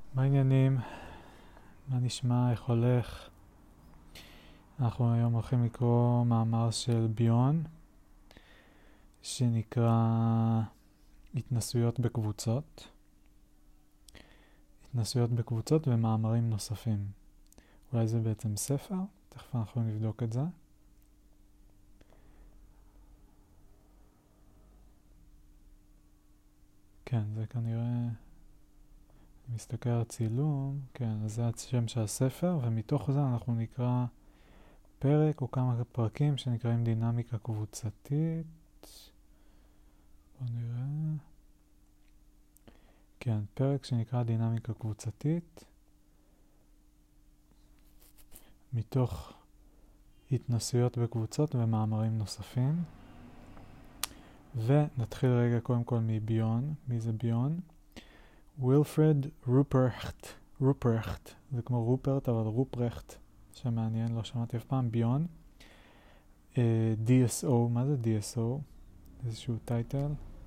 מה העניינים? מה נשמע? איך הולך? אנחנו היום הולכים לקרוא מאמר של ביון שנקרא התנסויות בקבוצות. התנסויות בקבוצות ומאמרים נוספים. אולי זה בעצם ספר? תכף אנחנו נבדוק את זה. כן, זה כנראה... מסתכל על צילום, כן, אז זה השם של הספר, ומתוך זה אנחנו נקרא פרק או כמה פרקים שנקראים דינמיקה קבוצתית. בוא נראה. כן, פרק שנקרא דינמיקה קבוצתית, מתוך התנסויות בקבוצות ומאמרים נוספים. ונתחיל רגע קודם כל מביון. מי זה ביון? וילפרד רופרכט, זה כמו רופרט אבל רופרכט, שמעניין, לא שמעתי אף פעם. ביון, DSO, מה זה DSO? איזשהו טייטל.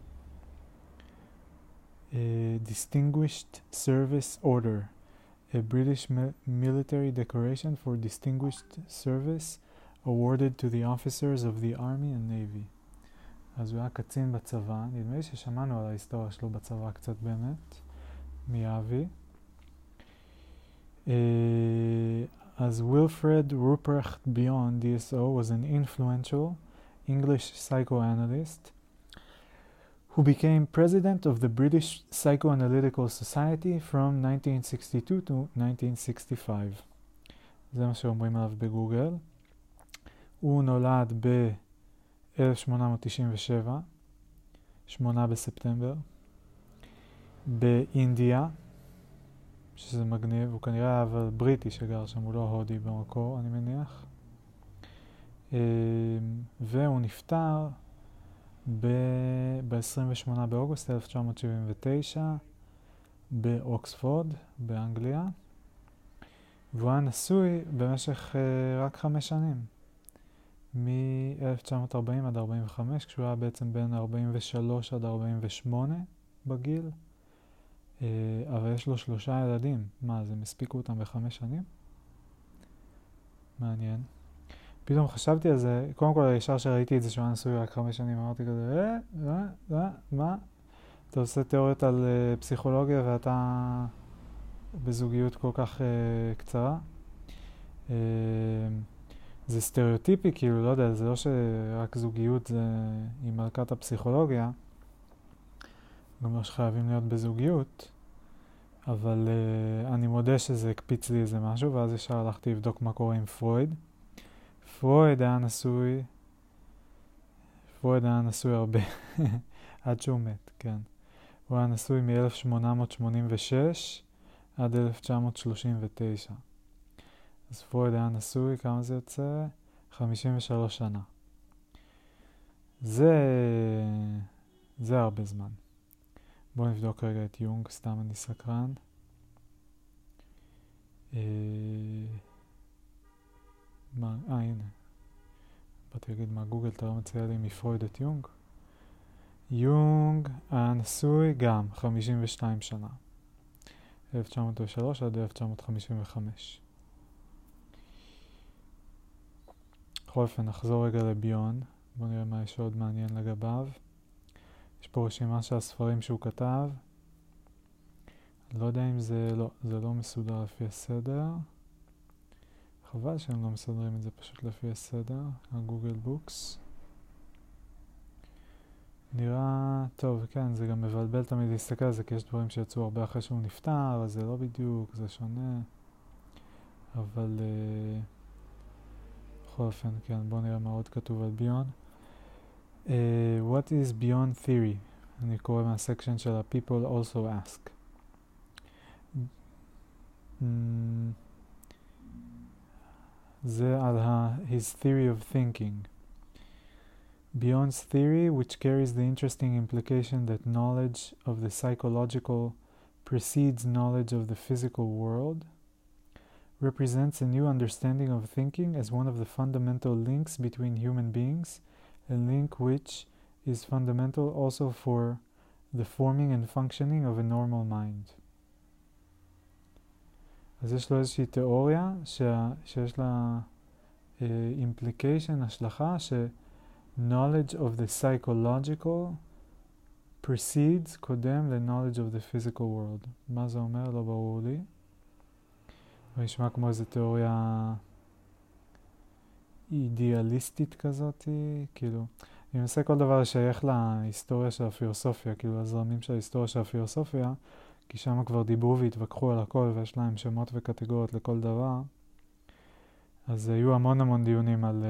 Distinguished Service Order, a British military decoration for distinguished service awarded to the officers of the Army and Navy. אז הוא היה קצין בצבא, נדמה לי ששמענו על ההיסטוריה שלו בצבא קצת באמת, מאבי. As Wilfred Ruprecht Bion, DSO, was an influential English psychoanalyst who became president of the British Psychoanalytical Society from 1962 to 1965. זה מה שאומרים עליו בגוגל. הוא נולד ב-1897, 8 בספטמבר, באינדיה, שזה מגניב. הוא כנראה אבל בריטי שגר שם, הוא לא הודי במקור, אני מניח. והוא נפטר ב-28 באוגוסט 1979 באוקספורד, באנגליה. והוא היה נשוי במשך רק 5 שנים, מ-1940 עד 45, כשהוא היה בעצם בין 43 עד 48 בגיל. אבל יש לו 3 ילדים. מה, אז הם הספיקו אותם ב5 שנים? מעניין. פתאום חשבתי על זה, קודם כל ישר שראיתי את זה שהוא היה נשוי רק 5 שנים, אמרתי כזה, מה? אתה עושה תיאוריות על פסיכולוגיה ואתה בזוגיות כל כך קצרה? זה סטריאוטיפי, כאילו, לא יודע, זה לא שרק זוגיות זה עם מלכת הפסיכולוגיה, גם לא שחייבים להיות בזוגיות, אבל אני מודה שזה הקפיץ לי איזה משהו, ואז ישר הלכתי לבדוק מה קורה עם פרויד. פרויד היה נשוי הרבה, עד שהוא מת, כן. הוא היה נשוי מ-1886 עד 1939. אז פרויד היה נשוי, כמה זה יוצא? 53 שנה. זה הרבה זמן. בואו נבדוק רגע את יונג, סתם אני סקרן. הנה. באתי להגיד מה גוגל, אתה לא מציע לי מפרויד את יונג? יונג היה נשוי גם 52 שנה. 1903 עד 1955. בכל אופן, נחזור רגע לביון. בואו נראה מה יש עוד מעניין לגביו. יש פה רשימה של הספרים שהוא כתב. לא יודע אם זה לא מסודר לפי הסדר. חבל שהם לא מסדרים את זה פשוט לפי הסדר, הגוגל בוקס. נראה טוב, כן, זה גם מבלבל תמיד להסתכל על זה, כי יש דברים שיצאו הרבה אחרי שהוא נפטר, אז זה לא בדיוק, זה שונה. אבל בכל אופן, כן, בואו נראה מה עוד כתוב על ביון. What is Beyond Theory? אני קורא מהסקשן של ה-People also ask. זה על his theory of thinking. Beyond's theory, which carries the interesting implication that knowledge of the psychological precedes knowledge of the physical world, represents a new understanding of thinking as one of the fundamental links between human beings, a link which is fundamental also for the forming and functioning of a normal mind. אז יש לו איזושהי תיאוריה שיש לה implication, השלכה, knowledge of the psychological precedes, קודם ל-knowledge of the physical world. מה זה אומר? לא ברור לי. זה נשמע כמו איזו תיאוריה אידיאליסטית כזאת, כאילו, אני מנסה כל דבר לשייך להיסטוריה של הפילוסופיה, כאילו הזרמים של ההיסטוריה של הפילוסופיה, כי שם כבר דיברו והתווכחו על הכל ויש להם שמות וקטגוריות לכל דבר. אז היו המון דיונים על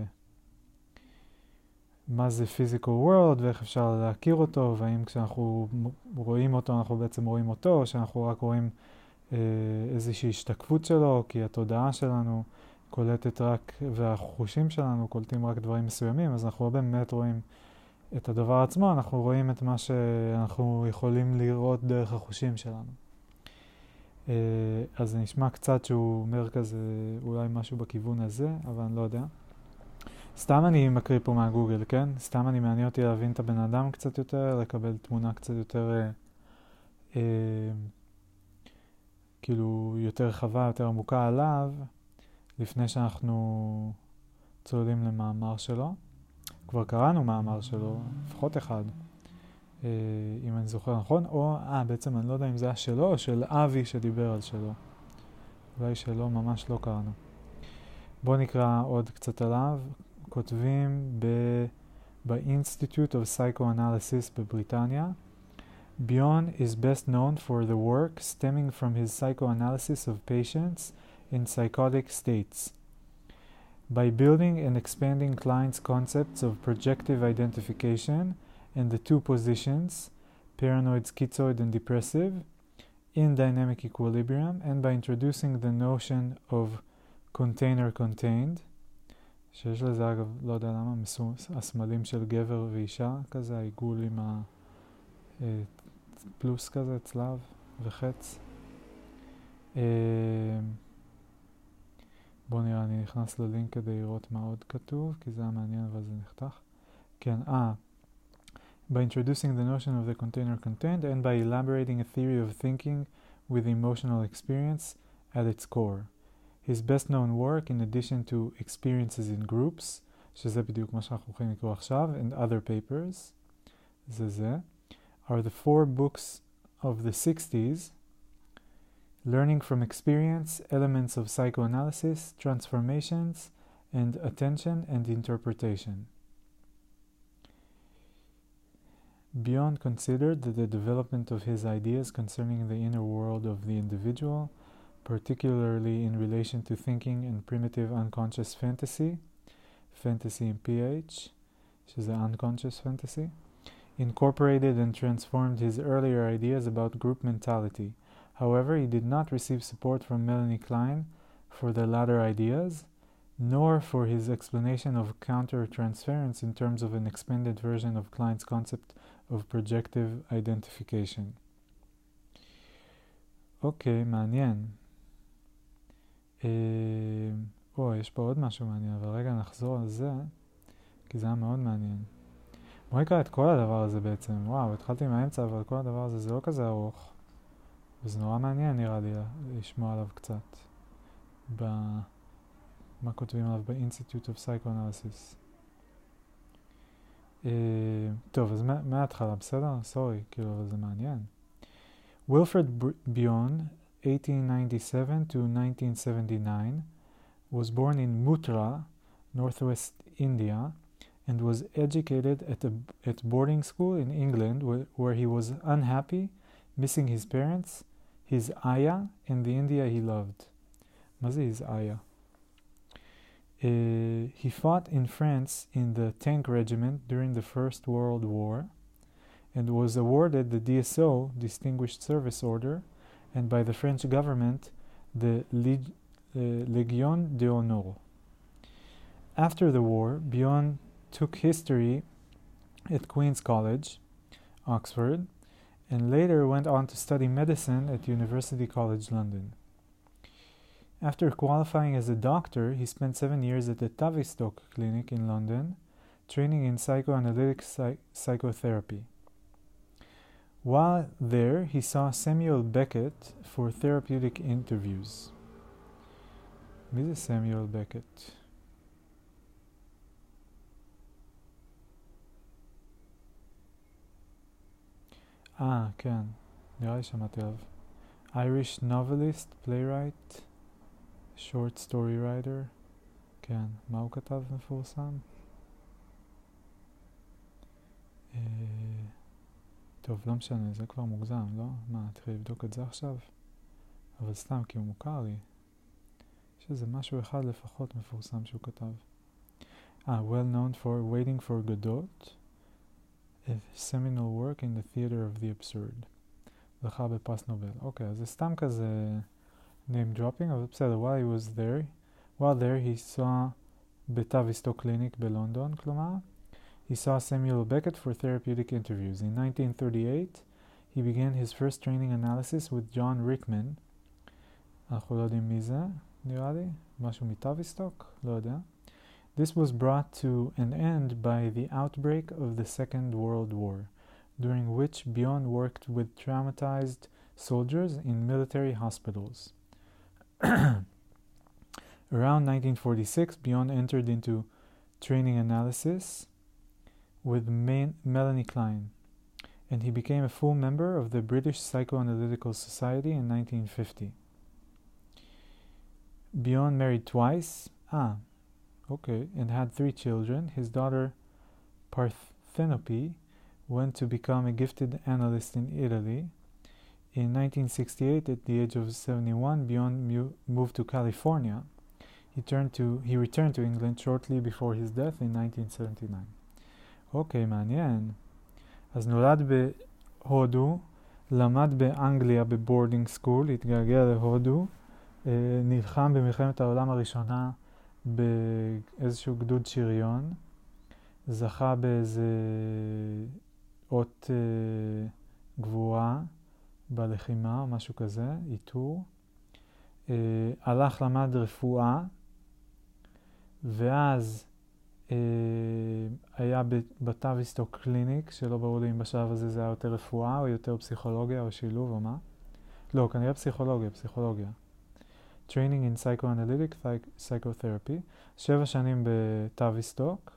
מה זה physical world ואיך אפשר להכיר אותו, והאם כשאנחנו רואים אותו אנחנו בעצם רואים אותו, או שאנחנו רק רואים איזושהי השתקפות שלו, כי התודעה שלנו קולטת רק, והחושים שלנו קולטים רק דברים מסוימים, אז אנחנו לא באמת רואים את הדבר עצמו, אנחנו רואים את מה שאנחנו יכולים לראות דרך החושים שלנו. אז זה נשמע קצת שהוא אומר כזה, אולי משהו בכיוון הזה, אבל אני לא יודע. סתם אני מקריא פה מהגוגל, כן? סתם אני מעניין אותי להבין את הבן אדם קצת יותר, לקבל תמונה קצת יותר, כאילו יותר רחבה, יותר עמוקה עליו, לפני שאנחנו צוללים למאמר שלו. כבר קראנו מאמר שלו, לפחות אחד, אם אני זוכר נכון, או, בעצם אני לא יודע אם זה היה שלו או של אבי שדיבר על שלו. אולי שלו ממש לא קראנו. בואו נקרא עוד קצת עליו. כותבים ב-Institute of Psychoanalysis בבריטניה, Bion is best known for the work stemming from his psychoanalysis of patients in psychotic states. By building and expanding clients' concepts of projective identification and the two positions, paranoid, schizoid, and depressive, in dynamic equilibrium, and by introducing the notion of container-contained, שיש לזה אגב, לא יודע למה, הסמלים של גבר ואישה, כזה העיגול עם הפלוס כזה, צלב וחץ. בואו נראה, אני נכנס ללינק כדי לראות מה עוד כתוב, כי זה היה מעניין אבל זה נחתך. כן, by introducing the notion of the container-contained and by elaborating a theory of thinking with emotional experience at its core. His best-known work, in addition to experiences in groups, שזה בדיוק מה שאנחנו הולכים לקרוא עכשיו, and other papers, זה, are the four books of the 60s, Learning from Experience, Elements of Psychoanalysis, Transformations, and Attention and Interpretation. Bion considered that the development of his ideas concerning the inner world of the individual, particularly in relation to thinking and primitive unconscious fantasy in PH, which is the unconscious fantasy, incorporated and transformed his earlier ideas about group mentality. However, he did not receive support from Melanie Klein for the latter ideas, nor for his explanation of counter-transference in terms of an expanded version of Klein's concept of projective identification. אוקיי, מעניין. יש פה עוד משהו מעניין, אבל רגע נחזור על זה, כי זה היה מאוד מעניין. בואי נקרא את כל הדבר הזה בעצם. וואו, התחלתי מהאמצע, אבל כל הדבר הזה זה לא כזה ארוך. וזה נורא מעניין נראה לי לשמוע עליו קצת. מה כותבים עליו ב-Institute of Psychoanalysis. טוב, אז מההתחלה, בסדר? סורי, כאילו, אבל זה מעניין. Wilfred Bion, 1897 to 1979, was born in Muttra, northwest India, and was educated at boarding school in England, where he was unhappy, missing his parents, his ayah, and the India he loved. מה זה his ayah? He fought in France in the tank regiment during the First World War, and was awarded the DSO, Distinguished Service Order, and by the French government, the Légion d'honneur. After the war, Bion took history at Queen's College, Oxford, and later went on to study medicine at University College London. After qualifying as a doctor, he spent 7 years at the Tavistock Clinic in London, training in psychoanalytic psychotherapy. While there, he saw Samuel Beckett for therapeutic interviews. מי זה סמיואל בקט? כן, נראה לי שמעתי עליו. Irish novelist, playwright, short story writer. כן, מה הוא כתב מפורסם? טוב, לא משנה, זה כבר מוגזם, לא? מה, תתחיל לבדוק את זה עכשיו? אבל סתם, כי הוא מוכר לי. יש איזה משהו אחד לפחות מפורסם שהוא כתב. Well known for Waiting for Godot, a seminal work in the theater of the absurd. זכה בפרס נובל. אוקיי, אז זה סתם כזה name dropping, אבל בסדר, while he was there, he saw בטאביסטו קליניק בלונדון, כלומר, he saw Samuel Beckett for therapeutic interviews. In 1938, he began his first training analysis with John Rickman. אנחנו לא יודעים מי זה, נראה לי, משהו מטאביסטוק, לא יודע. This was brought to an end by the outbreak of the Second World War, during which Bion worked with traumatized soldiers in military hospitals. Around 1946, Bion entered into training analysis with Melanie Klein, and he became a full member of the British Psychoanalytical Society in 1950. Bion married twice, and had 3 children. His daughter Parthenope went to become a gifted analyst in Italy. In 1968, at the age of 71, Bion moved to California. He returned to England shortly before his death in 1979. אוקיי, מעניין. אז נולד בהודו, למד באנגליה בבורדינג סקול, התגעגע להודו, נלחם במלחמת העולם הראשונה באיזשהו גדוד שריון, זכה באיזה אות גבורה בלחימה או משהו כזה, איתור, הלך למד רפואה, ואז היה בטאביסטו קליניק, שלא ברור לי אם בשלב הזה זה היה יותר רפואה או יותר פסיכולוגיה או שילוב או מה. לא, כנראה פסיכולוגיה. Training in Psychoanalytic Psychotherapy, 7 שנים בטאביסטוק,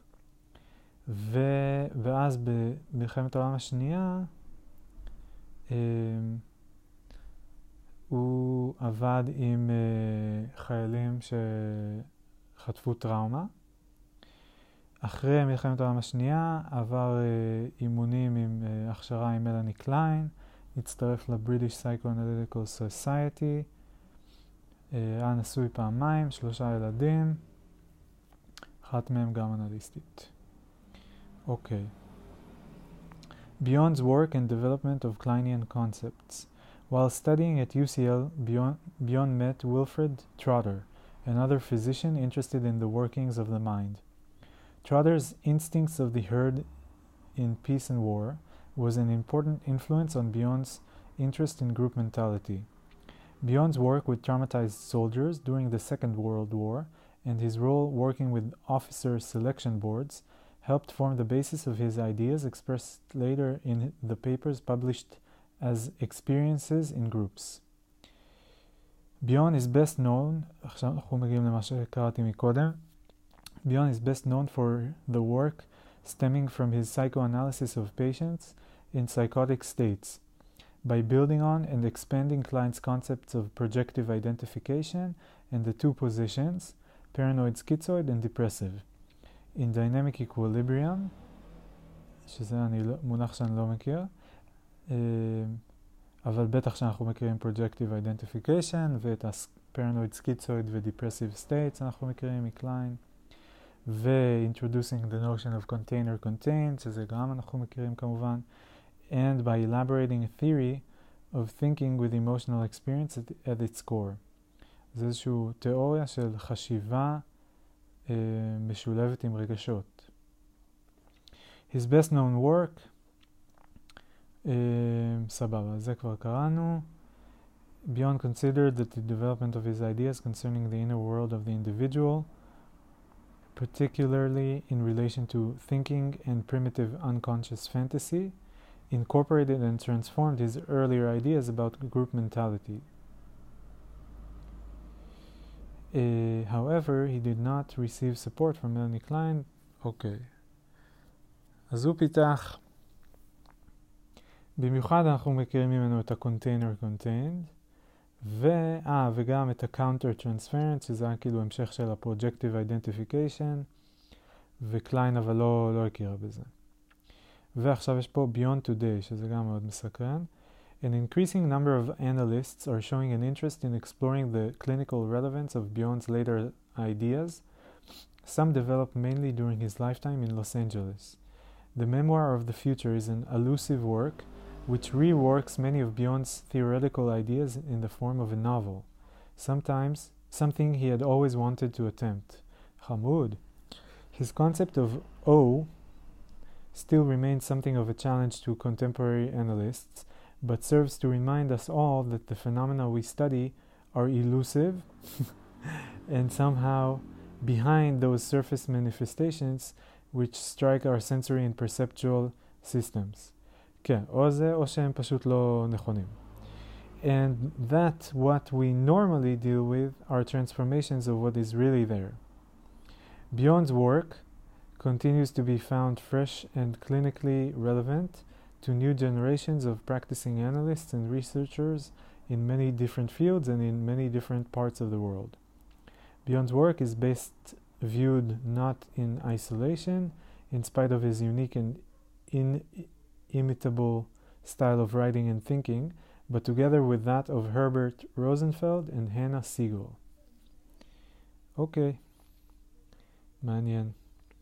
ואז במלחמת העולם השנייה הוא עבד עם חיילים שחטפו טראומה. אחרי מלחמת העולם השנייה עבר אימונים עם הכשרה עם מלאני קליין, הצטרף לבריטיש Psychoanalytical Society, היה נשוי פעמיים, 3 ילדים, אחת מהם גם אנליסטית. אוקיי. Bion's work and development of Kleinian concepts. While studying at UCL, Bion met Wilfred Trotter, another physician interested in the workings of the mind. Trotter's Instincts of the Herd in Peace and War was an important influence on Bion's interest in group mentality. Bion's work with traumatized soldiers during the Second World War and his role working with officer selection boards helped form the basis of his ideas expressed later in the papers published as experiences in groups. Bion is best known, עכשיו אנחנו מגיעים למה שקראתי מקודם, Bion is best known for the work stemming from his psychoanalysis of patients in psychotic states, by building on and expanding Klein's concepts of projective identification and the 2 positions, paranoid schizoid and depressive. In dynamic equilibrium, שזה מונח שאני לא מכיר, אבל בטח שאנחנו מכירים projective identification ואת paranoid schizoid ו-depressive states אנחנו מכירים מקליין, ו-introducing the notion of container contained, שזה גם אנחנו מכירים כמובן, and by elaborating a theory of thinking with emotional experience at its core. זה איזושהי תיאוריה של חשיבה משולבת עם רגשות. His best known work, סבבה, זה כבר קראנו. Bion considered that the development of his ideas concerning the inner world of the individual, particularly in relation to thinking and primitive unconscious fantasy, incorporated and transformed his earlier ideas about group mentality. However, he did not receive support from Melanie Klein. אוקיי. אז הוא פיתח, במיוחד אנחנו מכירים ממנו את ה-container contained, וגם את ה-counter transference, שזה היה כאילו המשך של ה-projective identification, וקליין אבל לא הכירה בזה. ועכשיו יש פה Beyond Today, שזה גם מאוד מסקרן. An increasing number of analysts are showing an interest in exploring the clinical relevance of Beyond's later ideas, some developed mainly during his lifetime in Los Angeles. The Memoir of the Future is an elusive work which reworks many of Beyond's theoretical ideas in the form of a novel, sometimes something he had always wanted to attempt. Hamoud. His concept of O still remains something of a challenge to contemporary analysts, but serves to remind us all that the phenomena we study are elusive and somehow behind those surface manifestations which strike our sensory and perceptual systems. כן, או זה או שהם פשוט לא נכונים. And that what we normally deal with are transformations of what is really there. Beyond's work continues to be found fresh and clinically relevant to new generations of practicing analysts and researchers in many different fields and in many different parts of the world. Beyond's work is best viewed not in isolation, in spite of his unique and inimitable style of writing and thinking, but together with that of Herbert Rosenfeld and Hannah Siegel. Okay. מעניין.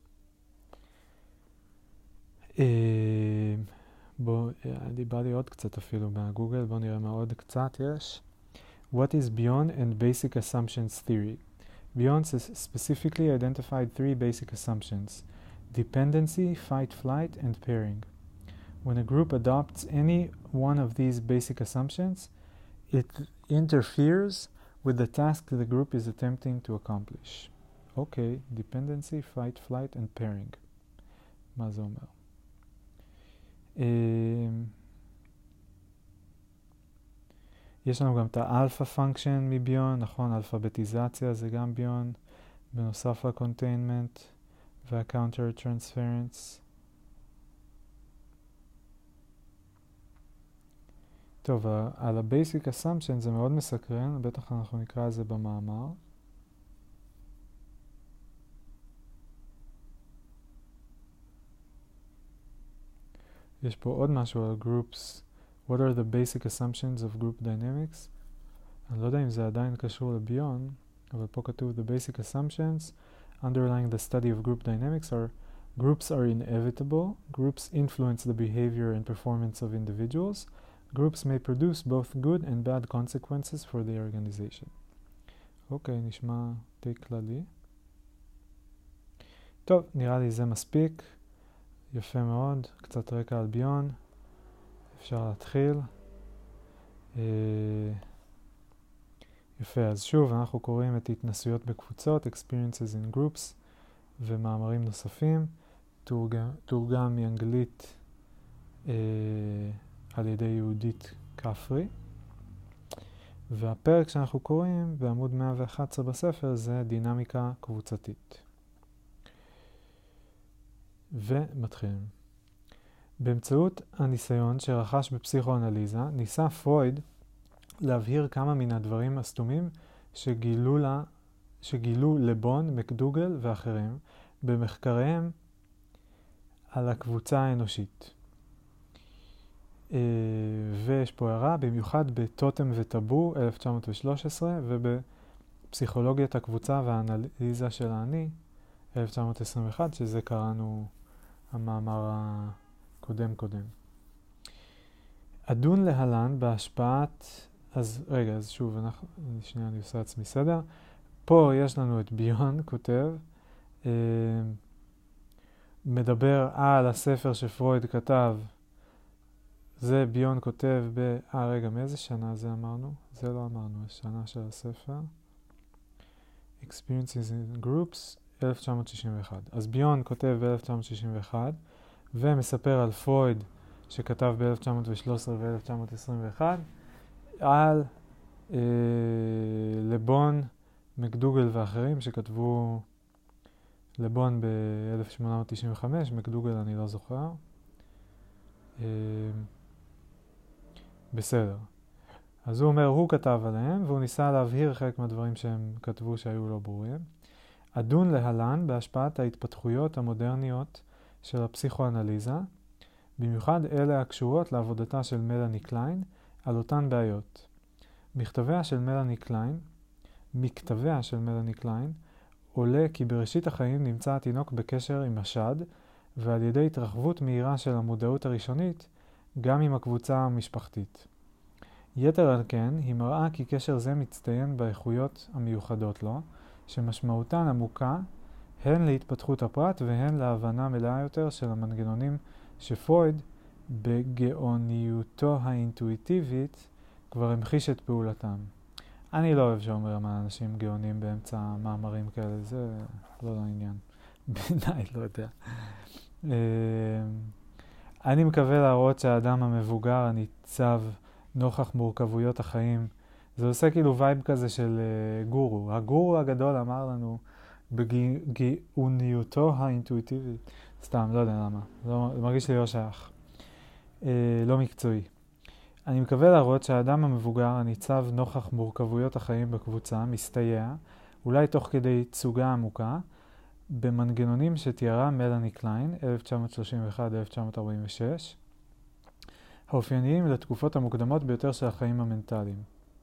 בא לי עוד קצת אפילו מהגוגל, בוא נראה מה עוד קצת יש. What is Beyond and Basic Assumptions Theory? Beyond specifically identified three basic assumptions: dependency, fight, flight, and pairing. When a group adopts any one of these basic assumptions, it interferes with the task the group is attempting to accomplish. Okay, dependency, fight, flight, and pairing. מה זה אומר? יש לנו גם את האלפא פונקשן מביון, נכון, אלפביטיזציה זה גם ביון, בנוסף לקונטיינמנט והקאונטר טרנספרנס. טוב, על הבייסיק אסמפשן זה מאוד מסקרן, בטח אנחנו נקרא את זה במאמר. יש פה עוד משהו על groups. What are the basic assumptions of group dynamics? אני לא יודע אם זה עדיין קשור לביון, אבל פה כתוב the basic assumptions underlying the study of group dynamics are groups are inevitable, groups influence the behavior and performance of individuals, groups may produce both good and bad consequences for the organization. אוקיי, נשמע די כללי. טוב, נראה לי זה מספיק. יפה מאוד, קצת רקע על ביון. אפשר להתחיל. יפה, אז שוב אנחנו קוראים את התנסויות בקבוצות, experiences in groups, ומאמרים נוספים, תורגם מאנגלית על ידי יהודית כפרי. והפרק שאנחנו קוראים בעמוד 111 בספר זה דינמיקה קבוצתית. ומתחילים. באמצעות הניסיון שרכש בפסיכואנליזה, ניסה פרויד להבהיר כמה מן הדברים הסתומים שגילו לבון, מקדוגל ואחרים במחקריהם על הקבוצה האנושית. ויש פה הערה, במיוחד בטוטם וטאבו 1913 ובפסיכולוגיית הקבוצה והאנליזה של האני 1921, שזה קראנו המאמר הקודם. אדון להלן בהשפעת, אז שוב, אני עושה עצמי סדר. פה יש לנו את ביון כותב, מדבר על הספר שפרויד כתב, זה ביון כותב מאיזה שנה זה אמרנו? זה לא אמרנו, השנה של הספר. Experiences in Groups, 1961. אז ביון כותב ב-1961, ומספר על פרויד שכתב ב-1913 ו-1921, על לבון, מקדוגל ואחרים שכתבו לבון ב-1895, מקדוגל אני לא זוכר. בסדר. אז הוא אומר, הוא כתב עליהם, והוא ניסה להבהיר חלק מהדברים שהם כתבו שהיו לא ברורים. אדון להלן בהשפעת ההתפתחויות המודרניות של הפסיכואנליזה, במיוחד אלה הקשורות לעבודתה של מלאני קליין על אותן בעיות. מכתביה של מלאני קליין עולה כי בראשית החיים נמצא התינוק בקשר עם השד, ועל ידי התרחבות מהירה של המודעות הראשונית, גם עם הקבוצה המשפחתית. יתר על כן, היא מראה כי קשר זה מצטיין באיכויות המיוחדות לו, שמשמעותן עמוקה הן להתפתחות הפרט והן להבנה מלאה יותר של המנגנונים שפרויד, בגאוניותו האינטואיטיבית, כבר המחיש את פעולתם. אני לא אוהב שאומרים על אנשים גאונים באמצע מאמרים כאלה, זה לא לעניין. בעיניי, לא יודע. אני מקווה להראות שהאדם המבוגר הניצב נוכח מורכבויות החיים, זה עושה כאילו וייב כזה של גורו. הגורו הגדול אמר לנו בגאוניותו האינטואיטיבית. סתם, לא יודע למה. זה מרגיש לי לא שייך. לא מקצועי. אני מקווה להראות שהאדם המבוגר הניצב נוכח מורכבויות החיים בקבוצה מסתייע, אולי תוך כדי תסוגה עמוקה, במנגנונים שתיארה מלאני קליין, 1931-1946, האופייניים לתקופות המוקדמות ביותר של החיים המנטליים.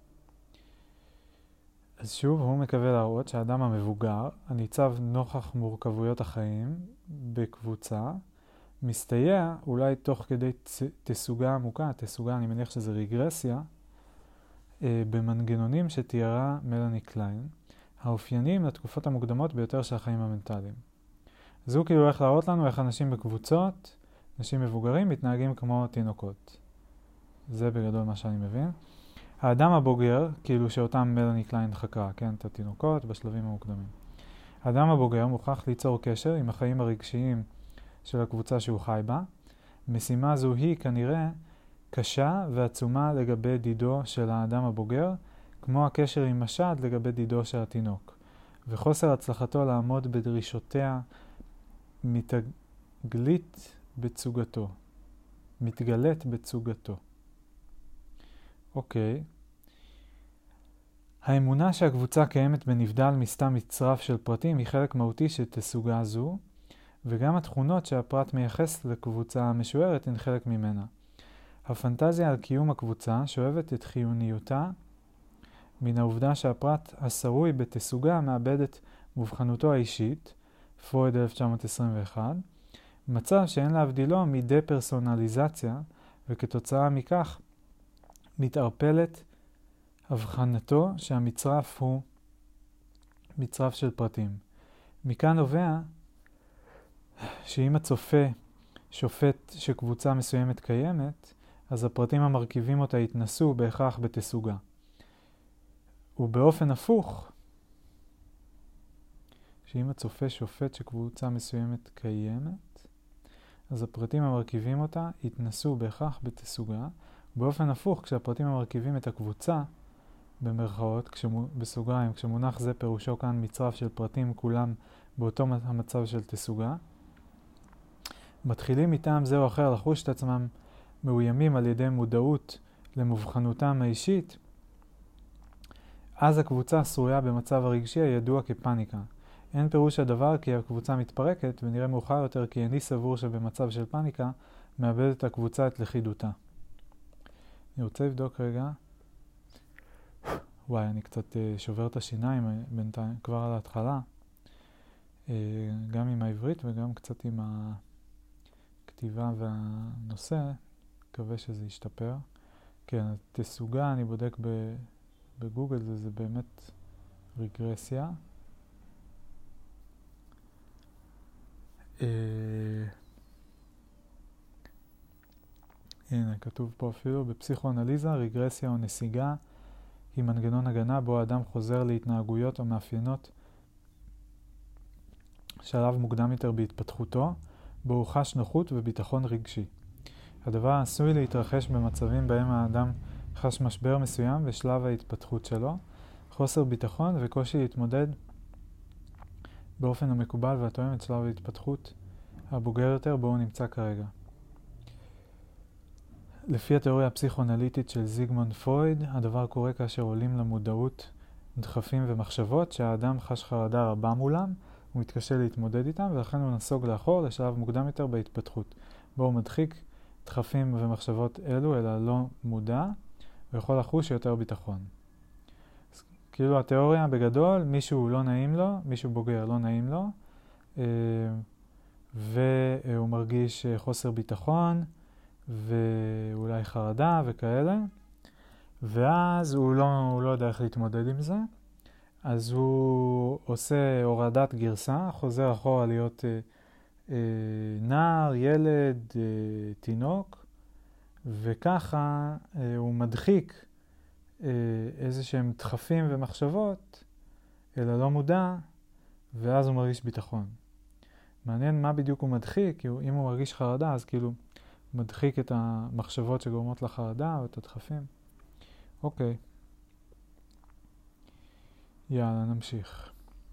אז שוב, הוא מקווה להראות שהאדם המבוגר, הניצב נוכח מורכבויות החיים בקבוצה, מסתייע אולי תוך כדי תסוגה עמוקה, תסוגה אני מניח שזה רגרסיה, במנגנונים שתיארה מלאני קליין, האופייניים לתקופות המוקדמות ביותר של החיים המנטליים. אז הוא כאילו הולך להראות לנו איך אנשים בקבוצות, אנשים מבוגרים, מתנהגים כמו תינוקות. זה בגדול מה שאני מבין. האדם הבוגר, כאילו שאותם מלאני קליין חקרה, כן, את התינוקות בשלבים המוקדמים. האדם הבוגר מוכרח ליצור קשר עם החיים הרגשיים של הקבוצה שהוא חי בה. משימה זו היא כנראה קשה ועצומה לגבי דידו של האדם הבוגר, כמו הקשר עם השד לגבי דידו של התינוק. וחוסר הצלחתו לעמוד בדרישותיה מתגלית בצוגתו. אוקיי. האמונה שהקבוצה קיימת בנבדל מסתם מצרף של פרטים היא חלק מהותי של תסוגה זו, וגם התכונות שהפרט מייחס לקבוצה המשוערת הן חלק ממנה. הפנטזיה על קיום הקבוצה שואבת את חיוניותה מן העובדה שהפרט השרוי בתסוגה מאבד את מובחנותו האישית, פרויד 1921, מצב שאין להבדילו מדה-פרסונליזציה, וכתוצאה מכך מתערפלת הבחנתו שהמצרף הוא מצרף של פרטים. מכאן נובע שאם הצופה שופט שקבוצה מסוימת קיימת, אז הפרטים המרכיבים אותה יתנסו בהכרח בתסוגה. ובאופן הפוך, שאם הצופה שופט שקבוצה מסוימת קיימת, אז הפרטים המרכיבים אותה יתנסו בהכרח בתסוגה. ובאופן הפוך, כשהפרטים המרכיבים את הקבוצה, במרכאות, בסוגריים, כשמונח זה פירושו כאן מצרף של פרטים כולם באותו המצב של תסוגה, מתחילים מטעם זה או אחר לחוש את עצמם מאוימים על ידי מודעות למובחנותם האישית, אז הקבוצה שרויה במצב הרגשי הידוע כפניקה. אין פירוש הדבר כי הקבוצה מתפרקת, ונראה מאוחר יותר כי איני סבור שבמצב של פניקה מאבדת הקבוצה את לכידותה. אני רוצה לבדוק רגע. וואי, אני קצת שובר את השיניים בינתיים, כבר על ההתחלה. גם עם העברית וגם קצת עם הכתיבה והנושא. מקווה שזה ישתפר. כן, תסוגה אני בודק בגוגל, זה באמת רגרסיה. הנה, כתוב פה אפילו, בפסיכואנליזה, רגרסיה או נסיגה היא מנגנון הגנה בו האדם חוזר להתנהגויות או מאפיינות שלב מוקדם יותר בהתפתחותו, בו הוא חש נוחות וביטחון רגשי. הדבר עשוי להתרחש במצבים בהם האדם חש משבר מסוים בשלב ההתפתחות שלו, חוסר ביטחון וקושי להתמודד באופן המקובל והתואם את שלב ההתפתחות הבוגר יותר בו הוא נמצא כרגע. לפי התיאוריה הפסיכואנליטית של זיגמונד פרויד, הדבר קורה כאשר עולים למודעות דחפים ומחשבות שהאדם חש חרדה רבה מולם, הוא מתקשה להתמודד איתם ולכן הוא נסוג לאחור לשלב מוקדם יותר בהתפתחות, בו הוא מדחיק דחפים ומחשבות אלו אל הלא מודע ויכול לחוש יותר ביטחון. כאילו התיאוריה בגדול, מישהו לא נעים לו, מישהו בוגר לא נעים לו, והוא מרגיש חוסר ביטחון ואולי חרדה וכאלה, ואז הוא לא יודע איך להתמודד עם זה, אז הוא עושה הורדת גרסה, חוזר אחורה להיות נער, ילד, תינוק, וככה הוא מדחיק איזה שהם דחפים ומחשבות אל הלא מודע, ואז הוא מרגיש ביטחון. מעניין מה בדיוק הוא מדחיק, כי אם הוא מרגיש חרדה, אז כאילו הוא מדחיק את המחשבות שגורמות לחרדה או את הדחפים. אוקיי. יאללה, נמשיך.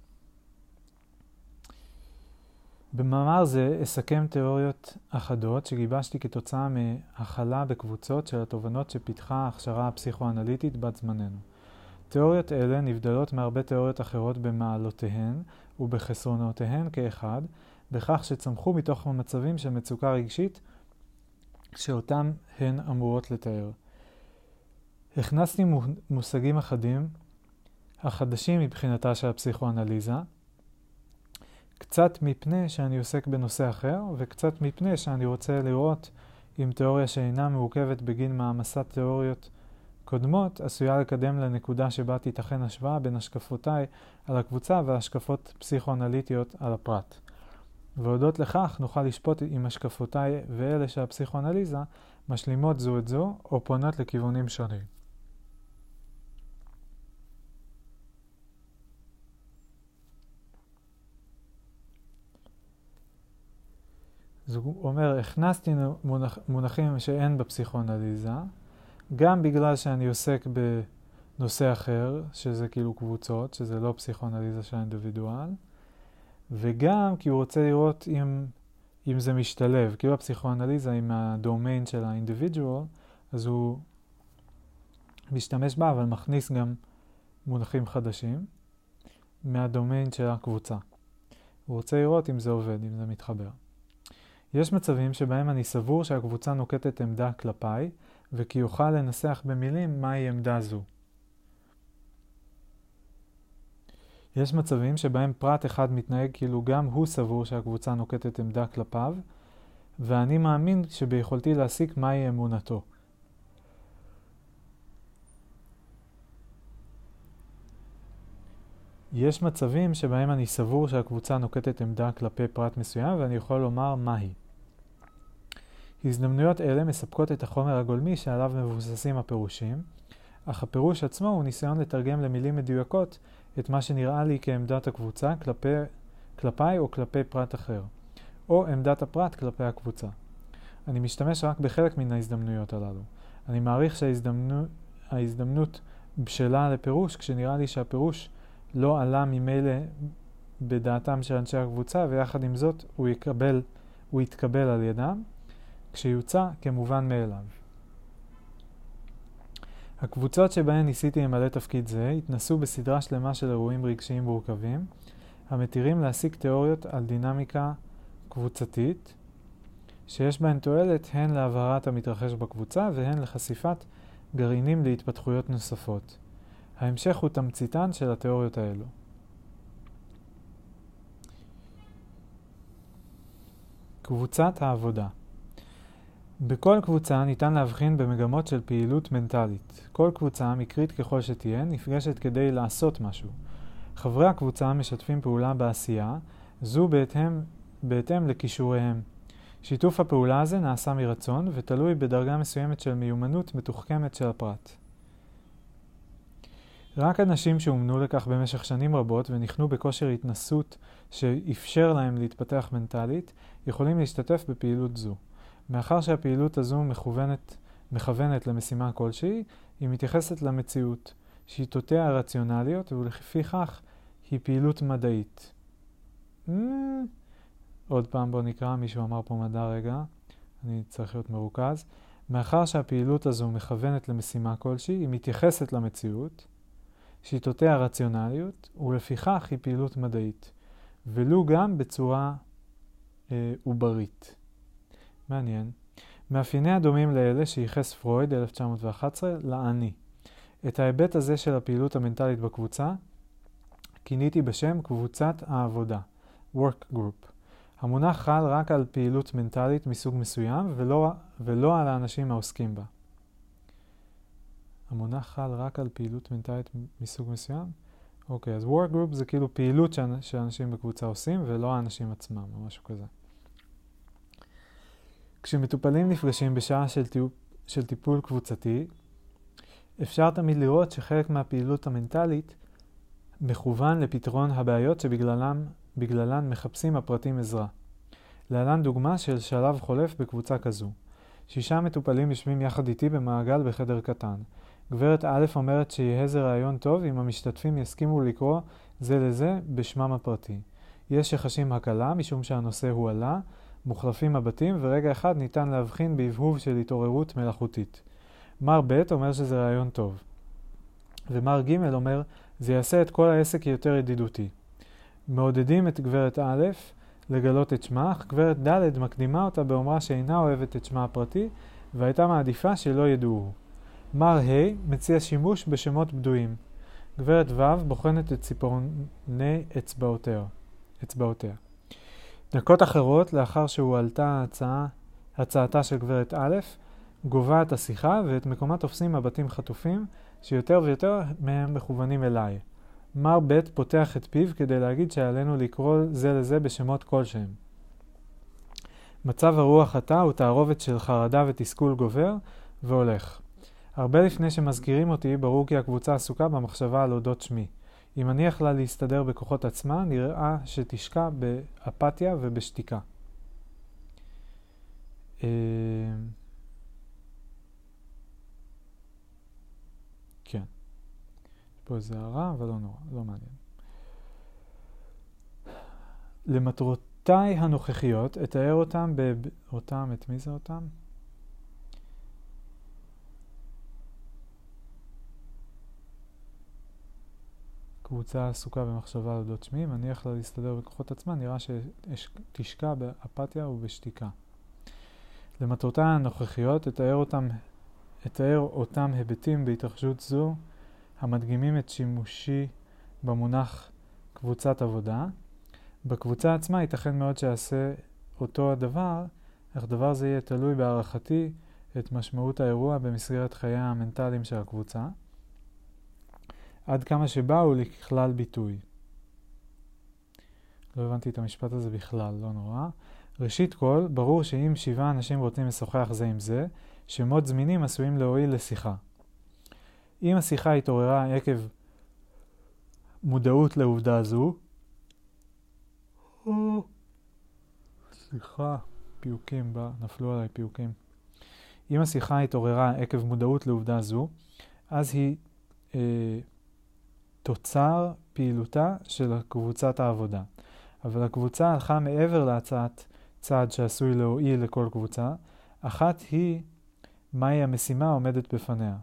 במאמר זה אסכם תיאוריות אחדות שגיבשתי כתוצאה מהכלה בקבוצות של התובנות שפיתחה ההכשרה הפסיכואנליטית בת זמננו. תיאוריות אלה נבדלות מהרבה תיאוריות אחרות במעלותיהן ובחסרונותיהן כאחד, בכך שצמחו מתוך מצבים של מצוקה רגשית שאותם הן אמורות לתאר. הכנסתי מושגים החדשים מבחינתה של הפסיכואנליזה, קצת מפני שאני עוסק בנושא אחר, וקצת מפני שאני רוצה לראות אם תיאוריה שאינה מעוכבת בגין מעמסת תיאוריות קודמות, עשויה לקדם לנקודה שבה תיתכן השוואה בין השקפותיי על הקבוצה והשקפות פסיכואנליטיות על הפרט. והודות לכך נוכל לשפוט אם השקפותיי ואלה של הפסיכואנליזה משלימות זו את זו או פונות לכיוונים שונים. אז הוא אומר, הכנסתי מונחים שאין בפסיכואנליזה, גם בגלל שאני עוסק בנושא אחר, שזה כאילו קבוצות, שזה לא פסיכואנליזה של האינדיבידואל, וגם כי הוא רוצה לראות אם זה משתלב, כאילו הפסיכואנליזה עם הדומיין של האינדיבידואל, אז הוא משתמש בה, אבל מכניס גם מונחים חדשים מהדומיין של הקבוצה. הוא רוצה לראות אם זה עובד, אם זה מתחבר. יש מצבים שבהם אני סבור שהקבוצה נוקטת עמדה כלפיי, וכי יוכל לנסח במילים מהי עמדה זו. יש מצבים שבהם פרט אחד מתנהג כאילו גם הוא סבור שהקבוצה נוקטת עמדה כלפיו, ואני מאמין שביכולתי להסיק מהי אמונתו. יש מצבים שבהם אני סבור שהקבוצה נוקטת עמדה כלפי פרט מסוים, ואני יכול לומר מהי. הזדמנויות אלה מספקות את החומר הגולמי שעליו מבוססים הפירושים, אך הפירוש עצמו הוא ניסיון לתרגם למילים מדויקות את מה שנראה לי כעמדת הקבוצה כלפיי או כלפי פרט אחר, או עמדת הפרט כלפי הקבוצה. אני משתמש רק בחלק מן ההזדמנויות הללו. אני מעריך שההזדמנות בשלה לפירוש כשנראה לי שהפירוש לא עלה ממילא בדעתם של אנשי הקבוצה, ויחד עם זאת הוא יתקבל על ידם, כשיוצא כמובן מאליו. הקבוצות שבהן ניסיתי למלא תפקיד זה התנסו בסדרה שלמה של אירועים רגשיים מורכבים, המתירים להסיק תיאוריות על דינמיקה קבוצתית, שיש בהן תועלת הן להבהרת המתרחש בקבוצה והן לחשיפת גרעינים להתפתחויות נוספות. ההמשך הוא תמציתן של התיאוריות האלו. קבוצת העבודה. בכל קבוצה ניתן להבחין במגמות של פעילות מנטלית. כל קבוצה, מקרית ככל שתהיה, נפגשת כדי לעשות משהו. חברי הקבוצה משתפים פעולה בעשייה, זו בהתאם לכישוריהם. שיתוף הפעולה הזה נעשה מרצון ותלוי בדרגה מסוימת של מיומנות מתוחכמת של הפרט. רק אנשים שאומנו לכך במשך שנים רבות ונכנו בכושר התנסות שאפשר להם להתפתח מנטלית, יכולים להשתתף בפעילות זו. מאחר שהפעילות הזו מכוונת למשימה כלשהי, היא מתייחסת למציאות. שיטותיה הרציונליות, ולפי כך היא פעילות מדעית. עוד פעם בוא נקרא, מישהו אמר פה מדע רגע, אני צריך להיות מרוכז. מאחר שהפעילות הזו מכוונת למשימה כלשהי, היא מתייחסת למציאות. שיטותיה הרציונליות, ולפיכך היא פעילות מדעית. ולו גם בצורה עוברית. מעניין. מאפייניה דומים לאלה שייחס פרויד 1911 לאני. את ההיבט הזה של הפעילות המנטלית בקבוצה כיניתי בשם קבוצת העבודה, work group. המונח חל רק על פעילות מנטלית מסוג מסוים ולא על האנשים העוסקים בה. המונח חל רק על פעילות מנטלית מסוג מסוים? אוקיי, אז work group זה כאילו פעילות שאנשים בקבוצה עושים ולא האנשים עצמם או משהו כזה. כשמטופלים נפגשים בשעה של טיפול קבוצתי, אפשר תמיד לראות שחלק מהפעילות המנטלית מכוון לפתרון הבעיות שבגללן מחפשים הפרטים עזרה. להלן דוגמה של שלב חולף בקבוצה כזו. 6 מטופלים יושבים יחד איתי במעגל בחדר קטן. גברת א' אומרת שיהיה זה רעיון טוב אם המשתתפים יסכימו לקרוא זה לזה בשמם הפרטי. יש שחשים הקלה משום שהנושא הוא עלה, מוחלפים מבטים ורגע אחד ניתן להבחין בהבהוב של התעוררות מלאכותית. מר ב' אומר שזה רעיון טוב. ומר ג' אומר זה יעשה את כל העסק יותר ידידותי. מעודדים את גברת א' לגלות את שמה, אך גברת ד' מקדימה אותה באומרה שאינה אוהבת את שמה הפרטי והייתה מעדיפה שלא ידעו. מר ה' מציע שימוש בשמות בדויים. גברת ו' בוחנת את ציפורני אצבעותיה. דקות אחרות, לאחר שהועלתה הצעתה של גברת א', גובה את השיחה ואת מקומה תופסים מבטים חטופים שיותר ויותר מהם מכוונים אליי. מר ב' פותח את פיו כדי להגיד שעלינו לקרוא זה לזה בשמות כלשהם. מצב הרוח עתה הוא תערובת של חרדה ותסכול גובר והולך. הרבה לפני שמזכירים אותי, ברור כי הקבוצה עסוקה במחשבה על אודות שמי. אם אני יכלה להסתדר בכוחות עצמה, נראה שתשקע באפתיה ובשתיקה. כן. פה זה הערה, אבל לא נורא, לא מעניין. למטרותיי הנוכחיות, אתאר אותם את מי זה אותם? קבוצה עסוקה במחשבה על אודות שמי, אם אני יכלה להסתדר בכוחות עצמה, נראה שתשקע באפתיה ובשתיקה. למטרותיי הנוכחיות, אתאר אותם היבטים בהתרחשות זו, המדגימים את שימושי במונח קבוצת עבודה. בקבוצה עצמה ייתכן מאוד שיעשה אותו הדבר, אך דבר זה יהיה תלוי בהערכתי את משמעות האירוע במסגרת חייה המנטליים של הקבוצה, עד כמה שבאו לכלל ביטוי. לא הבנתי את המשפט הזה בכלל, לא נורא. ראשית כל, ברור שאם 7 אנשים רוצים לשוחח זה עם זה, שמות זמינים עשויים להועיל לשיחה. אם השיחה התעוררה עקב מודעות לעובדה זו, פיוקים נפלו עליי פיוקים. אם השיחה התעוררה עקב מודעות לעובדה זו, אז היא תוצר פעילותה של קבוצת העבודה. אבל הקבוצה הלכה מעבר להצעת צעד שעשוי להועיל לכל קבוצה. אחת היא מהי המשימה העומדת בפניה.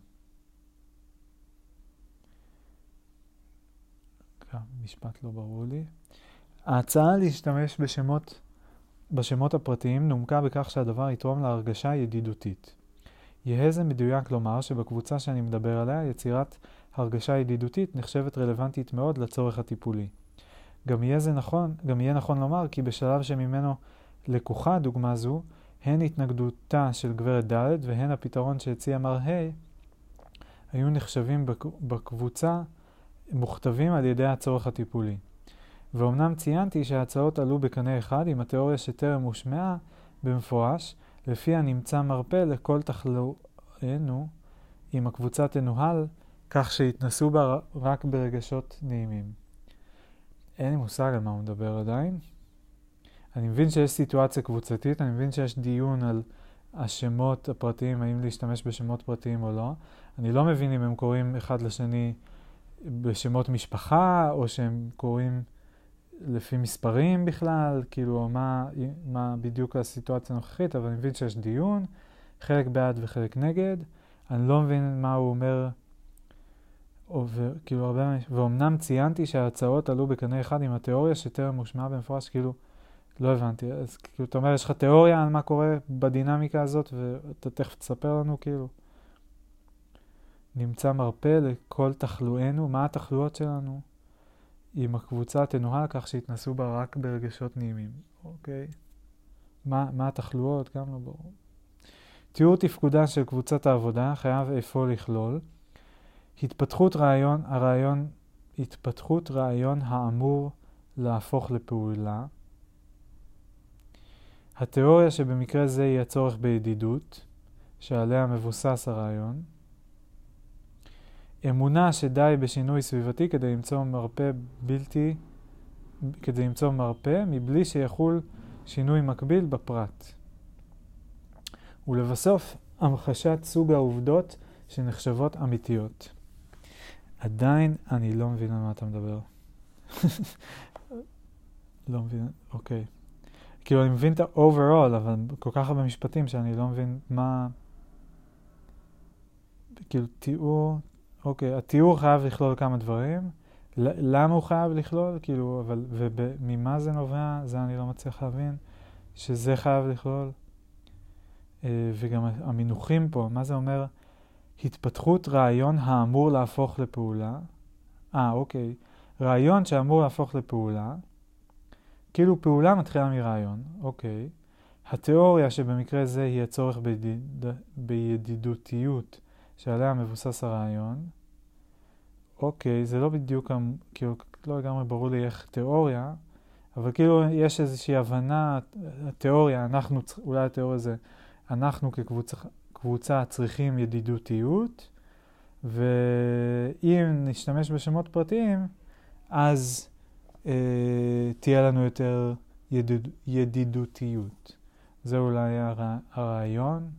משפט לא ברור לי. ההצעה להשתמש בשמות הפרטיים נומקה בכך שהדבר יתרום להרגשה ידידותית. יהיה זה מדויק לומר שבקבוצה שאני מדבר עליה, יצירת הרגשה ידידותית נחשבת רלוונטית מאוד לצורך הטיפולי. גם יהיה נכון לומר כי בשלב שממנו לקוחה דוגמה זו, הן התנגדותה של גברת ד' והן הפתרון שהציע מר ה' היו נחשבים בקבוצה מוכתבים על ידי הצורך הטיפולי. ואומנם ציינתי שההצעות עלו בקנה אחד עם התיאוריה שטרם הושמעה במפורש, לפיה נמצא מרפא לכל תחלואנו אם הקבוצה תנוהל כך שיתנסו בה רק ברגשות נעימים. אין לי מושג על מה הוא מדבר עדיין. אני מבין שיש סיטואציה קבוצתית, אני מבין שיש דיון על השמות הפרטיים, האם להשתמש בשמות פרטיים או לא. אני לא מבין אם הם קוראים אחד לשני בשמות משפחה, או שהם קוראים לפי מספרים בכלל, כאילו מה בדיוק הסיטואציה הנוכחית, אבל אני מבין שיש דיון, חלק בעד וחלק נגד. אני לא מבין מה הוא אומר, כאילו ואומנם ציינתי שההצעות עלו בקנה אחד עם התיאוריה שטרם מושמעה במפורש, כאילו לא הבנתי. אז כאילו אתה אומר, יש לך תיאוריה על מה קורה בדינמיקה הזאת, ואתה תכף תספר לנו, כאילו נמצא מרפא לכל תחלואנו, מה התחלואות שלנו? אם הקבוצה תנוהל כך שהתנסו בה רק ברגשות נעימים, אוקיי? מה התחלואות? גם לא ברור. תיאור תפקודה של קבוצת העבודה חייב אפוא לכלול התפתחות רעיון האמור להפוך לפעולה, התיאוריה שבמקרה זה היא הצורך בידידות, שעליה מבוסס הרעיון, אמונה שדי בשינוי סביבתי כדי למצוא מרפא מבלי שיחול שינוי מקביל בפרט. ולבסוף, המחשת סוג העובדות שנחשבות אמיתיות. עדיין אני לא מבין על מה אתה מדבר. לא מבין, אוקיי. כאילו אני מבין את ה-overall, אבל כל כך הרבה משפטים שאני לא מבין מה... כאילו תיאור... אוקיי, התיאור חייב לכלול כמה דברים. למה הוא חייב לכלול? כאילו, אבל... וממה זה נובע? זה אני לא מצליח להבין. שזה חייב לכלול. וגם המינוחים פה, מה זה אומר? התפתחות רעיון האמור להפוך לפעולה. אוקיי. רעיון שאמור להפוך לפעולה. כאילו פעולה מתחילה מרעיון. אוקיי. התיאוריה שבמקרה זה היא הצורך בידידותיות שעליה מבוסס הרעיון. אוקיי, זה לא בדיוק, כאילו לא לגמרי ברור לי איך תיאוריה, אבל כאילו יש איזושהי הבנה, התיאוריה, אולי התיאוריה זה, אנחנו כקבוצה צריכים ידידותיות, ואם נשתמש בשמות פרטיים, אז תהיה לנו יותר ידידותיות. זה אולי הרעיון.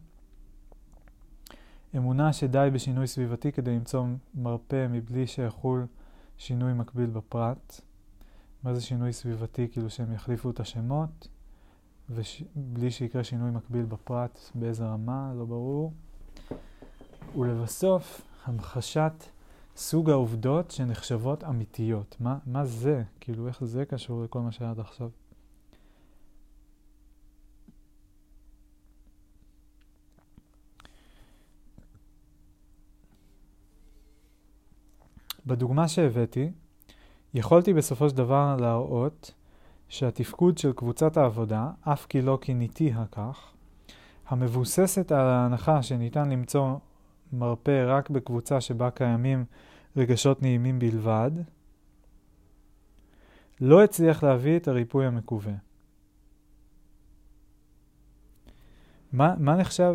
אמונה שדי בשינוי סביבתי כדי למצוא מרפא מבלי שיחול שינוי מקביל בפרט. מה זה שינוי סביבתי? כאילו שהם יחליפו את השמות, ובלי שיקרה שינוי מקביל בפרט, באיזה רמה, לא ברור. ולבסוף, המחשת סוג העובדות שנחשבות אמיתיות. מה זה? כאילו איך זה קשור לכל מה שהיה עד עכשיו? בדוגמה שהבאתי, יכולתי בסופו של דבר להראות שהתפקוד של קבוצת העבודה, אף כי לא כיניתיה כך, המבוססת על ההנחה שניתן למצוא מרפא רק בקבוצה שבה קיימים רגשות נעימים בלבד, לא הצליח להביא את הריפוי המקווה. מה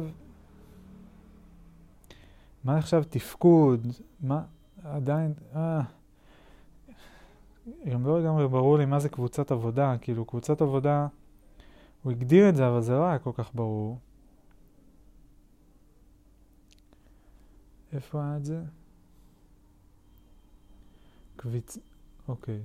נחשב תפקוד? עדיין, גם לא לגמרי ברור לי מה זה קבוצת עבודה. כאילו קבוצת עבודה, הוא הגדיר את זה, אבל זה לא היה כל כך ברור. איפה היה את זה? אוקיי.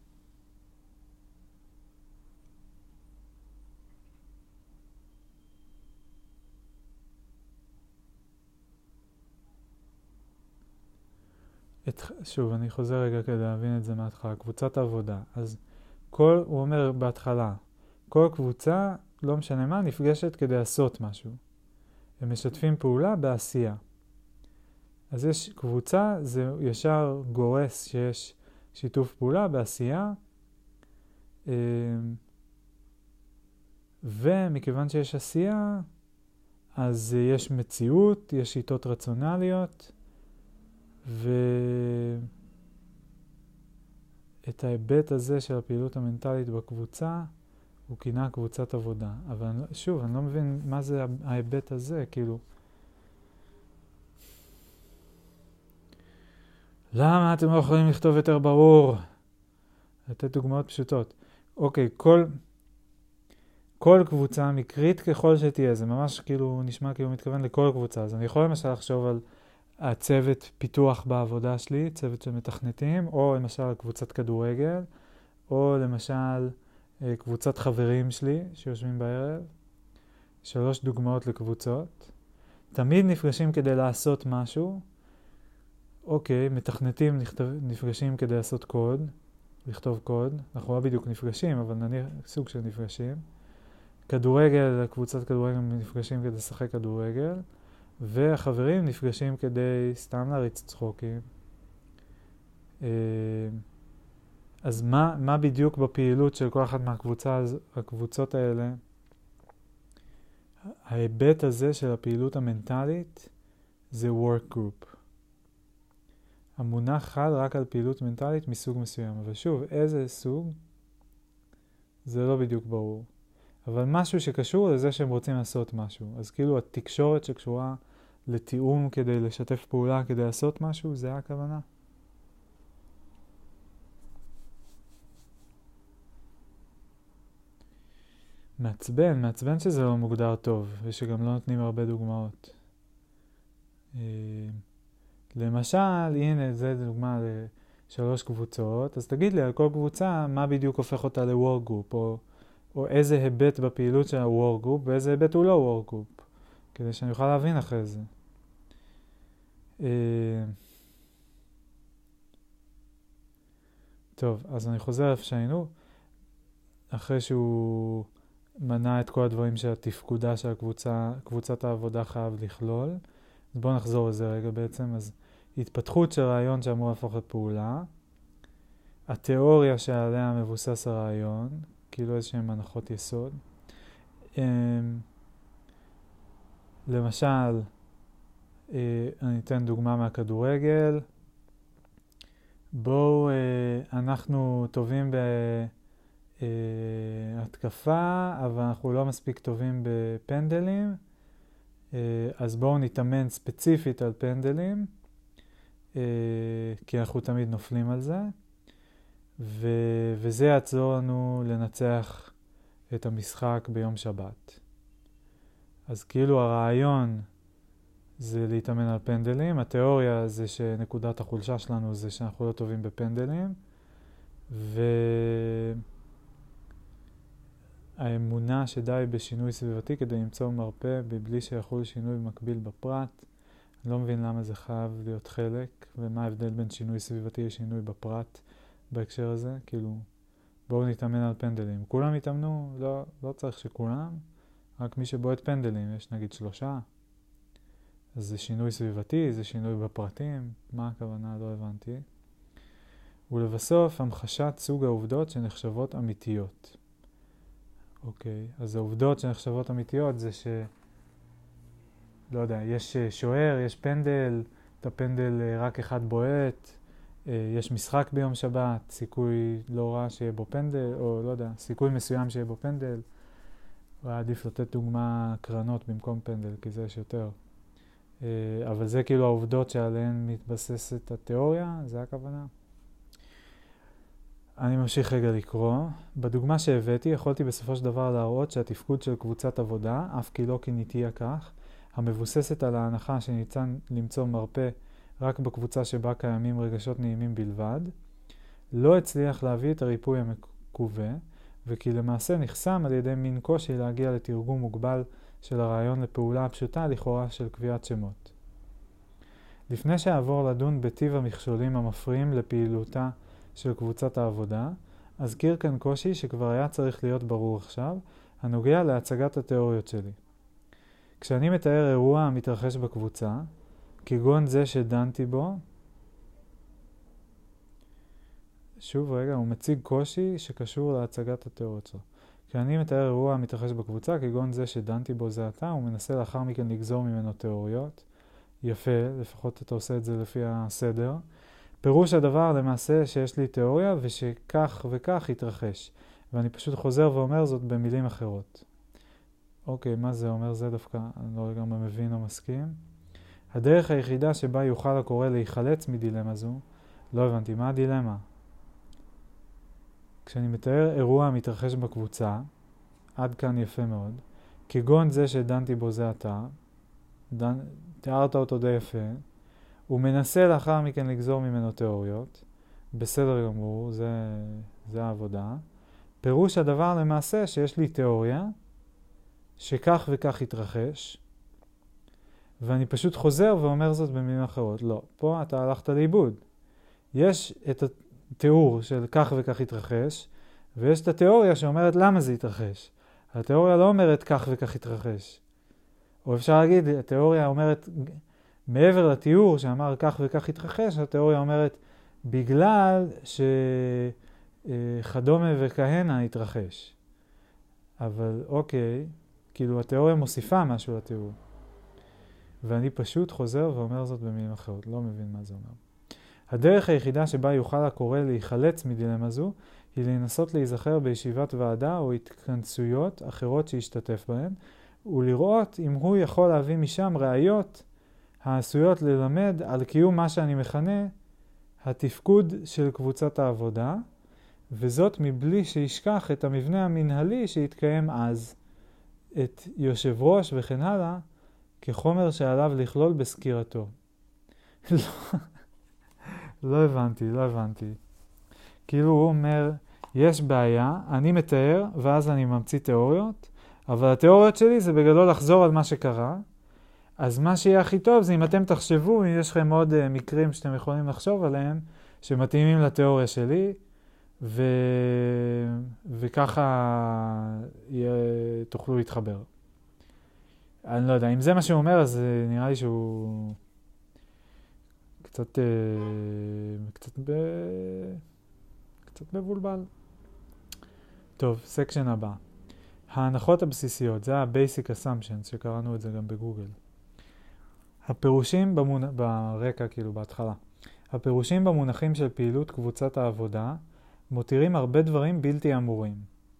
שוב, אני חוזר רגע כדי להבין את זה מההתחלה. קבוצת עבודה. אז הוא אומר בהתחלה, כל קבוצה, לא משנה מה, נפגשת כדי לעשות משהו. הם משתפים פעולה בעשייה. אז יש קבוצה, זה ישר גורס שיש שיתוף פעולה בעשייה, ומכיוון שיש עשייה, אז יש מציאות, יש שיטות רציונליות, ואת ההיבט הזה של הפעילות המנטלית בקבוצה, הוא כינה קבוצת עבודה. אבל שוב, אני לא מבין מה זה ההיבט הזה, כאילו. למה אתם לא יכולים לכתוב יותר ברור? לתת דוגמאות פשוטות. אוקיי, כל קבוצה מקרית ככל שתהיה, זה ממש כאילו נשמע כאילו מתכוון לכל קבוצה. אז אני יכול למשל לחשוב על הצוות פיתוח בעבודה שלי, צוות של מתכנתים, או למשל קבוצת כדורגל, או למשל קבוצת חברים שלי שיושבים בערב. 3 דוגמאות לקבוצות. תמיד נפגשים כדי לעשות משהו. אוקיי, מתכנתים נפגשים כדי לעשות קוד, לכתוב קוד. אנחנו לא בדיוק נפגשים, אבל נניח סוג של נפגשים. כדורגל, קבוצת כדורגל נפגשים כדי לשחק כדורגל, והחברים נפגשים כדי סתם להריץ צחוקים. אז מה בדיוק בפעילות של כל אחת הקבוצות האלה? ההיבט הזה של הפעילות המנטלית זה work group. המונח חל רק על פעילות מנטלית מסוג מסוים, אבל שוב, איזה סוג? זה לא בדיוק ברור. אבל משהו שקשור לזה שהם רוצים לעשות משהו. אז כאילו התקשורת שקשורה לתיאום כדי לשתף פעולה, כדי לעשות משהו, זה הכוונה. מעצבן שזה לא מוגדר טוב, ושגם לא נותנים הרבה דוגמאות. למשל, הנה, זה דוגמה ל3 קבוצות, אז תגיד לי על כל קבוצה מה בדיוק הופך אותה ל-work group, או איזה היבט בפעילות של ה-work group, ואיזה היבט הוא לא work group, כדי שאני אוכל להבין אחרי זה. טוב, אז אני חוזר איפה שהיינו, אחרי שהוא מנה את כל הדברים שהתפקודה של קבוצת העבודה חייב לכלול. אז בואו נחזור לזה רגע בעצם. אז התפתחות של רעיון שאמור להפוך לפעולה, התיאוריה שעליה מבוסס הרעיון, כאילו איזשהם הנחות יסוד. למשל, אני אתן דוגמה מהכדורגל. בואו, אנחנו טובים בהתקפה, אבל אנחנו לא מספיק טובים בפנדלים, אז בואו נתאמן ספציפית על פנדלים, כי אנחנו תמיד נופלים על זה, וזה יעזור לנו לנצח את המשחק ביום שבת. אז כאילו הרעיון זה להתאמן על פנדלים, התיאוריה זה שנקודת החולשה שלנו זה שאנחנו לא טובים בפנדלים, והאמונה שדי בשינוי סביבתי כדי למצוא מרפא בלי שיחול שינוי מקביל בפרט. אני לא מבין למה זה חייב להיות חלק, ומה ההבדל בין שינוי סביבתי לשינוי בפרט בהקשר הזה. כאילו, בואו נתאמן על פנדלים. כולם יתאמנו? לא צריך שכולם, רק מי שבועט פנדלים. יש נגיד 3. אז זה שינוי סביבתי, זה שינוי בפרטים. מה הכוונה? לא הבנתי. ולבסוף, המחשת סוג העובדות שנחשבות אמיתיות. אוקיי, אז העובדות שנחשבות אמיתיות זה לא יודע, יש שוער, יש פנדל, את הפנדל רק אחד בועט, יש משחק ביום שבת, סיכוי לא רע שיהיה בו פנדל, או לא יודע, סיכוי מסוים שיהיה בו פנדל. היה עדיף לתת דוגמה קרנות במקום פנדל, כי זה יש יותר. אבל זה כאילו העובדות שעליהן מתבססת התיאוריה, זה הכוונה. אני ממשיך רגע לקרוא. בדוגמה שהבאתי, יכולתי בסופו של דבר להראות שהתפקוד של קבוצת עבודה, אף כי לא כיניתיה כך, המבוססת על ההנחה שניתן למצוא מרפא רק בקבוצה שבה קיימים רגשות נעימים בלבד, לא הצליח להביא את הריפוי המקווה, וכי למעשה נחסם על ידי מין קושי להגיע לתרגום מוגבל של הרעיון לפעולה הפשוטה לכאורה של קביעת שמות. לפני שאעבור לדון בטיב המכשולים המפריעים לפעילותה של קבוצת העבודה, אזכיר כאן קושי שכבר היה צריך להיות ברור עכשיו, הנוגע להצגת התיאוריות שלי. כשאני מתאר אירוע המתרחש בקבוצה, כגון זה שדנתי בו, שוב רגע, הוא מציג קושי שקשור להצגת התיאוריות שלו. כשאני מתאר אירוע המתרחש בקבוצה, כגון זה שדנתי בו זה עתה, הוא מנסה לאחר מכן לגזור ממנו תיאוריות. יפה, לפחות אתה עושה את זה לפי הסדר. פירוש הדבר למעשה שיש לי תיאוריה ושכך וכך יתרחש. ואני פשוט חוזר ואומר זאת במילים אחרות. אוקיי, מה זה אומר? זה דווקא, אני לא לגמרי מבין או מסכים. הדרך היחידה שבה יוכל הקורא להיחלץ מדילמה זו, לא הבנתי, מה הדילמה? כשאני מתאר אירוע המתרחש בקבוצה, עד כאן יפה מאוד. כגון זה שדנתי בו זה אתה, תיארת אותו די יפה, הוא מנסה לאחר מכן לגזור ממנו תיאוריות, בסדר גמור, זה העבודה. פירוש הדבר למעשה שיש לי תיאוריה, שכך וכך יתרחש, ואני פשוט חוזר ואומר זאת במילים אחרות. לא, פה אתה הלכת לאיבוד. יש את התיאור של כך וכך יתרחש, ויש את התיאוריה שאומרת למה זה יתרחש. התיאוריה לא אומרת כך וכך יתרחש. או אפשר להגיד, התיאוריה אומרת, מעבר לתיאור שאמר כך וכך יתרחש, התיאוריה אומרת, בגלל שכדומה וכהנה יתרחש. אבל אוקיי, כאילו התיאוריה מוסיפה משהו לתיאור. ואני פשוט חוזר ואומר זאת במילים אחרות, לא מבין מה זה אומר. הדרך היחידה שבה יוכל הקורא להיחלץ מדילמה זו, היא לנסות להיזכר בישיבת ועדה או התכנסויות אחרות שישתתף בהן, ולראות אם הוא יכול להביא משם ראיות העשויות ללמד על קיום מה שאני מכנה התפקוד של קבוצת העבודה, וזאת מבלי שישכח את המבנה המנהלי שהתקיים אז, את יושב ראש וכן הלאה, כחומר שעליו לכלול בסקירתו. לא הבנתי. כאילו הוא אומר, יש בעיה, אני מתאר, ואז אני ממציא תיאוריות, אבל התיאוריות שלי זה בגדול לחזור על מה שקרה, אז מה שיהיה הכי טוב זה אם אתם תחשבו, אם יש לכם עוד מקרים שאתם יכולים לחשוב עליהם, שמתאימים לתיאוריה שלי, וככה תוכלו להתחבר. אני לא יודע, אם זה מה שהוא אומר, אז נראה לי שהוא קצת מבולבל. טוב, סקשן הבא. ההנחות הבסיסיות, זה ה-basic assumptions, שקראנו את זה גם בגוגל. הפירושים ברקע, כאילו בהתחלה. הפירושים במונחים של פעילות קבוצת העבודה מותירים הרבה דברים בלתי אמורים.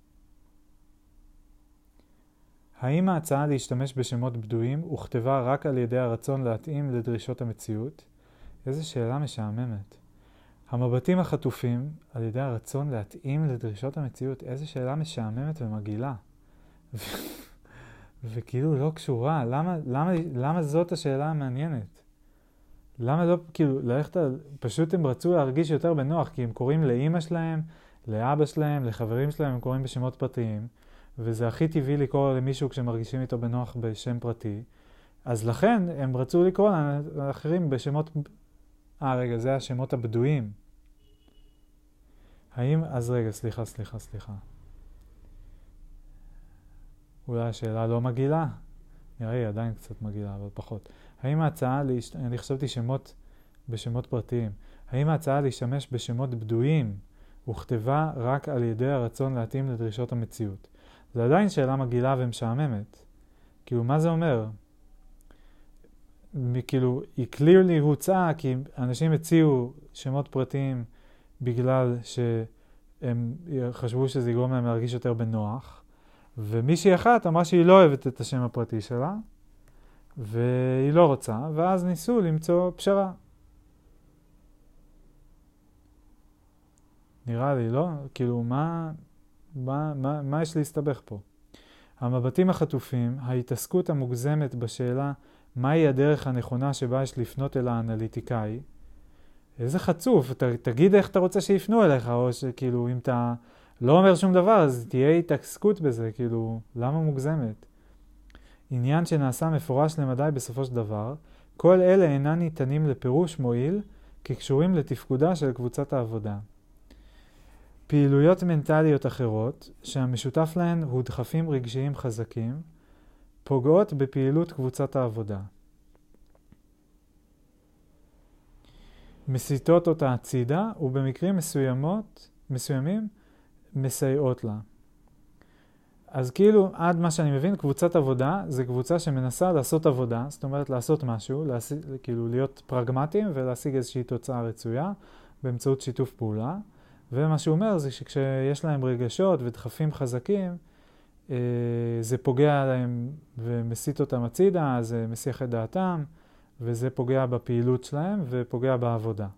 האם ההצעה להשתמש בשמות בדויים הוכתבה רק על ידי הרצון להתאים לדרישות המציאות? איזו שאלה משעממת. המבטים החטופים על ידי הרצון להתאים לדרישות המציאות, איזו שאלה משעממת ומגעילה. וכאילו לא קשורה, למה זאת השאלה המעניינת? למה לא, כאילו, פשוט הם רצו להרגיש יותר בנוח, כי הם קוראים לאמא שלהם, לאבא שלהם, לחברים שלהם, הם קוראים בשמות פרטיים, וזה הכי טבעי לקרוא למישהו כשמרגישים איתו בנוח בשם פרטי, אז לכן הם רצו לקרוא לאחרים בשמות, רגע, זה השמות הבדויים. אז רגע, סליחה. אולי השאלה לא מגעילה? נראה לי עדיין קצת מגעילה, אבל פחות. האם ההצעה, אני חשבתי שמות בשמות פרטיים, האם ההצעה להשתמש בשמות בדויים הוכתבה רק על ידי הרצון להתאים לדרישות המציאות? זה עדיין שאלה מגעילה ומשעממת. כאילו, מה זה אומר? כאילו, היא clearly הוצאה כי אנשים הציעו שמות פרטיים בגלל שהם חשבו שזה יגרום להם להרגיש יותר בנוח, ומישהי אחת אמרה שהיא לא אוהבת את השם הפרטי שלה, והיא לא רוצה, ואז ניסו למצוא פשרה. נראה לי, לא? כאילו, מה יש להסתבך פה? המבטים החטופים, ההתעסקות המוגזמת בשאלה מהי הדרך הנכונה שבה יש לפנות אל האנליטיקאי, איזה חצוף, תגיד איך אתה רוצה שיפנו אליך, או שכאילו, אם אתה לא אומר שום דבר, אז תהיה התעסקות בזה, כאילו, למה מוגזמת? עניין שנעשה מפורש למדי בסופו של דבר, כל אלה אינם ניתנים לפירוש מועיל, כקשורים לתפקודה של קבוצת העבודה. פעילויות מנטליות אחרות, שהמשותף להן הוא דחפים רגשיים חזקים, פוגעות בפעילות קבוצת העבודה. מסיטות אותה הצידה, ובמקרים מסוימים מסייעות לה. אז כאילו, עד מה שאני מבין, קבוצת עבודה זה קבוצה שמנסה לעשות עבודה, זאת אומרת לעשות משהו, כאילו להיות פרגמטיים ולהשיג איזושהי תוצאה רצויה באמצעות שיתוף פעולה. ומה שהוא אומר זה שכשיש להם רגשות ודחפים חזקים, זה פוגע להם ומסיט אותם הצידה, זה מסיח את דעתם, וזה פוגע בפעילות שלהם ופוגע בעבודה.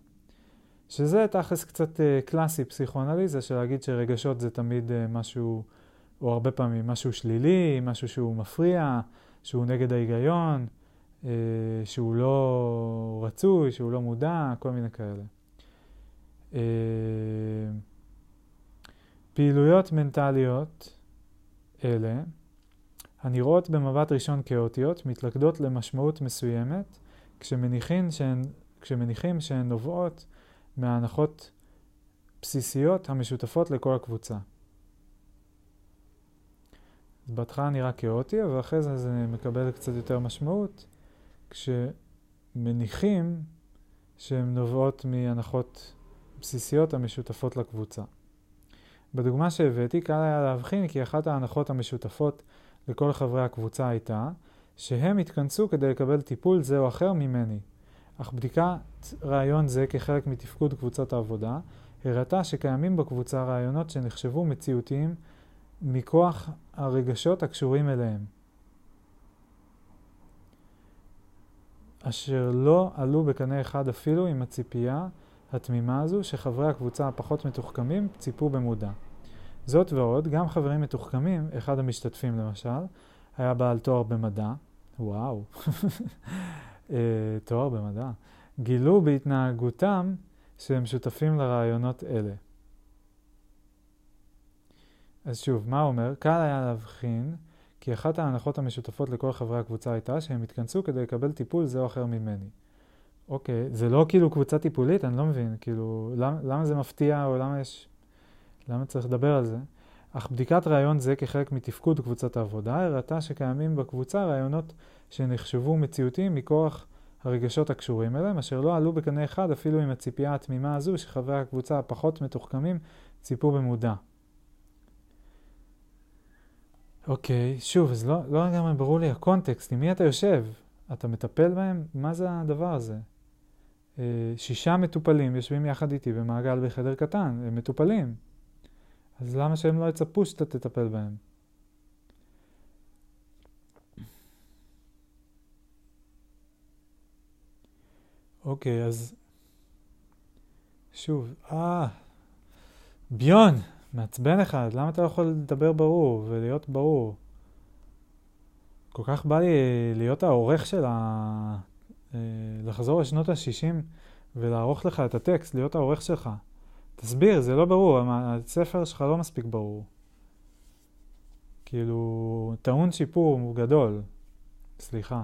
שזה תכלס קצת קלאסי פסיכואנליזה, של להגיד שרגשות זה תמיד משהו או הרבה פעמים משהו שלילי, משהו שהוא מפריע, שהוא נגד ההיגיון, שהוא לא רצוי, שהוא לא מודע, כל מיני כאלה. פעילויות מנטליות אלה, הנראות במבט ראשון כאוטיות, מתלכדות למשמעות מסוימת, כשמניחים שהן נובעות מההנחות בסיסיות המשותפות לכל הקבוצה. בהתחלה נראה כאוטי, אבל אחרי זה מקבל קצת יותר משמעות, כשמניחים שהן נובעות מהנחות בסיסיות המשותפות לקבוצה. בדוגמה שהבאתי, קל היה להבחין כי אחת ההנחות המשותפות לכל חברי הקבוצה הייתה שהם התכנסו כדי לקבל טיפול זה או אחר ממני. אך בדיקת רעיון זה כחלק מתפקוד קבוצת העבודה הראתה שקיימים בקבוצה רעיונות שנחשבו מציאותיים מכוח הרגשות הקשורים אליהם, אשר לא עלו בקנה אחד אפילו עם הציפייה התמימה הזו שחברי הקבוצה הפחות מתוחכמים ציפו במודע. זאת ועוד, גם חברים מתוחכמים, אחד המשתתפים למשל, היה בעל תואר במדע, וואו, תואר במדע, גילו בהתנהגותם שהם שותפים לרעיונות אלה. אז שוב, מה אומר? קל היה להבחין כי אחת ההנחות המשותפות לכל חברי הקבוצה הייתה שהם התכנסו כדי לקבל טיפול זה או אחר ממני. אוקיי, זה לא כאילו קבוצה טיפולית? אני לא מבין, כאילו, למה זה מפתיע או למה צריך לדבר על זה? אך בדיקת רעיון זה כחלק מתפקוד קבוצת העבודה הראתה שקיימים בקבוצה רעיונות שנחשבו מציאותיים מכוח הרגשות הקשורים אליהם, אשר לא עלו בקנה אחד אפילו עם הציפייה התמימה הזו שחברי הקבוצה הפחות מתוחכמים ציפו במודע. אוקיי, שוב, אז לא לגמרי ברור לי הקונטקסט, עם מי אתה יושב? אתה מטפל בהם? מה זה הדבר הזה? 6 מטופלים יושבים יחד איתי במעגל בחדר קטן, הם מטופלים. אז למה שהם לא יצפו שאתה תטפל בהם? אוקיי, אז שוב, ביון, מעצבן אחד, למה אתה לא יכול לדבר ברור ולהיות ברור? כל כך בא לי להיות העורך של לחזור לשנות ה-60 ולערוך לך את הטקסט, להיות העורך שלך. תסביר, זה לא ברור, הספר שלך לא מספיק ברור. כאילו, טעון שיפור גדול. סליחה.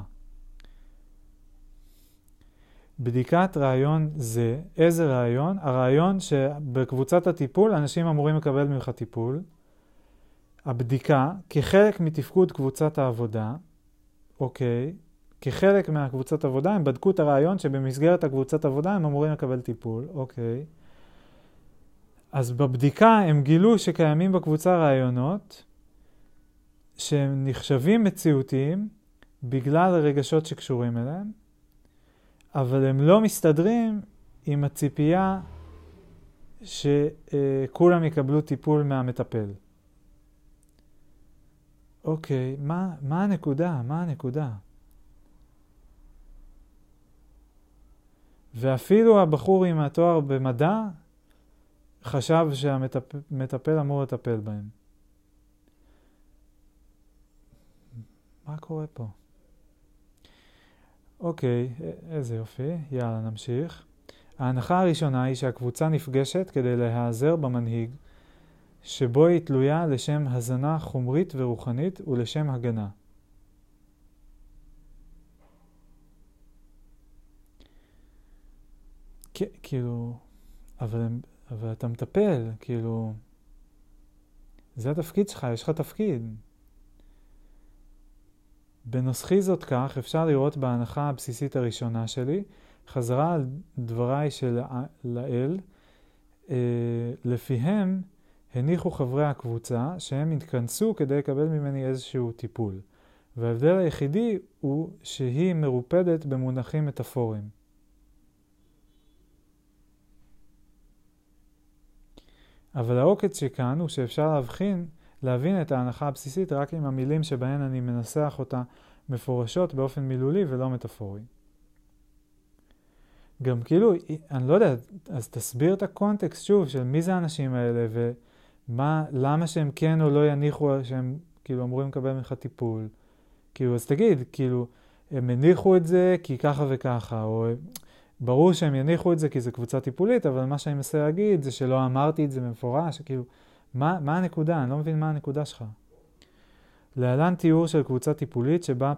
בדיקת רעיון זה, איזה רעיון? הרעיון שבקבוצת הטיפול אנשים אמורים לקבל ממך טיפול. הבדיקה, כחלק מתפקוד קבוצת העבודה, אוקיי, כחלק מהקבוצת עבודה הם בדקו את הרעיון שבמסגרת הקבוצת עבודה הם אמורים לקבל טיפול, אוקיי. אז בבדיקה הם גילו שקיימים בקבוצה רעיונות שהם נחשבים מציאותיים בגלל הרגשות שקשורים אליהם, אבל הם לא מסתדרים עם הציפייה שכולם יקבלו טיפול מהמטפל. אוקיי, מה הנקודה? מה הנקודה? ואפילו הבחור עם התואר במדע חשב שהמטפל אמור לטפל בהם. מה קורה פה? אוקיי, איזה יופי. יאללה, נמשיך. ההנחה הראשונה היא שהקבוצה נפגשת כדי להיעזר במנהיג, שבו היא תלויה לשם הזנה חומרית ורוחנית ולשם הגנה. כאילו, אבל אתה מטפל, כאילו, זה התפקיד שלך, יש לך תפקיד. בנוסחי זאת כך, אפשר לראות בהנחה הבסיסית הראשונה שלי, חזרה על דבריי של לאל, לפיהם הניחו חברי הקבוצה שהם התכנסו כדי לקבל ממני איזשהו טיפול. וההבדל היחידי הוא שהיא מרופדת במונחים מטאפוריים. אבל העוקץ שכאן הוא שאפשר להבין את ההנחה הבסיסית רק עם המילים שבהן אני מנסח אותה מפורשות באופן מילולי ולא מטאפורי. גם כאילו, אני לא יודע, אז תסביר את הקונטקסט שוב של מי זה האנשים האלה למה שהם כן או לא יניחו שהם כאילו אמורים לקבל ממך טיפול? כאילו, אז תגיד, כאילו, הם הניחו את זה כי ככה וככה, או ברור שהם יניחו את זה כי זה קבוצה טיפולית, אבל מה שאני מנסה להגיד זה שלא אמרתי את זה במפורש, כאילו, מה הנקודה? אני לא מבין מה הנקודה שלך. להלן תיאור של קבוצה טיפולית שבה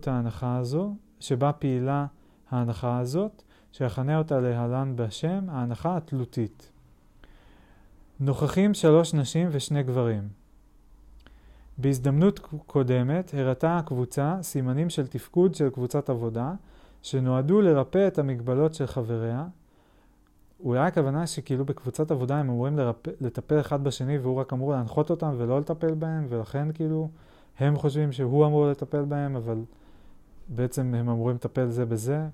פעילה ההנחה הזאת, שיכנה אותה להלן בשם, ההנחה התלותית. נוכחים 3 נשים ו2 גברים. בהזדמנות קודמת הראתה הקבוצה סימנים של תפקוד של קבוצת עבודה, שנועדו לרפא את המגבלות של חבריה. אולי הכוונה שכאילו בקבוצת עבודה הם אמורים לטפל אחד בשני, והוא רק אמור להנחות אותם ולא לטפל בהם, ולכן כאילו הם חושבים שהוא אמור לטפל בהם, אבל בעצם הם אמורים לטפל זה בזה.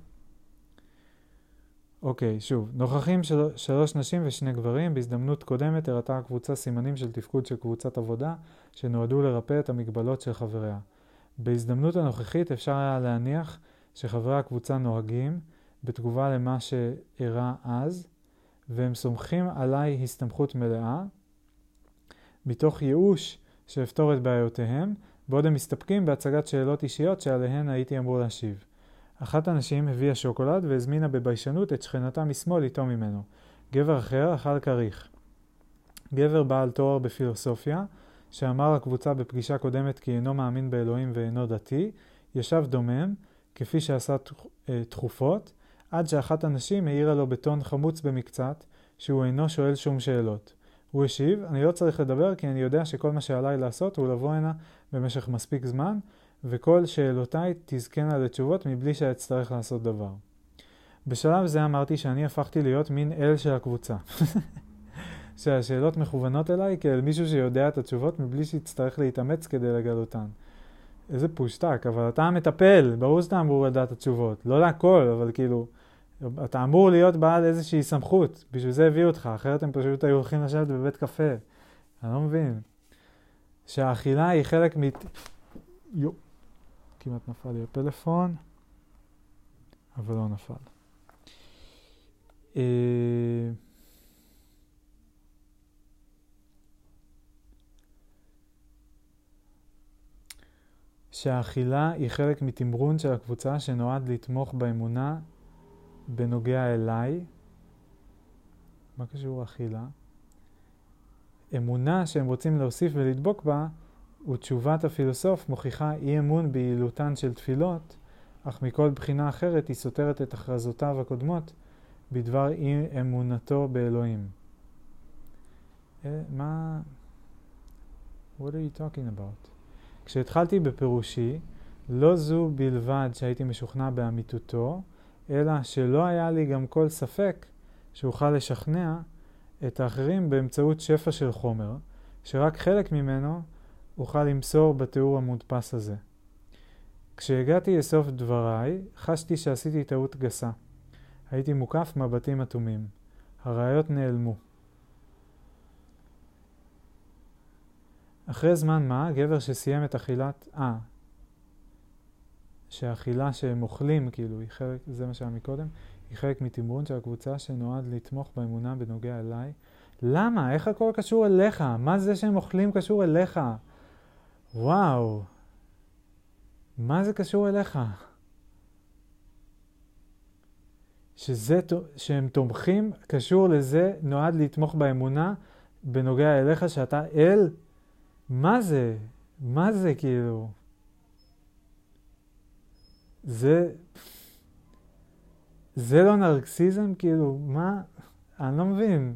אוקיי, שוב. נוכחים 3 נשים ו2 גברים. בהזדמנות קודמת הראתה הקבוצה סימנים של תפקוד של קבוצת עבודה, שנועדו לרפא את המגבלות של חבריה. בהזדמנות הנוכחית אפשר היה להניח שחברי הקבוצה נוהגים בתגובה למה שאירע אז, והם סומכים עליי הסתמכות מלאה, מתוך ייאוש שאפתור את בעיותיהם, בעוד הם מסתפקים בהצגת שאלות אישיות שעליהן הייתי אמור להשיב. אחת הנשים הביאה שוקולד והזמינה בביישנות את שכנתה משמאל איתו ממנו. גבר אחר אכל כריך. גבר בעל תואר בפילוסופיה, שאמר לקבוצה בפגישה קודמת כי אינו מאמין באלוהים ואינו דתי, ישב דומם, כפי שעשה תכופות, עד שאחת הנשים העירה לו בטון חמוץ במקצת, שהוא אינו שואל שום שאלות. הוא השיב, אני לא צריך לדבר כי אני יודע שכל מה שעליי לעשות הוא לבוא הנה במשך מספיק זמן, וכל שאלותיי תזכנה לתשובות מבלי שאצטרך לעשות דבר. בשלב זה אמרתי שאני הפכתי להיות מין אל של הקבוצה. שהשאלות מכוונות אליי כאל מישהו שיודע את התשובות מבלי שיצטרך להתאמץ כדי לגלותן. איזה פושטק, אבל אתה מטפל, ברור שאתה אמור לדעת את התשובות. לא להכל, אבל כאילו, אתה אמור להיות בעל איזושהי סמכות. בשביל זה הביאו אותך, אחרת הם פשוט היו הולכים לשבת בבית קפה. אני לא מבין. שהאכילה היא חלק כמעט נפל לי הפלאפון, אבל לא נפל. שהאכילה היא חלק מתמרון של הקבוצה שנועד לתמוך באמונה בנוגע אליי. מה קשור אכילה? אמונה שהם רוצים להוסיף ולדבוק בה, ותשובת הפילוסוף מוכיחה אי אמון ביעילותן של תפילות, אך מכל בחינה אחרת היא סותרת את הכרזותיו הקודמות בדבר אי אמונתו באלוהים. מה? What are you talking about? כשהתחלתי בפירושי, לא זו בלבד שהייתי משוכנע באמיתותו, אלא שלא היה לי גם כל ספק שאוכל לשכנע את האחרים באמצעות שפע של חומר, שרק חלק ממנו אוכל למסור בתיאור המודפס הזה. כשהגעתי לסוף דבריי, חשתי שעשיתי טעות גסה. הייתי מוקף מבטים אטומים. הראיות נעלמו. אחרי זמן מה, גבר שסיים את אכילת... שהאכילה שהם אוכלים, כאילו, היא חלק, זה מה שהיה מקודם, היא חלק מתמרון של הקבוצה שנועד לתמוך באמונה בנוגע אליי. למה? איך הכל קשור אליך? מה זה שהם אוכלים קשור אליך? וואו. מה זה קשור אליך? שהם תומכים קשור לזה, נועד לתמוך באמונה בנוגע אליך שאתה אל? מה זה? מה זה כאילו? זה לא נרקסיזם? כאילו, מה? אני לא מבין.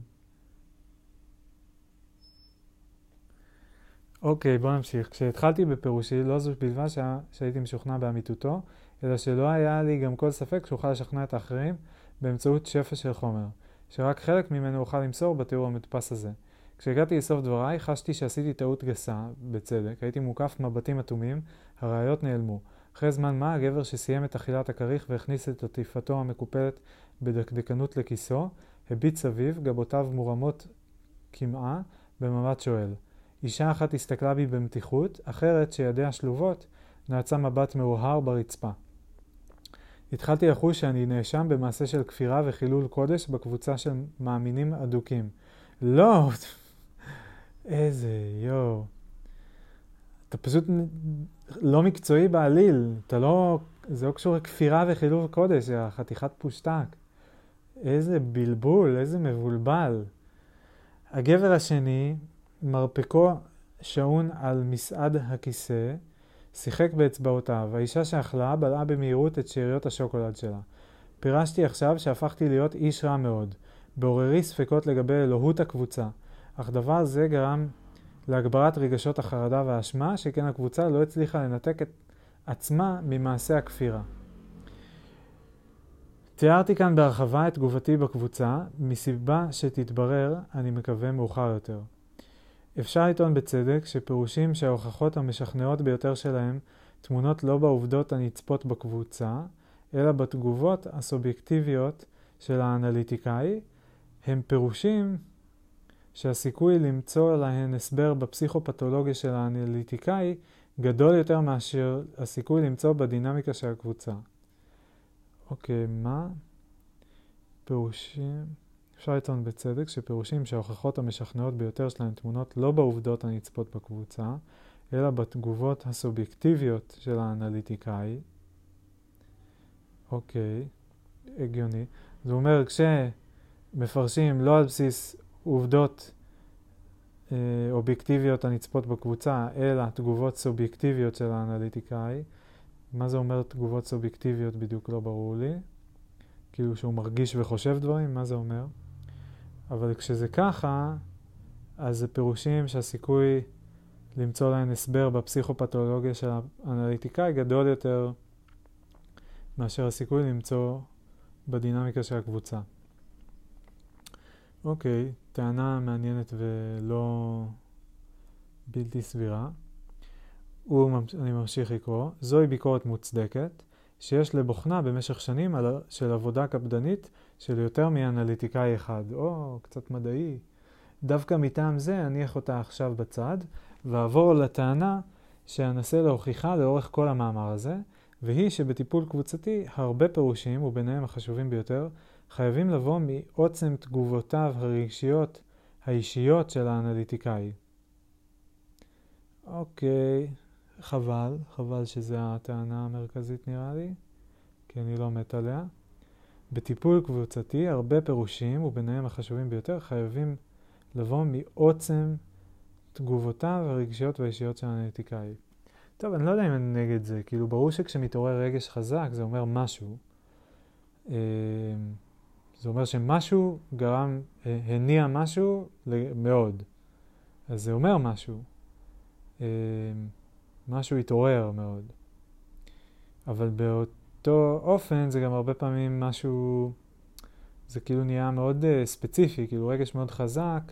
אוקיי, בוא נמשיך. כשהתחלתי בפירושי, לא זו בלבד שהייתי משוכנע באמיתותו, אלא שלא היה לי גם כל ספק שאוכל לשכנע את האחרים באמצעות שפע של חומר, שרק חלק ממנו אוכל למסור בתיאור המדפס הזה. כשהגעתי לסוף דבריי, חשתי שעשיתי טעות גסה, בצדק, הייתי מוקף מבטים אטומים, הראיות נעלמו. אחרי זמן מה, הגבר שסיים את אכילת הכריך והכניס את עטיפתו המקופלת בדקדקנות לכיסו, הביט סביב, גבותיו מורמות כמעה, במבט שואל. אישה אחת הסתכלה בי במתיחות, אחרת שידיה שלובות, נעצה מבט מאוהר ברצפה. התחלתי לחוש שאני נאשם במעשה של כפירה וחילול קודש בקבוצה של מאמינים אדוקים. לא! איזה יו. אתה פשוט לא מקצועי בעליל. אתה לא... זה לא קשור לכפירה וחילול קודש, זה חתיכת פושטק. איזה בלבול, איזה מבולבל. הגבר השני, מרפקו שעון על מסעד הכיסא, שיחק באצבעותיו. האישה שאכלה בלעה במהירות את שאריות השוקולד שלה. פירשתי עכשיו שהפכתי להיות איש רע מאוד, בעוררי ספקות לגבי אלוהות הקבוצה, אך דבר זה גרם להגברת רגשות החרדה והאשמה, שכן הקבוצה לא הצליחה לנתק את עצמה ממעשה הכפירה. תיארתי כאן בהרחבה את תגובתי בקבוצה, מסיבה שתתברר, אני מקווה, מאוחר יותר. אפשר לטעון בצדק שפירושים שההוכחות המשכנעות ביותר שלהם תמונות לא בעובדות הנצפות בקבוצה, אלא בתגובות הסובייקטיביות של האנליטיקאי, הם פירושים שהסיכוי למצוא להן הסבר בפסיכופתולוגיה של האנליטיקאי גדול יותר מאשר הסיכוי למצוא בדינמיקה של הקבוצה. אוקיי, מה? פירושים... אפשר לטעון בצדק שפירושים שההוכחות המשכנעות ביותר שלהן תמונות לא בעובדות הנצפות בקבוצה, אלא בתגובות הסובייקטיביות של האנליטיקאי. אוקיי, הגיוני. זה אומר כשמפרשים לא על בסיס עובדות אובייקטיביות הנצפות בקבוצה, אלא תגובות סובייקטיביות של האנליטיקאי. מה זה אומר תגובות סובייקטיביות בדיוק לא ברור לי. כאילו שהוא מרגיש וחושב דברים, מה זה אומר? אבל כשזה ככה, אז זה פירושים שהסיכוי למצוא להן הסבר בפסיכופתולוגיה של האנליטיקאי גדול יותר מאשר הסיכוי למצוא בדינמיקה של הקבוצה. אוקיי, טענה מעניינת ולא בלתי סבירה. אני ממשיך לקרוא. זוהי ביקורת מוצדקת, שיש לבוחנה במשך שנים של עבודה קפדנית של יותר מאנליטיקאי אחד. קצת מדעי. דווקא מטעם זה אניח אותה עכשיו בצד, ועבור לטענה שאנסה להוכיחה לאורך כל המאמר הזה, והיא שבטיפול קבוצתי הרבה פירושים, וביניהם החשובים ביותר, חייבים לבוא מעוצם תגובותיו הרגשיות האישיות של האנליטיקאי. אוקיי, חבל שזה הטענה המרכזית נראה לי, כי אני לא מת עליה. בטיפול קבוצתי הרבה פירושים, וביניהם החשובים ביותר, חייבים לבוא מעוצם תגובותיו הרגשיות והאישיות של האנליטיקאי. טוב, אני לא יודע אם אני נגד זה, כאילו ברור שכשמתעורר רגש חזק זה אומר משהו. זה אומר שמשהו גרם, הניע משהו מאוד. אז זה אומר משהו. משהו התעורר מאוד. אבל באותו אופן זה גם הרבה פעמים משהו, זה כאילו נהיה מאוד ספציפי, כאילו רגש מאוד חזק,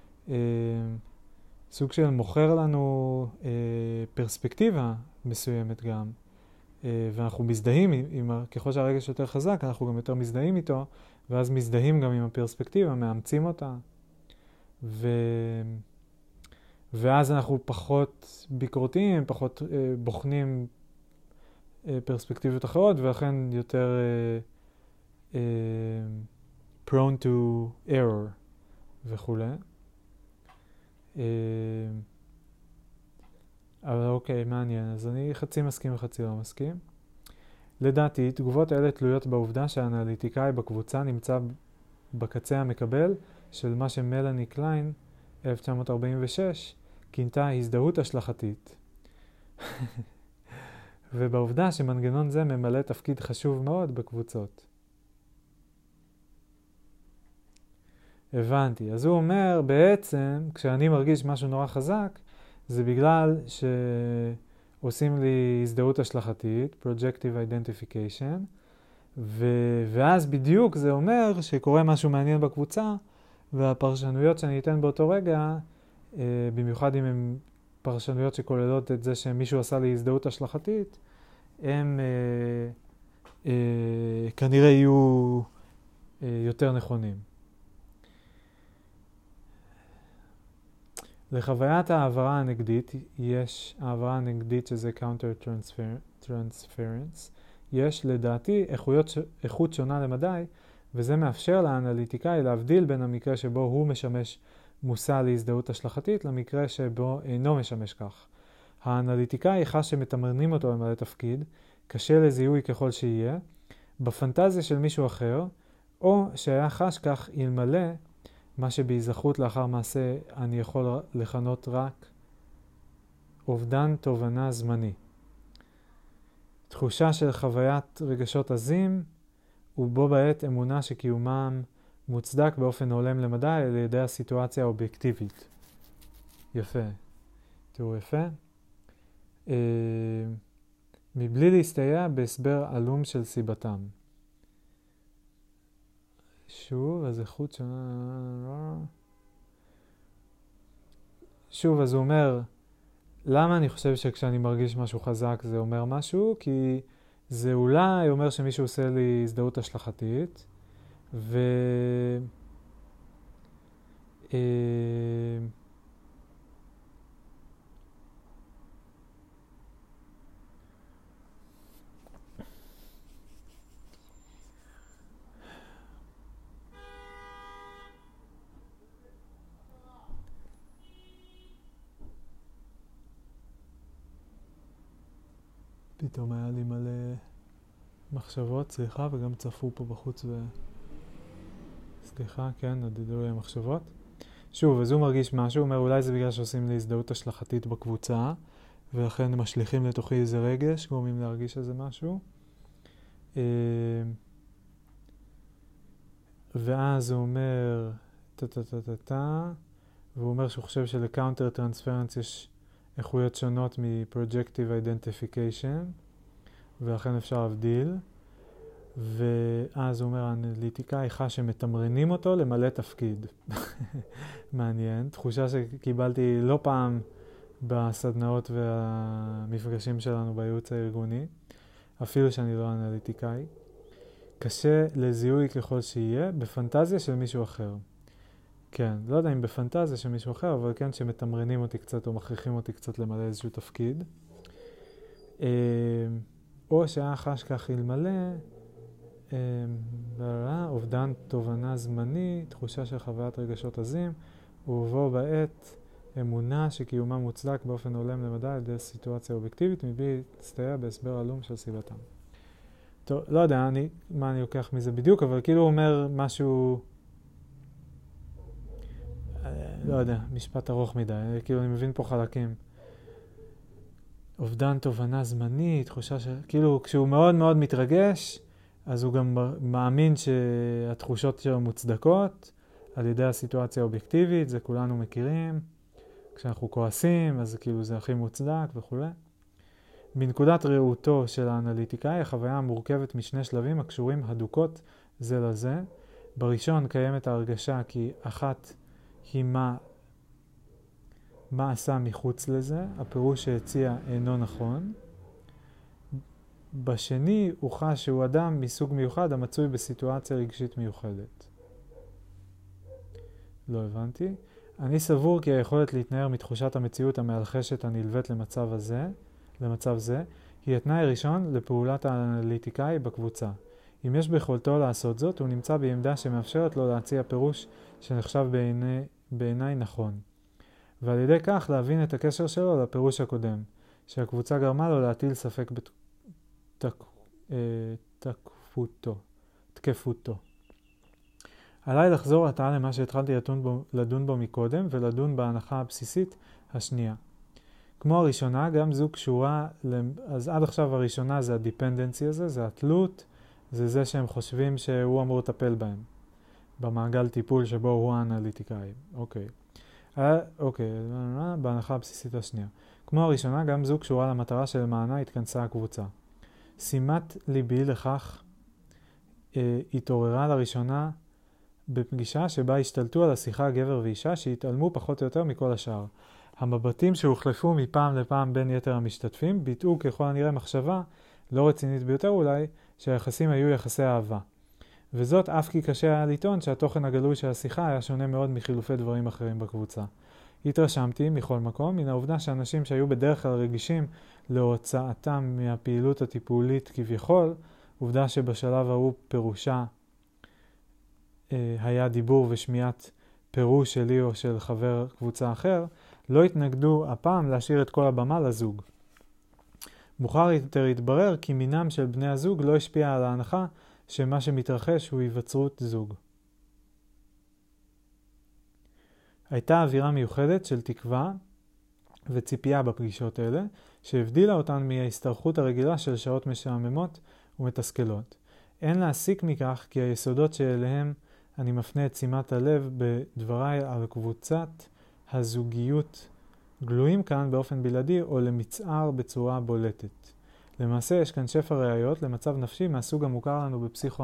סוג של מוכר לנו פרספקטיבה מסוימת גם. ואנחנו מזדהים, ככל שהרגש יותר חזק, אנחנו גם יותר מזדהים איתו, ואז מזדהים גם עם הפרספקטיבה, מאמצים אותה. ואז אנחנו פחות ביקורתיים, פחות בוחנים פרספקטיביות אחרות, ולכן יותר prone to error וכו'. אבל אוקיי, מעניין. אז אני חצי מסכים וחצי לא מסכים. לדעתי, תגובות האלה תלויות בעובדה שהאנליטיקאי בקבוצה נמצא בקצה המקבל של מה שמלאני קליין, 1946, כינתה הזדהות השלכתית. ובעובדה שמנגנון זה ממלא תפקיד חשוב מאוד בקבוצות. הבנתי. אז הוא אומר, בעצם, כשאני מרגיש משהו נורא חזק, זה בגלל שעושים לי הזדהות השלכתית, projective identification, ואז בדיוק זה אומר שקורה משהו מעניין בקבוצה, והפרשנויות שאני אתן באותו רגע, במיוחד אם הן פרשנויות שכוללות את זה שמישהו עשה לי הזדהות השלכתית, הם כנראה יהיו יותר נכונים. לחוויית העברה הנגדית יש, העברה הנגדית שזה counter transference, יש לדעתי איכות שונה למדי, וזה מאפשר לאנליטיקאי להבדיל בין המקרה שבו הוא משמש מושא להזדהות השלכתית למקרה שבו אינו משמש כך. האנליטיקאי חש שמתמרנים אותו למלא תפקיד, קשה לזיהוי ככל שיהיה, בפנטזיה של מישהו אחר, או שהיה חש כך אלמלא מה שבהיזכרות לאחר מעשה אני יכול לכנות רק אובדן תובנה זמני. תחושה של חוויית רגשות עזים, ובו בעת אמונה שקיומם מוצדק באופן הולם למדי על ידי הסיטואציה האובייקטיבית. יפה. תראו יפה. מבלי להסתייע בהסבר עלום של סיבתם. שוב, אז איכות שונה... שוב, אז הוא אומר, למה אני חושב שכשאני מרגיש משהו חזק זה אומר משהו? כי זה אולי אומר שמישהו עושה לי הזדהות השלכתית, פתאום היה לי מלא מחשבות, סליחה, וגם צפו פה בחוץ סליחה, כן, נדדו לי המחשבות. שוב, אז הוא מרגיש משהו, הוא אומר, אולי זה בגלל שעושים לי הזדהות השלכתית בקבוצה, ולכן משליכים לתוכי איזה רגש, גורמים להרגיש איזה משהו. ואז הוא אומר, והוא אומר שהוא חושב שלקאונטר טרנספרנס יש איכויות שונות מפרוג'קטיב אידנטיפיקיישן, ולכן אפשר להבדיל. ואז הוא אומר, האנליטיקאי חש שמתמרנים אותו למלא תפקיד. מעניין. תחושה שקיבלתי לא פעם בסדנאות והמפגשים שלנו בייעוץ הארגוני, אפילו שאני לא אנליטיקאי. קשה לזיהוי ככל שיהיה בפנטזיה של מישהו אחר. כן, לא יודע אם בפנטזיה של מישהו אחר, אבל כן שמתמרנים אותי קצת או מכריחים אותי קצת למלא איזשהו תפקיד. או שהיה חש כך אלמלא, אובדן תובנה זמני, תחושה של חוויית רגשות עזים, ובו בעת אמונה שקיומה מוצדק באופן הולם למדי על ידי סיטואציה אובייקטיבית, מבלי להסתייע בהסבר עלום של סיבתם. טוב, לא יודע מה אני לוקח מזה בדיוק, אבל כאילו הוא אומר משהו, לא יודע, משפט ארוך מדי, כאילו אני מבין פה חלקים. אובדן תובנה זמני, תחושה כאילו כשהוא מאוד מאוד מתרגש, אז הוא גם מאמין שהתחושות שלו מוצדקות על ידי הסיטואציה האובייקטיבית, זה כולנו מכירים. כשאנחנו כועסים, אז כאילו זה הכי מוצדק וכו'. בנקודת ראותו של האנליטיקאי, החוויה מורכבת משני שלבים הקשורים הדוקות זה לזה. בראשון קיימת ההרגשה כי אחת היא מה עשה מחוץ לזה, הפירוש שהציע אינו נכון. בשני הוא חש שהוא אדם מסוג מיוחד המצוי בסיטואציה רגשית מיוחדת. לא הבנתי. אני סבור כי היכולת להתנער מתחושת המציאות המאלחשת הנלווית למצב זה, היא התנאי ראשון לפעולת האנליטיקאי בקבוצה. אם יש ביכולתו לעשות זאת, הוא נמצא בעמדה שמאפשרת לו להציע פירוש שנחשב בעיניי נכון. ועל ידי כך להבין את הקשר שלו לפירוש הקודם, שהקבוצה גרמה לו להטיל ספק תקפותו. עליי לחזור עתה למה שהתחלתי לדון בו מקודם, ולדון בהנחה הבסיסית השנייה. כמו הראשונה, גם זו קשורה, אז עד עכשיו הראשונה זה הדיפנדנסי הזה, זה התלות, זה שהם חושבים שהוא אמור לטפל בהם, במעגל טיפול שבו הוא האנליטיקאי. אוקיי, בהנחה הבסיסית השנייה. כמו הראשונה, גם זו קשורה למטרה שלמענה התכנסה הקבוצה. שימת ליבי לכך התעוררה לראשונה בפגישה שבה השתלטו על השיחה גבר ואישה שהתעלמו פחות או יותר מכל השאר. המבטים שהוחלפו מפעם לפעם בין יתר המשתתפים ביטאו ככל הנראה מחשבה, לא רצינית ביותר אולי, שהיחסים היו יחסי אהבה. וזאת אף כי קשה היה לטעון שהתוכן הגלוי של השיחה היה שונה מאוד מחילופי דברים אחרים בקבוצה. התרשמתי מכל מקום מן העובדה שאנשים שהיו בדרך כלל רגישים להוצאתם מהפעילות הטיפולית כביכול, עובדה שבשלב ההוא פירושה היה דיבור ושמיעת פירוש שלי או של חבר קבוצה אחר, לא התנגדו הפעם להשאיר את כל הבמה לזוג. מאוחר יותר התברר כי מינם של בני הזוג לא השפיע על ההנחה שמה שמתרחש הוא היווצרות זוג. הייתה אווירה מיוחדת של תקווה וציפייה בפגישות אלה, שהבדילה אותן מההסתרכות הרגילה של שעות משעממות ומתסכלות. אין להסיק מכך כי היסודות שאליהם אני מפנה את שימת הלב בדבריי על קבוצת הזוגיות גלויים כאן באופן בלעדי או למצער בצורה בולטת. למעשה יש כאן שפע ראיות למצב נפשי מהסוג המוכר לנו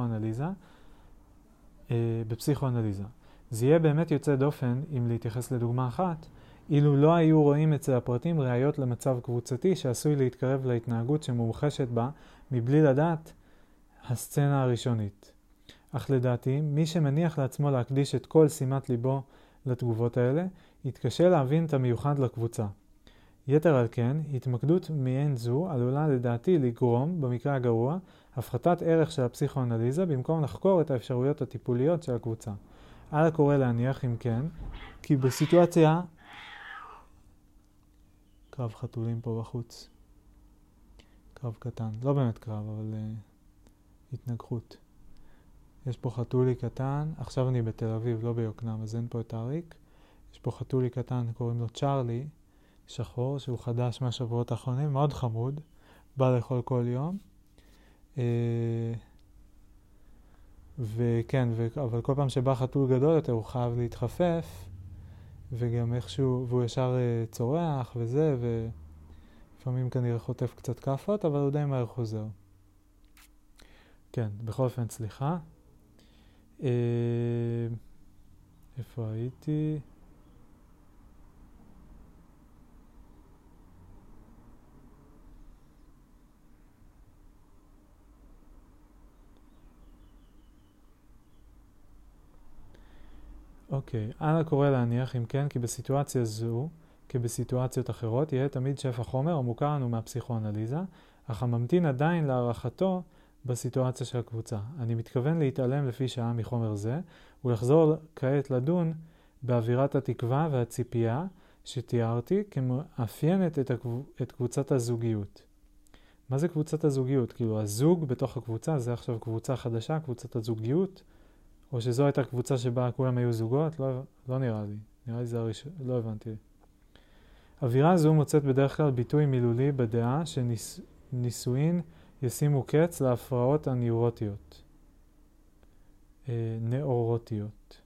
בפסיכואנליזה. זה יהיה באמת יוצא דופן, אם להתייחס לדוגמה אחת, אילו לא היו רואים אצל הפרטים ראיות למצב קבוצתי שעשוי להתקרב להתנהגות שמומחשת בה מבלי לדעת הסצנה הראשונית. אך לדעתי, מי שמניח לעצמו להקדיש את כל שימת ליבו לתגובות האלה, יתקשה להבין את המיוחד לקבוצה. יתר על כן, התמקדות מעין זו עלולה לדעתי לגרום, במקרה הגרוע, הפחתת ערך של הפסיכואנליזה במקום לחקור את האפשרויות הטיפוליות של הקבוצה. על הקורא להניח אם כן, כי בסיטואציה... קרב חתולים פה בחוץ. קרב קטן. לא באמת קרב, אבל התנגחות. יש פה חתולי קטן, עכשיו אני בתל אביב, לא ביוקנעם, אז אין פה את האריק. יש פה חתולי קטן, קוראים לו צ'רלי, שחור, שהוא חדש מהשבועות האחרונים, מאוד חמוד, בא לאכול כל יום. וכן, אבל כל פעם שבא חתול גדול יותר הוא חייב להתחפף, וגם איכשהו, והוא ישר צורח וזה, ולפעמים כנראה חוטף קצת כפות, אבל הוא די מהר חוזר. כן, בכל אופן, סליחה. איפה הייתי? אוקיי, אנא קורא להניח אם כן כי בסיטואציה זו, כבסיטואציות אחרות, יהיה תמיד שפע חומר המוכר לנו מהפסיכואנליזה, אך הממתין עדיין להערכתו בסיטואציה של הקבוצה. אני מתכוון להתעלם לפי שעה מחומר זה, ולחזור כעת לדון באווירת התקווה והציפייה שתיארתי כמאפיינת את קבוצת הזוגיות. מה זה קבוצת הזוגיות? כאילו הזוג בתוך הקבוצה, זה עכשיו קבוצה חדשה, קבוצת הזוגיות, או שזו הייתה קבוצה שבה כולם היו זוגות? לא נראה לי. נראה לי זה הראשון, לא הבנתי. אווירה זו מוצאת בדרך כלל ביטוי מילולי בדעה שנישואין ישימו קץ להפרעות הנאורטיות. נאורטיות.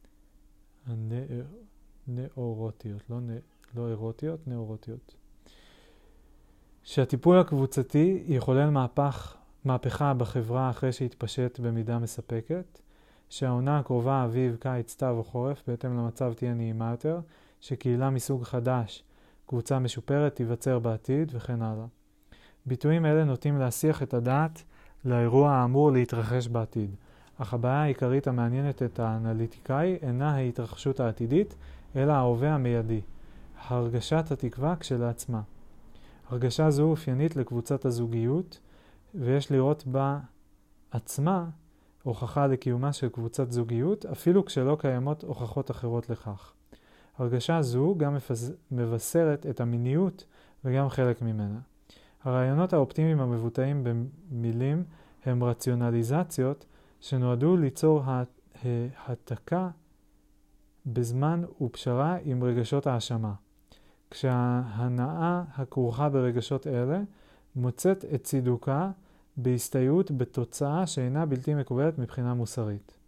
נאורטיות, לא אירוטיות, נאורטיות. שהטיפול הקבוצתי יחולל מהפכה בחברה אחרי שהתפשט במידה מספקת, שהעונה הקרובה, אביב, קיץ, סתיו או חורף, בהתאם למצב תהיה נעימה יותר, שקהילה מסוג חדש, קבוצה משופרת, תיווצר בעתיד וכן הלאה. ביטויים אלה נוטים להסיח את הדעת לאירוע האמור להתרחש בעתיד, אך הבעיה העיקרית המעניינת את האנליטיקאי אינה ההתרחשות העתידית, אלא ההווה המיידי, הרגשת התקווה כשלעצמה. הרגשה זו אופיינית לקבוצת הזוגיות, ויש לראות בה עצמה הוכחה לקיומה של קבוצת זוגיות, אפילו כשלא קיימות הוכחות אחרות לכך. הרגשה זו גם מבשרת את המיניות וגם חלק ממנה. הרעיונות האופטימיים המבוטאים במילים הם רציונליזציות שנועדו ליצור העתקה בזמן ופשרה עם רגשות האשמה. כשההנאה הכרוכה ברגשות אלה מוצאת את צידוקה בהסתייעות בתוצאה שאינה בלתי מקובלת מבחינה מוסרית.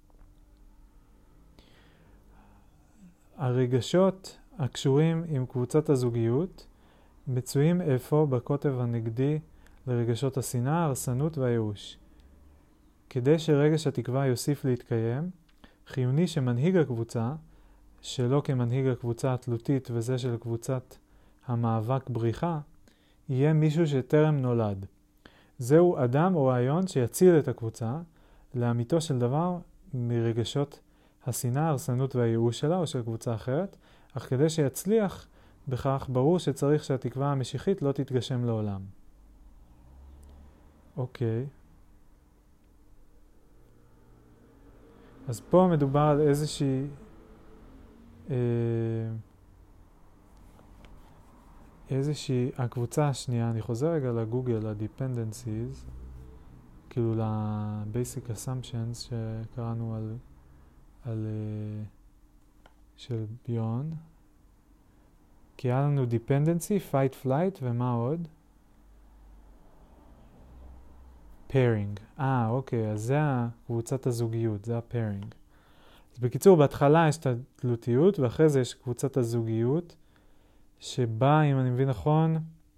הרגשות הקשורים עם קבוצת הזוגיות מצויים איפה בקוטב הנגדי לרגשות השנאה, ההרסנות והייאוש. כדי שרגש התקווה יוסיף להתקיים, חיוני שמנהיג הקבוצה, שלא כמנהיג הקבוצה התלותית וזה של קבוצת המאבק בריחה, יהיה מישהו שטרם נולד. זהו אדם או רעיון שיציל את הקבוצה, לאמיתו של דבר מרגשות השנאה, ההרסנות והייאוש שלה או של קבוצה אחרת, אך כדי שיצליח בכך ברור שצריך שהתקווה המשיחית לא תתגשם לעולם. אוקיי. אז פה מדובר על איזושהי איזושהי, הקבוצה השנייה, אני חוזר רגע לגוגל, ל-dependencies, כאילו ל-basic assumptions שקראנו על של ביון. כי היה לנו dependency, fight, flight, ומה עוד? pairing. אוקיי, אז זה קבוצת הזוגיות, זה ה-pairing. אז בקיצור, בהתחלה יש את התלותיות, ואחרי זה יש קבוצת הזוגיות, שבה, אם אני מבין נכון,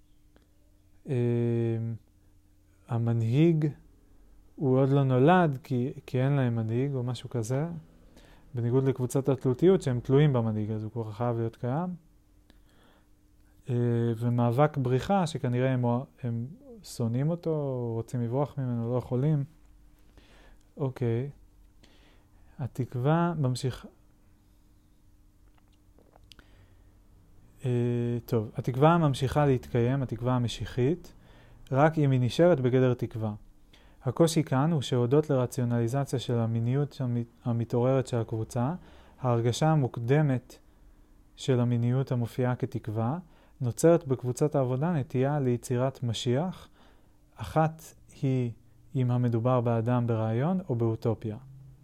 המנהיג הוא עוד לא נולד, כי אין להם מנהיג או משהו כזה, בניגוד לקבוצת התלותיות שהם תלויים במנהיג, אז הוא כבר חייב להיות קיים. ומאבק בריחה, שכנראה הם שונאים אותו, רוצים לברוח ממנו, לא יכולים. אוקיי. התקווה ממשיכה. טוב, התקווה ממשיכה להתקיים, התקווה המשיחית, רק אם היא נשארת בגדר תקווה. הקושי כאן הוא שהודות לרציונליזציה של המיניות המתעוררת של הקבוצה, ההרגשה המוקדמת של המיניות המופיעה כתקווה, נוצרת בקבוצת העבודה נטייה ליצירת משיח, אחת היא אם המדובר באדם ברעיון או באוטופיה.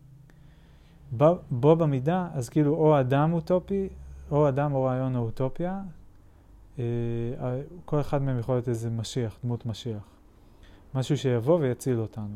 בו במידה, אז כאילו או אדם אוטופי, או אדם או רעיון או אוטופיה, כל אחד מהם יכול להיות איזה משיח, דמות משיח. משהו שיבוא ויציל אותנו.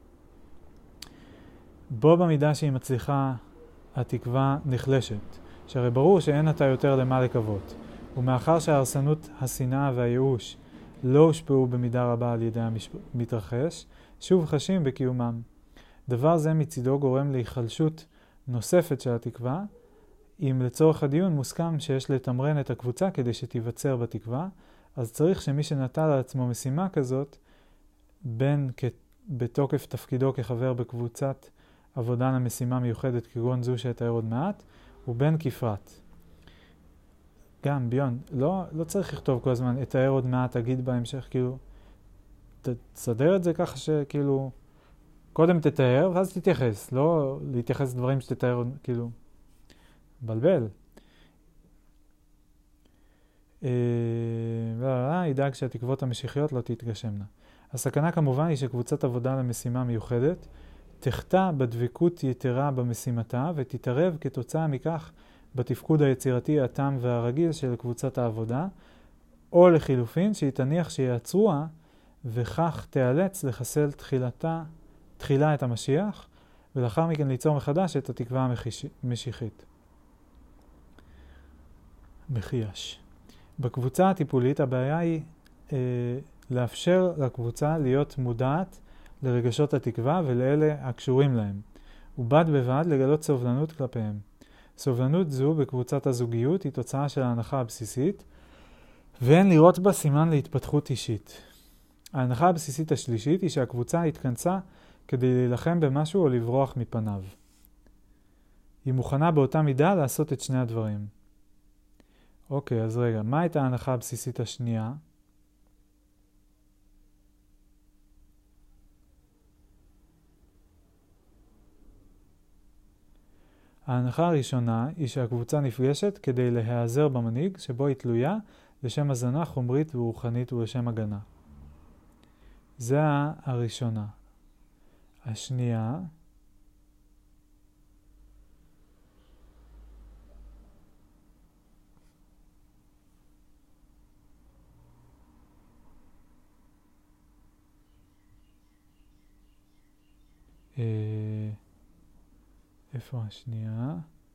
בו במידה שהיא מצליחה, התקווה נחלשת, שהרי ברור שאין אתה יותר למה לקוות. ומאחר שההרסנות, השנאה והייאוש לא הושפעו במידה רבה על ידי המתרחש, שוב חשים בקיומם. דבר זה מצידו גורם להיחלשות נוספת של התקווה, אם לצורך הדיון מוסכם שיש לתמרן את הקבוצה כדי שתיווצר בתקווה, אז צריך שמי שנטל על עצמו משימה כזאת, בין בתוקף תפקידו כחבר בקבוצת עבודה למשימה מיוחדת כגון זו שאתאר עוד מעט, ובין כפרט. גם ביון, לא צריך לכתוב כל הזמן, אתאר עוד מעט, תגיד בהמשך, כאילו, תסדר את זה ככה שכאילו, קודם תתאר ואז תתייחס, לא להתייחס לדברים שתתאר, כאילו, בלבל. ידאג שהתקוות המשיחיות לא תתגשמנה. הסכנה כמובן היא שקבוצת עבודה למשימה מיוחדת תחטא בדבקות יתרה במשימתה ותתערב כתוצאה מכך בתפקוד היצירתי התם והרגיל של קבוצת העבודה, או לחילופין שהיא תניח שיעצרוה וכך תיאלץ לחסל תחילה את המשיח ולאחר מכן ליצור מחדש את התקווה המשיחית. מחייש. בקבוצה הטיפולית הבעיה היא לאפשר לקבוצה להיות מודעת לרגשות התקווה ולאלה הקשורים להם, ובד בבד לגלות סובלנות כלפיהם. סובלנות זו בקבוצת הזוגיות היא תוצאה של ההנחה הבסיסית, ואין לראות בה סימן להתפתחות אישית. ההנחה הבסיסית השלישית היא שהקבוצה התכנסה כדי להילחם במשהו או לברוח מפניו. היא מוכנה באותה מידה לעשות את שני הדברים. אוקיי, אז רגע, מה הייתה ההנחה הבסיסית השנייה? ההנחה הראשונה היא שהקבוצה נפגשת כדי להיעזר במנהיג שבו היא תלויה לשם הזנה חומרית ורוחנית ולשם הגנה. זה הראשונה. השנייה, איפה השנייה?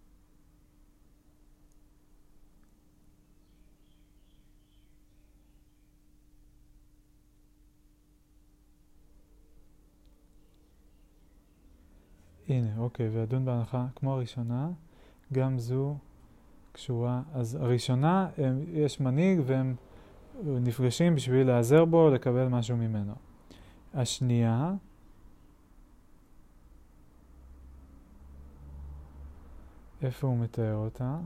הנה, אוקיי, ואדון בהנחה כמו הראשונה, גם זו קשורה. אז הראשונה, יש מנהיג והם נפגשים בשביל לעזר בו, לקבל משהו ממנו. השנייה, איפה הוא מתאר אותה?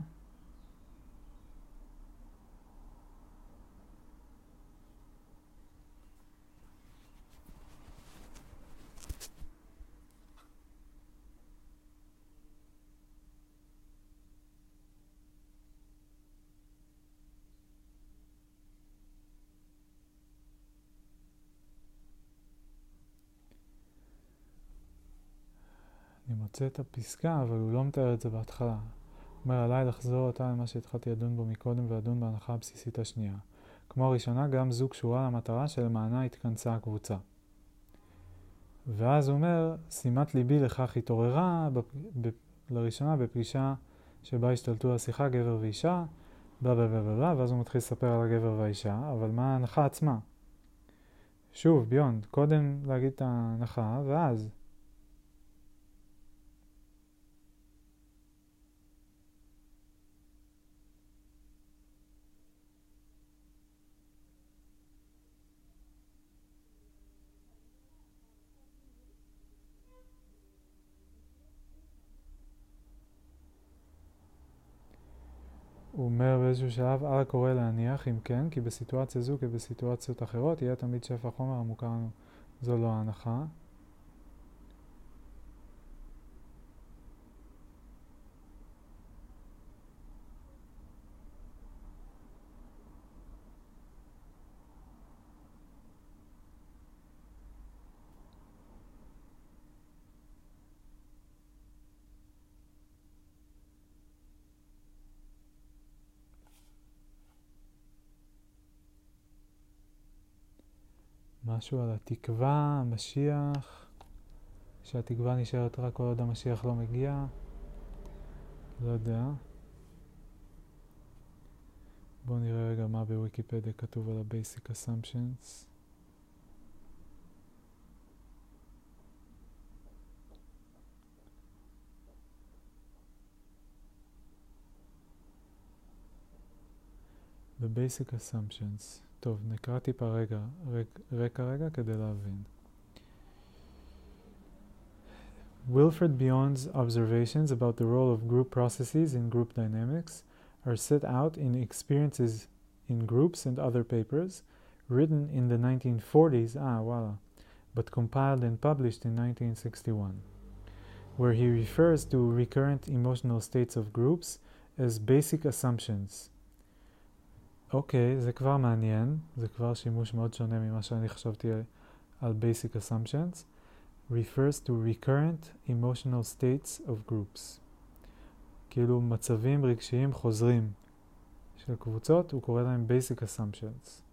מוצא את הפסקה, אבל הוא לא מתאר את זה בהתחלה. אומר, עליי לחזור אותה על מה שהתחלתי לדון בו מקודם ולדון בהנחה הבסיסית השנייה. כמו הראשונה, גם זו קשורה למטרה שלמענה התכנסה הקבוצה. ואז הוא אומר, שימת ליבי לכך התעוררה לראשונה בפגישה שבה השתלטו על שיחה גבר ואישה, ואז הוא מתחיל לספר על הגבר והאישה, אבל מה ההנחה עצמה? שוב, ביונד, קודם להגיד את ההנחה, ואז הוא אומר באיזשהו שלב, על הקורא להניח, אם כן, כי בסיטואציה זו כבסיטואציות אחרות, יהיה תמיד שפע חומר המוכר לנו. זו לא ההנחה. משהו על התקווה, המשיח, שהתקווה נשארת רק כל עוד המשיח לא מגיע. לא יודע. בואו נראה רגע מה בוויקיפדיה כתוב על ה-Basic Assumptions. ב-Basic Assumptions. טוב, נקרא טיפה רגע כדי להבין. Wilfred Bion's observations about the role of group processes in group dynamics are set out in Experiences in Groups and Other Papers, written in the 1940s, but compiled and published in 1961, where he refers to recurrent emotional states of groups as basic assumptions. אוקיי, זה כבר מעניין, זה כבר שימוש מאוד שונה ממה שאני חשבתי על basic assumptions. refers to recurrent emotional states of groups. כאילו מצבים רגשיים חוזרים של קבוצות, הוא קורא להם basic assumptions.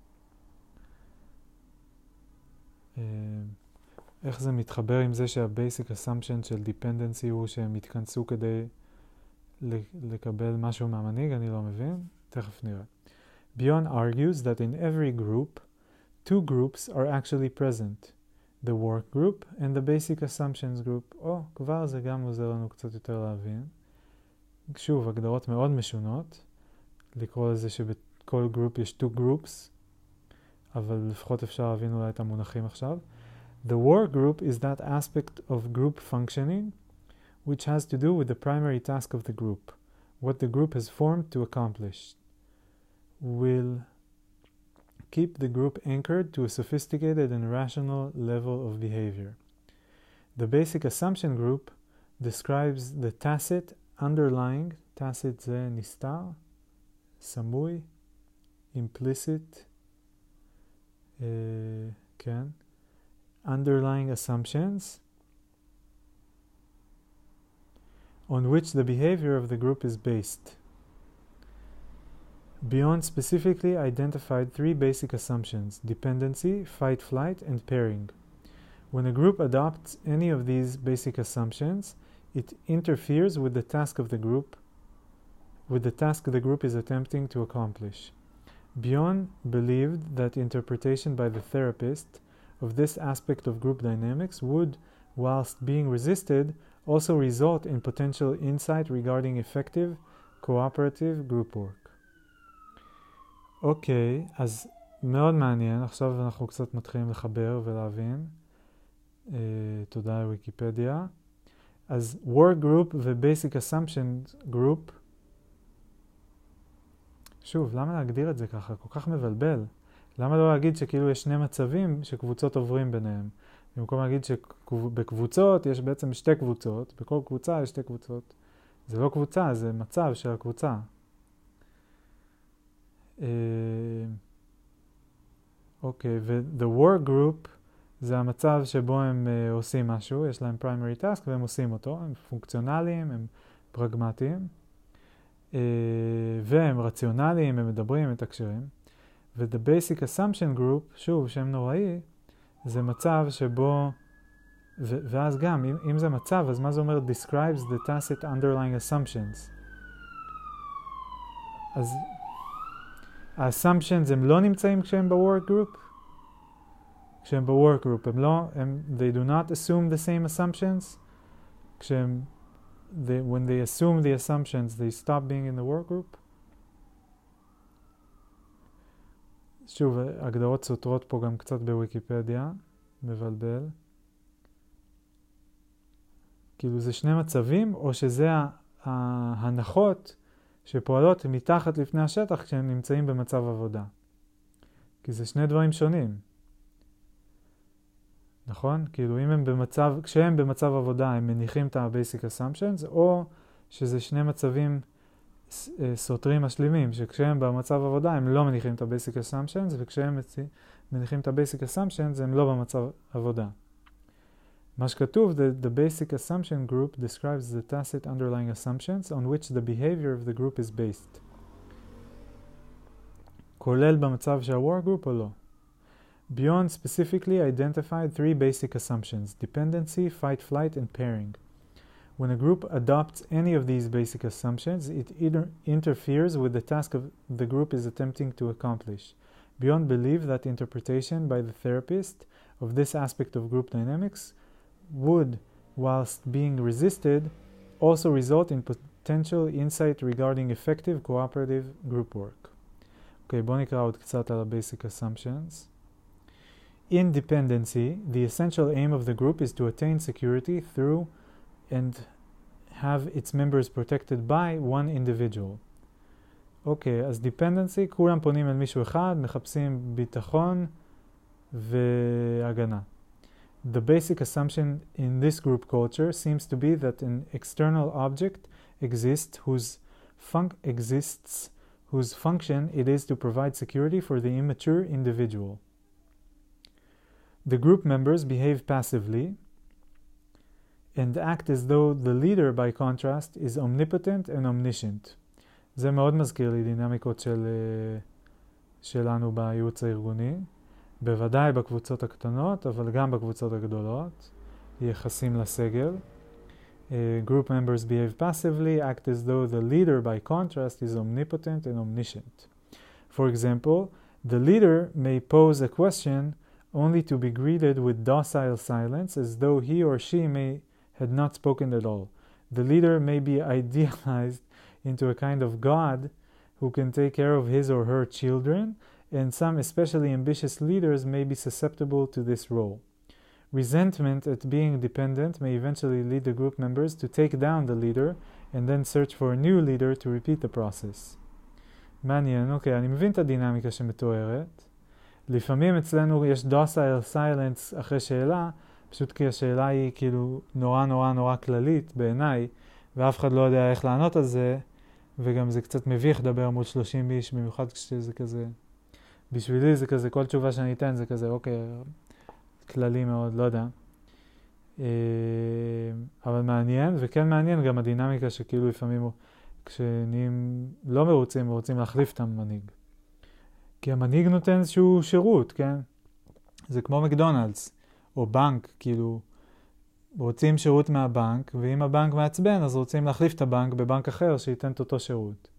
איך זה מתחבר עם זה שה-basic assumption של dependency הוא שהם התכנסו כדי לקבל משהו מהמנהיג? אני לא מבין, תכף נראה. Bion argues that in every group, two groups are actually present. The work group and the basic assumptions group. כבר זה גם עוזר לנו קצת יותר להבין. שוב, הגדרות מאוד משונות. לקרוא לזה שבכל גרופ יש two groups, אבל לפחות אפשר להבין אולי את המונחים עכשיו. The work group is that aspect of group functioning which has to do with the primary task of the group, what the group has formed to accomplish. Will keep the group anchored to a sophisticated and rational level of behavior. The basic assumption group describes the tacit underlying, tacit זה נסתר, סמוי, implicit, כן, underlying assumptions on which the behavior of the group is based. Bion specifically identified three basic assumptions: dependency, fight, flight, and pairing. When a group adopts any of these basic assumptions, it interferes with the task the group is attempting to accomplish. Bion believed that interpretation by the therapist of this aspect of group dynamics would, whilst being resisted, also result in potential insight regarding effective, cooperative group work. אוקיי, אז מאוד מעניין, עכשיו אנחנו קצת מתחילים לחבר ולהבין. תודה לוויקיפדיה. אז work group ו-basic assumption group, שוב, למה להגדיר את זה ככה? כל כך מבלבל. למה לא להגיד שכאילו יש שני מצבים שקבוצות עוברים ביניהם? במקום להגיד שבקבוצות יש בעצם שתי קבוצות, בכל קבוצה יש שתי קבוצות. זה לא קבוצה, זה מצב של הקבוצה. אוקיי, ו-the work group זה המצב שבו הם עושים משהו, יש להם primary task והם עושים אותו, הם פונקציונליים, הם פרגמטיים, והם רציונליים, הם מדברים, הם מתקשרים. ו-the basic assumption group, שוב, שם נוראי, זה מצב שבו, ואז גם, אם זה מצב, אז מה זה אומר? describes the tacit underlying assumptions. אז ה-assumptions הם לא נמצאים כשהם ב-work group? כשהם ב-work group, they do not assume the same assumptions? when they assume the assumptions, they stop being in the work group? שוב, הגדרות סותרות פה גם קצת בוויקיפדיה, מבלבל. כאילו זה שני מצבים, או שזה ההנחות שפועלות מתחת לפני השטח כשהם נמצאים במצב עבודה. כי זה שני דברים שונים. נכון? כאילו אם הם כשהם במצב עבודה הם מניחים את ה-basic assumptions, או שזה שני מצבים סותרים משלימים, שכשהם במצב עבודה הם לא מניחים את ה-basic assumptions, וכשהם מניחים את ה-basic assumptions הם לא במצב עבודה. מה שכתוב, the basic assumption group describes the tacit underlying assumptions on which the behavior of the group is based. כולל במצב שה-work group או לא? Beyond specifically identified three basic assumptions: dependency, fight, flight, and pairing. When a group adopts any of these basic assumptions, it either interferes with the task the group is attempting to accomplish. Beyond belief, that interpretation by the therapist of this aspect of group dynamics would, whilst being resisted, also result in potential insight regarding effective cooperative group work. Okay, בוא נקרא עוד קצת על ה-basic assumptions. In dependency, the essential aim of the group is to attain security through and have its members protected by one individual. אוקיי, אז dependency, כולם פונים אל מישהו אחד, מחפשים ביטחון והגנה. The basic assumption in this group culture seems to be that an external object exists whose function it is to provide security for the immature individual. The group members behave passively and act as though the leader, by contrast, is omnipotent and omniscient. זה מאוד מזכיר לי דינמיקות שלנו בייעוץ הארגוני, בוודאי בקבוצות הקטנות, אבל גם בקבוצות הגדולות, יחסים לסגל. Group members behave passively, act as though the leader, by contrast, is omnipotent and omniscient. For example, the leader may pose a question only to be greeted with docile silence as though he or she had not spoken at all. The leader may be idealized into a kind of god who can take care of his or her children, and some especially ambitious leaders may be susceptible to this role. Resentment at being dependent may eventually lead the group members to take down the leader and then search for a new leader to repeat the process. מעניין, אוקיי, אני מבין את הדינמיקה שמתוארת. לפעמים אצלנו יש docile silence אחרי שאלה, פשוט כי השאלה היא כאילו נורא נורא נורא כללית בעיניי, ואף אחד לא יודע איך לענות על זה, וגם זה קצת מביך לדבר מול 30 איש, במיוחד כשזה כזה, בשבילי זה כזה, כל תשובה שאני אתן זה כזה, אוקיי, כללי מאוד, לא יודע. אבל מעניין, וכן מעניין גם הדינמיקה שכאילו לפעמים כשנהיים לא מרוצים ורוצים להחליף את המנהיג. כי המנהיג נותן איזשהו שירות, כן? זה כמו מקדונלדס, או בנק, כאילו, רוצים שירות מהבנק, ואם הבנק מעצבן, אז רוצים להחליף את הבנק בבנק אחר שייתן את אותו שירות.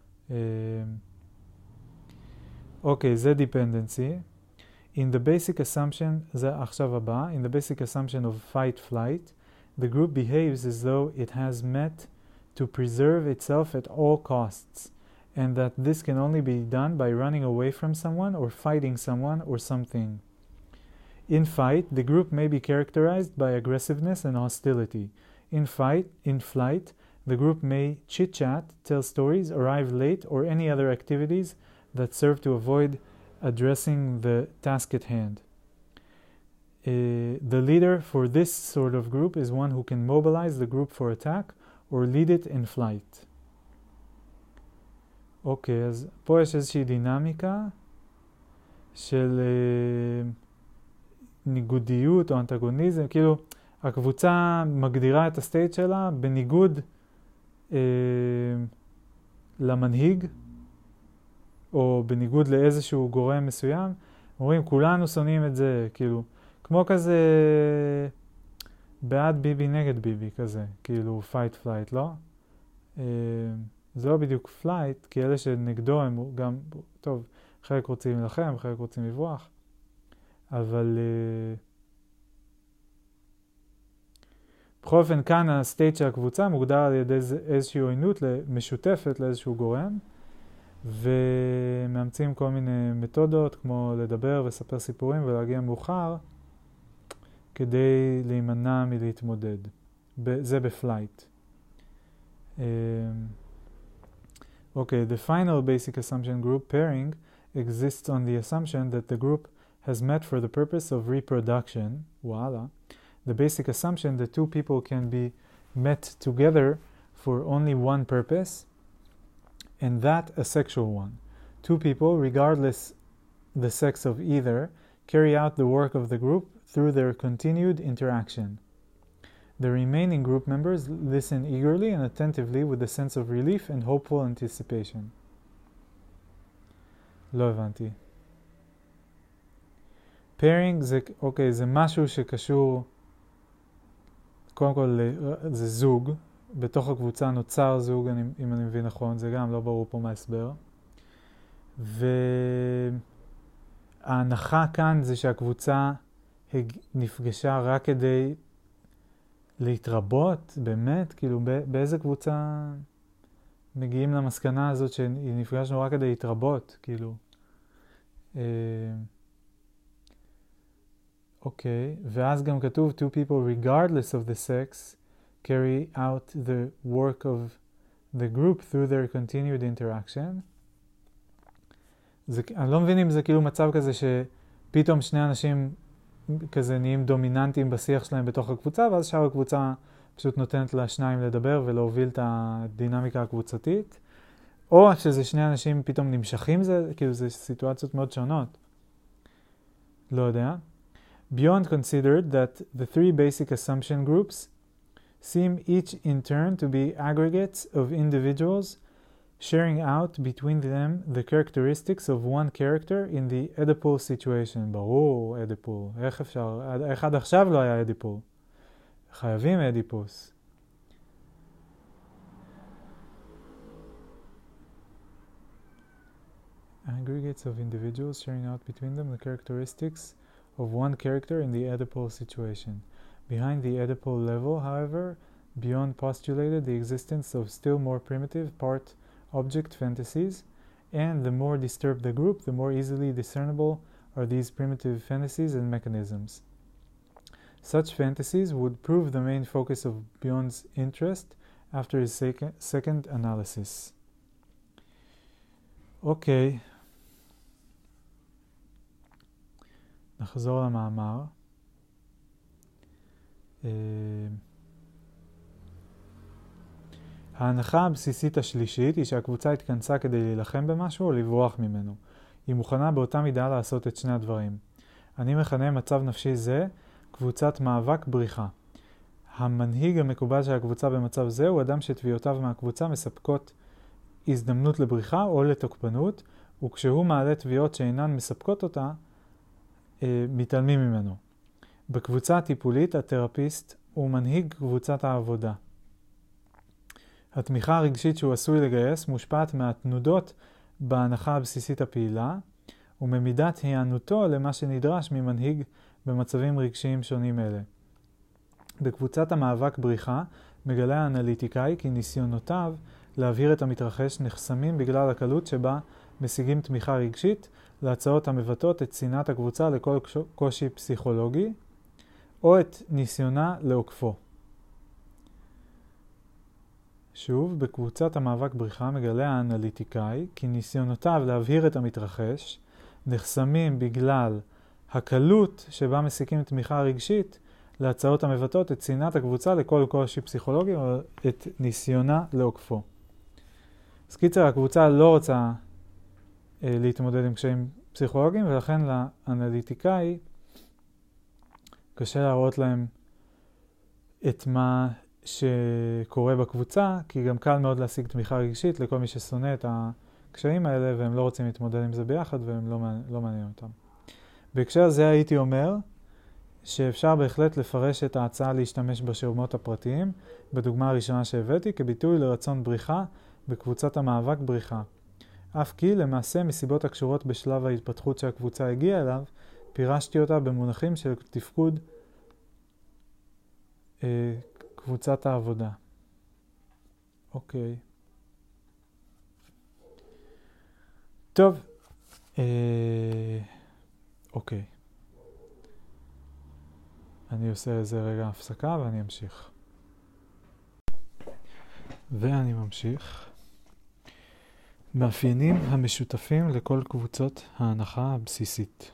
אוקיי, זה dependency. In the basic assumption, זה עכשיו הבא, in the basic assumption of fight-flight, the group behaves as though it has met to preserve itself at all costs, and that this can only be done by running away from someone or fighting someone or something. In fight, the group may be characterized by aggressiveness and hostility. In flight, the group may chit-chat, tell stories, arrive late, or any other activities that serve to avoid addressing the task at hand. The leader for this sort of group is one who can mobilize the group for attack or lead it in flight. אוקיי, אז פה יש איזושהי דינמיקה של ניגודיות או אנטגוניזם, כאילו הקבוצה מגדירה את הסטייט שלה בניגוד למנהיג, או בניגוד לאיזשהו גורם מסוים. אומרים, כולנו שונאים את זה, כאילו, כמו כזה בעד ביבי נגד ביבי כזה, כאילו fight flight, לא? זה לא בדיוק flight, כי אלה שנגדו הם גם, טוב, חלק רוצים ללחם, חלק רוצים לברוח, אבל בכל אופן כאן הסטייט של הקבוצה מוגדר על ידי איזושהי עוינות משותפת לאיזשהו גורם, ומאמצים כל מיני מתודות כמו לדבר וספר סיפורים ולהגיע מאוחר כדי להימנע מלהתמודד. זה בפלייט. Okay, the final basic assumption group pairing exists on the assumption that the group has met for the purpose of reproduction. Voila. The basic assumption that two people can be met together for only one purpose, and that a sexual one. Two people, regardless the sex of either, carry out the work of the group through their continued interaction. The remaining group members listen eagerly and attentively with a sense of relief and hopeful anticipation. לא הבנתי. pairing זה, אוקיי, זה משהו שקשור, קודם כל זה זוג, בתוך הקבוצה נוצר זוג, אם אני מבין נכון, זה גם לא ברור פה מהסבר. וההנחה כאן זה שהקבוצה נפגשה רק כדי להתרבות, באמת, כאילו באיזה קבוצה מגיעים למסקנה הזאת שנפגשנו רק כדי להתרבות, כאילו. אוקיי, ואז גם כתוב two people regardless of the sex carry out the work of the group through their continued interaction. אני לא מבין אם זה כאילו מצב כזה שפתאום שני אנשים כזה נהיים דומיננטיים בשיח שלהם בתוך הקבוצה, ואז שאר הקבוצה פשוט נותנת לשניים לדבר ולהוביל את הדינמיקה הקבוצתית, או שזה שני אנשים פתאום נמשכים, זה כאילו זה סיטואציות מאוד שונות. לא יודע. Beyond considered that the three basic assumption groups seem each in turn to be aggregates of individuals sharing out between them the characteristics of one character in the Oedipal situation. ברור, אדיפול. איך אפשר? איך עד עכשיו לא היה אדיפול? חייבים אדיפוס. Aggregates of individuals sharing out between them the characteristics of one character in the Oedipal situation. Behind the Oedipal level, however, Beyond postulated the existence of still more primitive part-object fantasies, and the more disturbed the group, the more easily discernible are these primitive fantasies and mechanisms. Such fantasies would prove the main focus of Beyond's interest after his second analysis. Okay. נחזור למאמר. ההנחה הבסיסית השלישית היא שהקבוצה התכנסה כדי להילחם במשהו או לברוח ממנו. היא מוכנה באותה מידה לעשות את שני הדברים. אני מכנה מצב נפשי זה קבוצת מאבק בריחה. המנהיג המקובל של הקבוצה במצב זה הוא אדם שתביעותיו מהקבוצה מספקות הזדמנות לבריחה או לתוקפנות, וכשהוא מעלה תביעות שאינן מספקות אותה, מתעלמים ממנו. בקבוצה הטיפולית, התרפיסט הוא מנהיג קבוצת העבודה. התמיכה הרגשית שהוא עשוי לגייס מושפעת מהתנודות בהנחה הבסיסית הפעילה, וממידת היענותו למה שנדרש ממנהיג במצבים רגשיים שונים אלה. בקבוצת המאבק בריחה מגלה האנליטיקאי כי ניסיונותיו להבהיר את המתרחש נחסמים בגלל הקלות שבה משיגים תמיכה רגשית להצעות המבטאות את שנאת הקבוצה לכל קושי פסיכולוגי, או את ניסיונה לעוקפו. שוב, בקבוצת המאבק בריחה מגלה האנליטיקאי כי ניסיונותיו להבהיר את המתרחש נחסמים בגלל הקלות שבה משיגים תמיכה רגשית להצעות המבטאות את שנאת הקבוצה לכל קושי פסיכולוגי או את ניסיונה לעוקפו. אז קיצר, הקבוצה לא רוצה להתמודד עם קשיים פסיכולוגיים, ולכן לאנליטיקאי קשה להראות להם את מה שקורה בקבוצה, כי גם קל מאוד להשיג תמיכה רגשית לכל מי ששונא את הקשיים האלה, והם לא רוצים להתמודד עם זה ביחד, והם לא מעניין אותם. בהקשר הזה הייתי אומר שאפשר בהחלט לפרש את ההצעה להשתמש בשמות הפרטיים, בדוגמה הראשונה שהבאתי, כביטוי לרצון בריחה בקבוצת המאבק בריחה. אף כי למעשה מסיבות הקשורות בשלב ההתפתחות שהקבוצה הגיעה אליו, פירשתי אותה במונחים של תפקוד קבוצת העבודה. אוקיי. טוב. אוקיי. אני עושה איזה רגע הפסקה ואני אמשיך. ואני ממשיך. מאפיינים המשותפים לכל קבוצות ההנחה הבסיסית.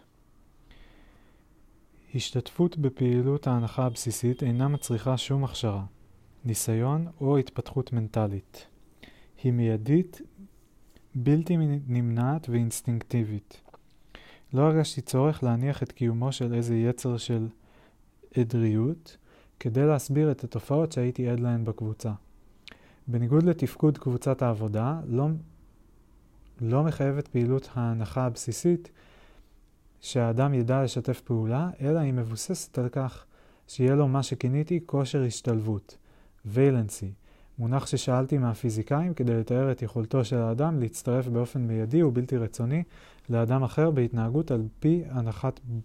השתתפות בפעילות ההנחה הבסיסית אינה מצריכה שום הכשרה, ניסיון או התפתחות מנטלית. היא מיידית, בלתי נמנעת ואינסטינקטיבית. לא הרגשתי צורך להניח את קיומו של איזה יצר של עדריות, כדי להסביר את התופעות שהייתי עד להן בקבוצה. בניגוד לתפקוד קבוצת העבודה, לא מחייבת פעילות ההנחה הבסיסית שהאדם ידע לשתף פעולה, אלא היא מבוססת על כך שיהיה לו מה שכיניתי כושר השתלבות, ואלנסי, מונח ששאלתי מהפיזיקאים כדי לתאר את יכולתו של האדם להצטרף באופן מיידי ובלתי רצוני לאדם אחר בהתנהגות על פי הנחה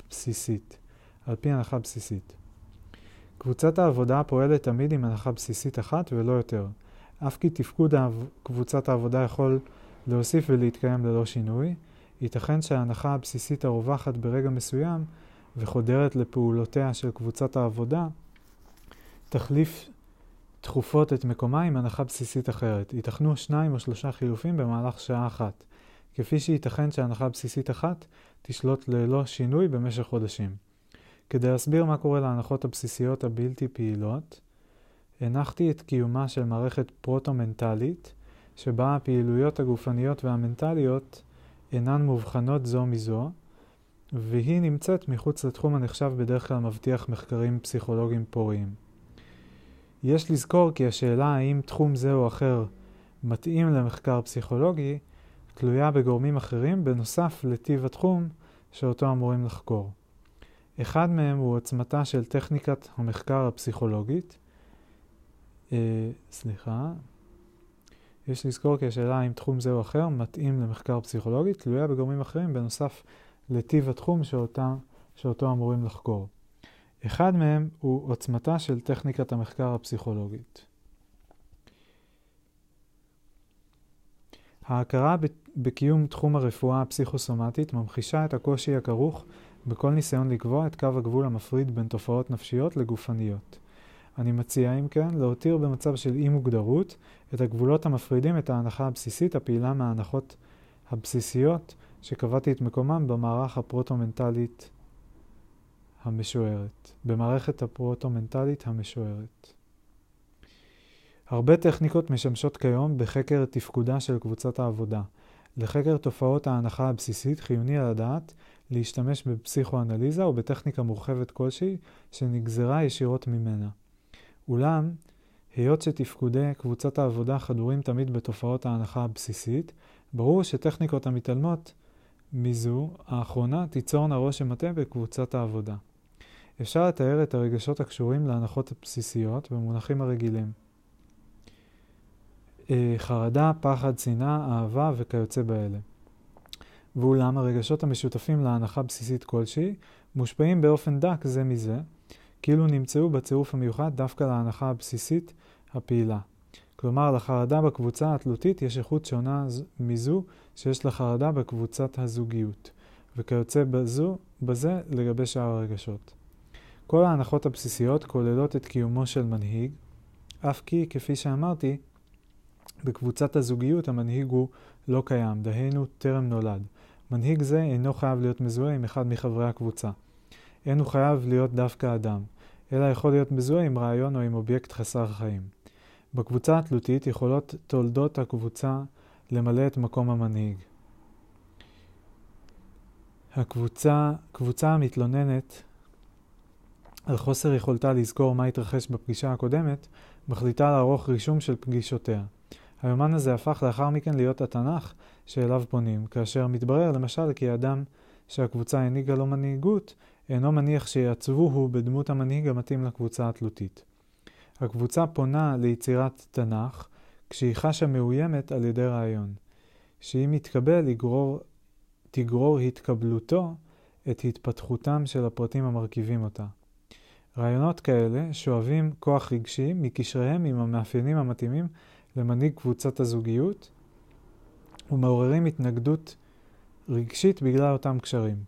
בסיסית. קבוצת העבודה פועלת תמיד עם הנחה בסיסית אחת ולא יותר, אף כי תפקוד קבוצת העבודה יכול להוסיף ולהתקיים ללא שינוי. ייתכן שההנחה הבסיסית הרווחת ברגע מסוים וחודרת לפעולותיה של קבוצת העבודה תחליף תכופות את מקומה עם הנחה בסיסית אחרת. ייתכנו 2 או 3 חילופים במהלך שעה אחת, כפי שייתכן שהנחה בסיסית אחת תשלוט ללא שינוי במשך חודשים. כדי להסביר מה קורה להנחות הבסיסיות הבלתי פעילות, הנחתי את קיומה של מערכת פרוטו-מנטלית, שבה הפעילויות הגופניות והמנטליות אינן מובחנות זו מזו, והיא נמצאת מחוץ לתחום הנחשב בדרך כלל מבטיח מחקרים פסיכולוגיים פוריים. יש לזכור כי השאלה האם תחום זה או אחר מתאים למחקר פסיכולוגי, תלויה בגורמים אחרים בנוסף לטיב התחום שאותו אמורים לחקור. אחד מהם הוא עצמתה של טכניקת המחקר הפסיכולוגית. יש לזכור כי השאלה האם תחום זה או אחר מתאים למחקר פסיכולוגי תלויה בגורמים אחרים בנוסף לטיב התחום שאותו אמורים לחקור. אחד מהם הוא עוצמתה של טכניקת המחקר הפסיכולוגית. ההכרה בקיום תחום הרפואה הפסיכוסומטית ממחישה את הקושי הכרוך בכל ניסיון לקבוע את קו הגבול המפריד בין תופעות נפשיות לגופניות. אני מציע, אם כן, להותיר במצב של אי מוגדרות את הגבולות המפרידים את ההנחה הבסיסית הפעילה מההנחות הבסיסיות שקבעתי את מקומם במערכת הפרוטו-מנטלית המשוערת. הרבה טכניקות משמשות כיום בחקר תפקודה של קבוצת העבודה. לחקר תופעות ההנחה הבסיסית חיוני על הדעת להשתמש בפסיכואנליזה או בטכניקה מורחבת כלשהי שנגזרה ישירות ממנה. אולם, היות שתפקודי קבוצת העבודה חדורים תמיד בתופעות ההנחה הבסיסית, ברור שטכניקות המתעלמות מזו האחרונה תיצורנה רושם מטעה בקבוצת העבודה. אפשר לתאר את הרגשות הקשורים להנחות הבסיסיות במונחים הרגילים. חרדה, פחד, שנאה, אהבה וכיוצא באלה. ואולם הרגשות המשותפים להנחה בסיסית כלשהי מושפעים באופן דק זה מזה, כאילו נמצאו בצירוף המיוחד דווקא להנחה הבסיסית הפעילה. כלומר, לחרדה בקבוצה התלותית יש איכות שונה מזו שיש לחרדה בקבוצת הזוגיות, וכיוצא בזה לגבי שאר הרגשות. כל ההנחות הבסיסיות כוללות את קיומו של מנהיג, אף כי, כפי שאמרתי, בקבוצת הזוגיות המנהיג הוא לא קיים, דהיינו טרם נולד. מנהיג זה אינו חייב להיות מזוהה עם אחד מחברי הקבוצה. אינו חייב להיות דווקא אדם, אלא יכול להיות מזוהה עם רעיון או עם אובייקט חסר חיים. בקבוצה התלותית יכולות תולדות הקבוצה למלא את מקום המנהיג. קבוצה המתלוננת על חוסר יכולתה לזכור מה התרחש בפגישה הקודמת, מחליטה לערוך רישום של פגישותיה. היומן הזה הפך לאחר מכן להיות התנ"ך שאליו פונים, כאשר מתברר למשל כי האדם שהקבוצה העניקה לו מנהיגות, אינו מניח שיעצבוהו בדמות המנהיג המתאים לקבוצה התלותית. הקבוצה פונה ליצירת תנ"ך כשהיא חשה מאוימת על ידי רעיון, שאם יתקבל תגרור התקבלותו את התפתחותם של הפרטים המרכיבים אותה. רעיונות כאלה שואבים כוח רגשי מקשריהם עם המאפיינים המתאימים למנהיג קבוצת הזוגיות ומעוררים התנגדות רגשית בגלל אותם קשרים.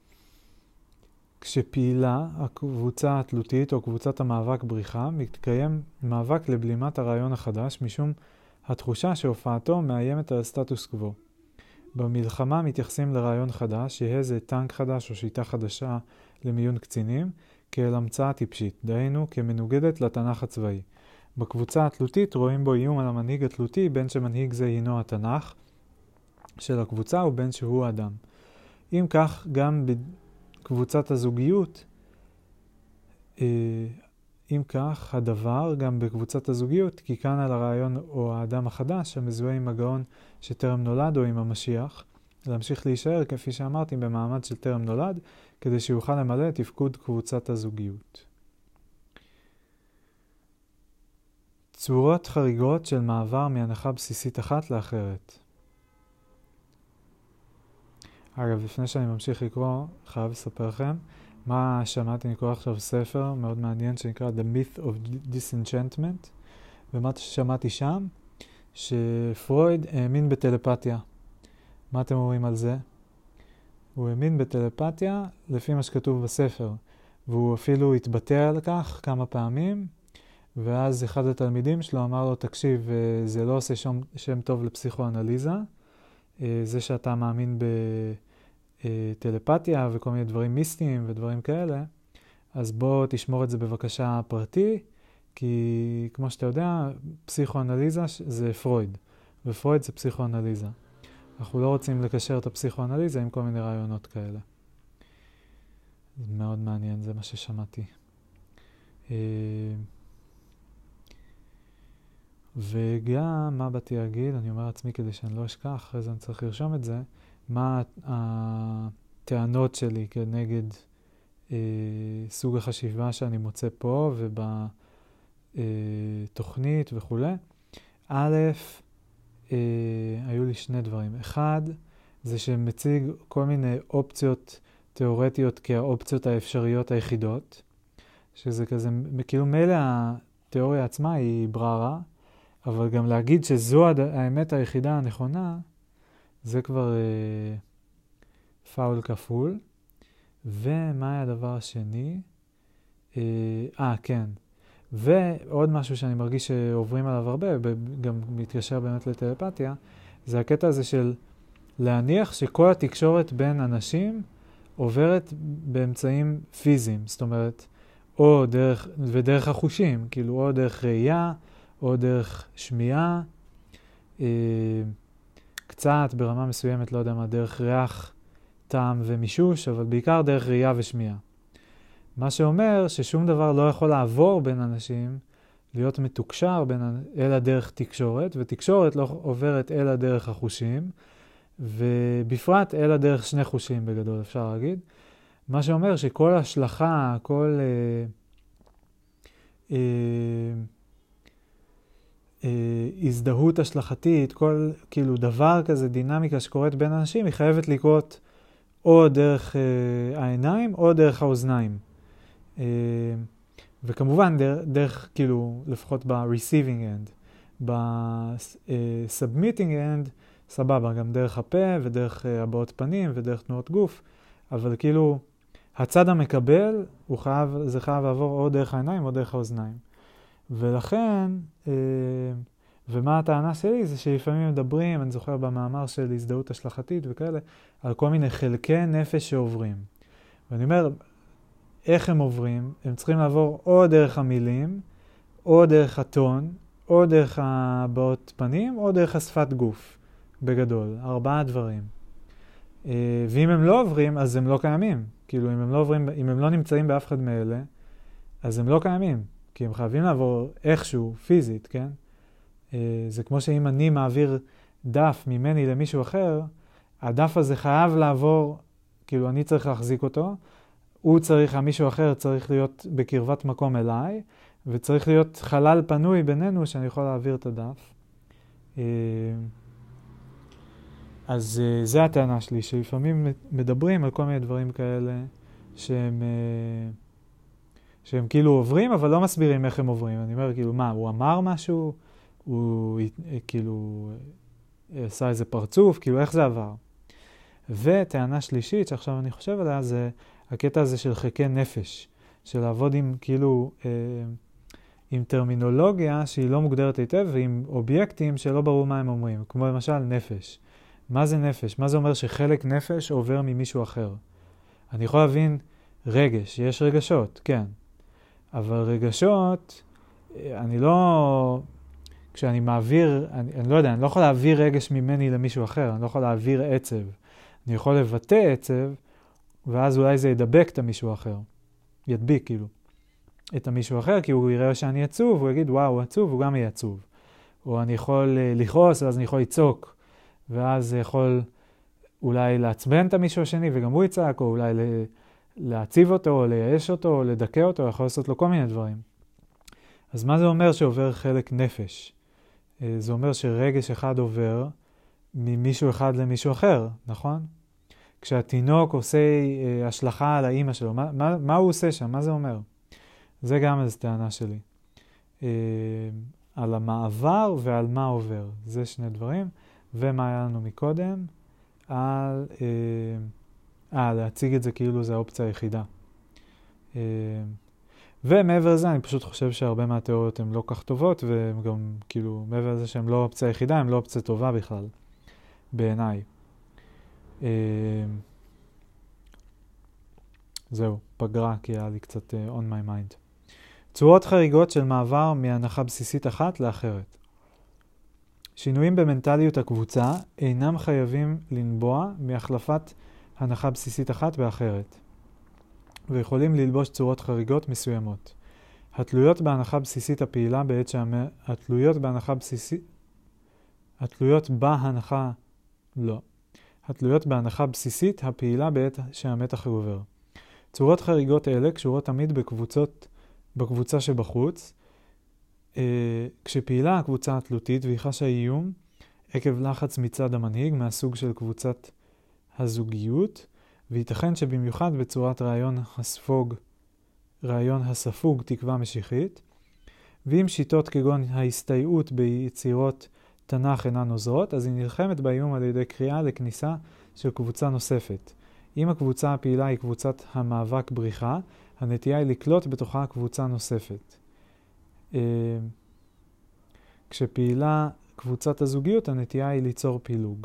כשפעילה הקבוצה התלותית או קבוצת המאבק בריחה, מתקיים מאבק לבלימת הרעיון החדש משום התחושה שהופעתו מאיימת על הסטטוס קוו. במלחמה מתייחסים לרעיון חדש, יהיה זה טנק חדש או שיטה חדשה למיון קצינים, כאל המצאה טיפשית, דהיינו כמנוגדת לתנ"ך הצבאי. בקבוצה התלותית רואים בו איום על המנהיג התלותי, בין שמנהיג זה הינו התנ"ך של הקבוצה ובין שהוא אדם. אם כך, גם בקבוצת הזוגיות, אם כך הדבר גם בקבוצת הזוגיות, כי כאן על הרעיון או האדם החדש המזוהה עם הגאון שטרם נולד או עם המשיח, להמשיך להישאר כפי שאמרתי במעמד של טרם נולד, כדי שיוכל למלא את תפקוד קבוצת הזוגיות. צורות חריגות של מעבר מהנחה בסיסית אחת לאחרת. אגב, לפני שאני ממשיך לקרוא, חייב לספר לכם מה שמעתי. אני קורא עכשיו ספר מאוד מעניין שנקרא The Myth of Disenchantment, ומה ששמעתי שם, שפרויד האמין בטלפתיה. מה אתם אומרים על זה? הוא האמין בטלפתיה לפי מה שכתוב בספר, והוא אפילו התבטא על כך כמה פעמים, ואז אחד התלמידים שלו אמר לו, תקשיב, זה לא עושה שם טוב לפסיכואנליזה, זה שאתה מאמין בטלפתיה וכל מיני דברים מיסטיים ודברים כאלה, אז בוא תשמור את זה בבקשה פרטי, כי כמו שאתה יודע, פסיכואנליזה זה פרויד, ופרויד זה פסיכואנליזה. אנחנו לא רוצים לקשר את הפסיכואנליזה עם כל מיני רעיונות כאלה. זה מאוד מעניין, זה מה ששמעתי. וגם, מה באתי להגיד, אני אומר לעצמי כדי שאני לא אשכח, אחרי זה אני צריך לרשום את זה, מה הטענות שלי כנגד סוג החשיבה שאני מוצא פה ובתוכנית וכו'. א', היו לי שני דברים. אחד, זה שמציג כל מיני אופציות תיאורטיות כאופציות האפשריות היחידות, שזה כזה, כאילו מילא התיאוריה עצמה היא בררה, אבל גם להגיד שזו האמת היחידה הנכונה, זה כבר פאול כפול. ומה היה הדבר השני? כן. ועוד משהו שאני מרגיש שעוברים עליו הרבה, גם מתקשר באמת לטלפתיה, זה הקטע הזה של להניח שכל התקשורת בין אנשים עוברת באמצעים פיזיים, זאת אומרת, או דרך החושים, כאילו או דרך ראייה, או דרך שמיעה, קצת ברמה מסוימת, לא יודע מה, דרך ריח, טעם ומישוש, אבל בעיקר דרך ראייה ושמיעה. מה שאומר ששום דבר לא יכול לעבור בין אנשים, להיות מתוקשר אלא דרך תקשורת, ותקשורת לא עוברת אלא דרך החושים, ובפרט אלא דרך שני חושים בגדול, אפשר להגיד. מה שאומר שכל השלכה, כל הזדהות השלכתית, כל כאילו דבר כזה, דינמיקה שקורית בין אנשים, היא חייבת לקרות או דרך העיניים או דרך האוזניים. וכמובן דרך כאילו לפחות ב-receiving end, ב-submitting end, סבבה, גם דרך הפה ודרך הבעות פנים ודרך תנועות גוף, אבל כאילו הצד המקבל זה חייב לעבור או דרך העיניים או דרך האוזניים. ולכן, ומה הטענה שלי זה שלפעמים מדברים, אני זוכר במאמר של הזדהות השלכתית וכאלה, על כל מיני חלקי נפש שעוברים. ואני אומר, איך הם עוברים? הם צריכים לעבור או דרך המילים, או דרך הטון, או דרך הבעות פנים, או דרך השפת גוף, בגדול. 4 דברים. ואם הם לא עוברים, אז הם לא קיימים. כאילו, אם הם לא נמצאים באף אחד מאלה, אז הם לא קיימים, כי הם חייבים לעבור איכשהו, פיזית, כן? זה כמו שאם אני מעביר דף ממני למישהו אחר, הדף הזה חייב לעבור, כאילו אני צריך להחזיק אותו, מישהו אחר צריך להיות בקרבת מקום אליי, וצריך להיות חלל פנוי בינינו שאני יכול להעביר את הדף. אז זה הטענה שלי, שלפעמים מדברים על כל מיני דברים כאלה שהם כאילו עוברים, אבל לא מסבירים איך הם עוברים. אני אומר, כאילו, מה, הוא אמר משהו? הוא כאילו עשה איזה פרצוף? כאילו, איך זה עבר? וטענה שלישית, שעכשיו אני חושב עליה, זה הקטע הזה של חלקי נפש, של לעבוד עם, כאילו, עם טרמינולוגיה שהיא לא מוגדרת היטב, ועם אובייקטים שלא ברור מה הם אומרים, כמו למשל נפש. מה זה נפש? מה זה אומר שחלק נפש עובר ממישהו אחר? אני יכול להבין רגש, יש רגשות, כן. אבל רגשות, אני לא, כשאני מעביר, אני לא יודע, אני לא יכול להעביר רגש ממני למישהו אחר, אני לא יכול להעביר עצב. אני יכול לבטא עצב, ואז אולי זה ידבק את המישהו אחר. ידביק, כאילו, את המישהו אחר, כי הוא יראה שאני עצוב, הוא יגיד, וואו, הוא עצוב, הוא גם יהיה עצוב. או אני יכול לכעוס, ואז אני יכול לצעוק, ואז זה יכול אולי לעצבן את המישהו השני, וגם הוא יצעק, או אולי להציב אותו, או לייאש אותו, או לדכא אותו, יכול לעשות לו כל מיני דברים. אז מה זה אומר שעובר חלק נפש? זה אומר שרגש אחד עובר ממישהו אחד למישהו אחר, נכון? כשהתינוק עושה השלכה על האמא שלו, מה הוא עושה שם? מה זה אומר? זה גם איזו טענה שלי. על המעבר ועל מה עובר. זה שני דברים. ומה היה לנו מקודם? להציג את זה כאילו זה האופציה היחידה. ומעבר לזה, אני פשוט חושב שהרבה מהתיאוריות הן לא כך טובות, וגם כאילו, מעבר לזה שהן לא אופציה היחידה, הן לא אופציה טובה בכלל, בעיניי. זהו, פגרה, כי היה לי קצת on my mind. צורות חריגות של מעבר מהנחה בסיסית אחת לאחרת. שינויים במנטליות הקבוצה אינם חייבים לנבוע מהחלפת הנחה בסיסית אחת באחרת, ויכולים ללבוש צורות חריגות מסוימות. התלויות בהנחה בסיסית הפעילה בעת התלויות בהנחה בסיסית הפעילה בעת שהמתח עובר. צורות חריגות אלה קשורות תמיד בקבוצה שבחוץ, כשפעילה הקבוצה התלותית והיא חשה איום עקב לחץ מצד המנהיג מהסוג של קבוצת הזוגיות, וייתכן שבמיוחד בצורת רעיון הספוג תקווה משיחית, ואם שיטות כגון ההסתייעות ביצירות תנ"ך אינן עוזרות, אז היא נלחמת באיום על ידי קריאה לכניסה של קבוצה נוספת. אם הקבוצה הפעילה היא קבוצת המאבק בריחה, הנטייה היא לקלוט בתוכה קבוצה נוספת. כשפעילה קבוצת הזוגיות, הנטייה היא ליצור פילוג.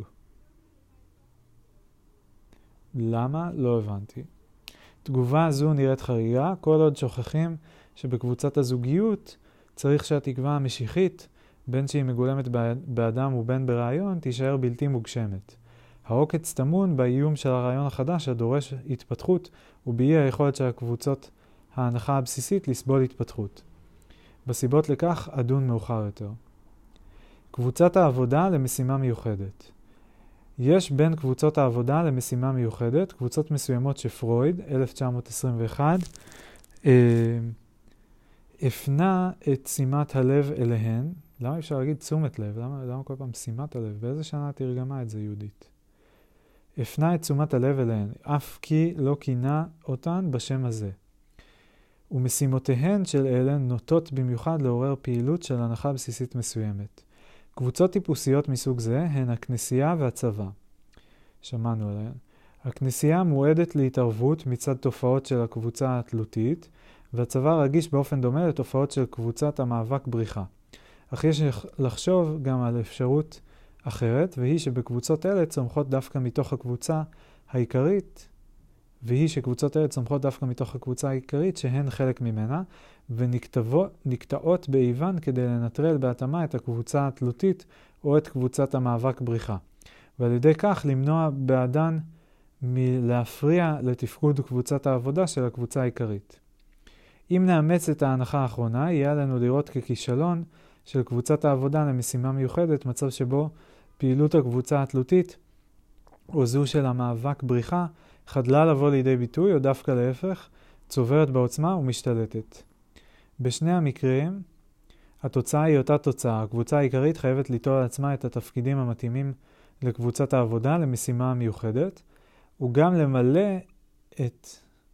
למה? לא הבנתי. תגובה זו נראית חריגה, כל עוד שוכחים שבקבוצת הזוגיות צריך שהתקווה המשיחית, בין שהיא מגולמת באדם ובין ברעיון, תישאר בלתי מוגשמת. העוקץ טמון באיום של הרעיון החדש הדורש התפתחות, ובאי היכולת של הקבוצות ההנחה הבסיסית לסבול התפתחות. בסיבות לכך אדון מאוחר יותר. קבוצת העבודה למשימה מיוחדת. יש בין קבוצות העבודה למשימה מיוחדת, קבוצות מסוימות שפרויד, 1921, הפנה את שימת הלב אליהן. למה אפשר להגיד תשומת לב? למה כל פעם שימת הלב? באיזה שנה תרגמה את זה יהודית? הפנה את תשומת הלב אליהן, אף כי לא כינה אותן בשם הזה. ומשימותיהן של אלה נוטות במיוחד לעורר פעילות של הנחה בסיסית מסוימת. קבוצות טיפוסיות מסוג זה הן הכנסייה והצבא. שמענו עליהן. הכנסייה מועדת להתערבות מצד תופעות של הקבוצה התלותית, והצבא רגיש באופן דומה לתופעות של קבוצת המאבק בריחה. אך יש לחשוב גם על אפשרות אחרת, והיא שבקבוצות אלה צומחות דווקא מתוך הקבוצה העיקרית, שהן חלק ממנה, ונקטעות באיוון כדי לנטרל בהתאמה את הקבוצה התלותית או את קבוצת המאבק בריחה. ועל ידי כך למנוע בעדן מלהפריע לתפקוד קבוצת העבודה של הקבוצה העיקרית. אם נאמץ את ההנחה האחרונה, יהיה עלינו לראות ככישלון של קבוצת העבודה למשימה מיוחדת, מצב שבו פעילות הקבוצה התלותית, או זו של המאבק בריחה, חדלה לבוא לידי ביטוי, או דווקא להפך, צוברת בעוצמה ומשתלטת. בשני המקרים, התוצאה היא אותה תוצאה. הקבוצה העיקרית חייבת ליטול על עצמה את התפקידים המתאימים לקבוצת העבודה למשימה המיוחדת, וגם למלא את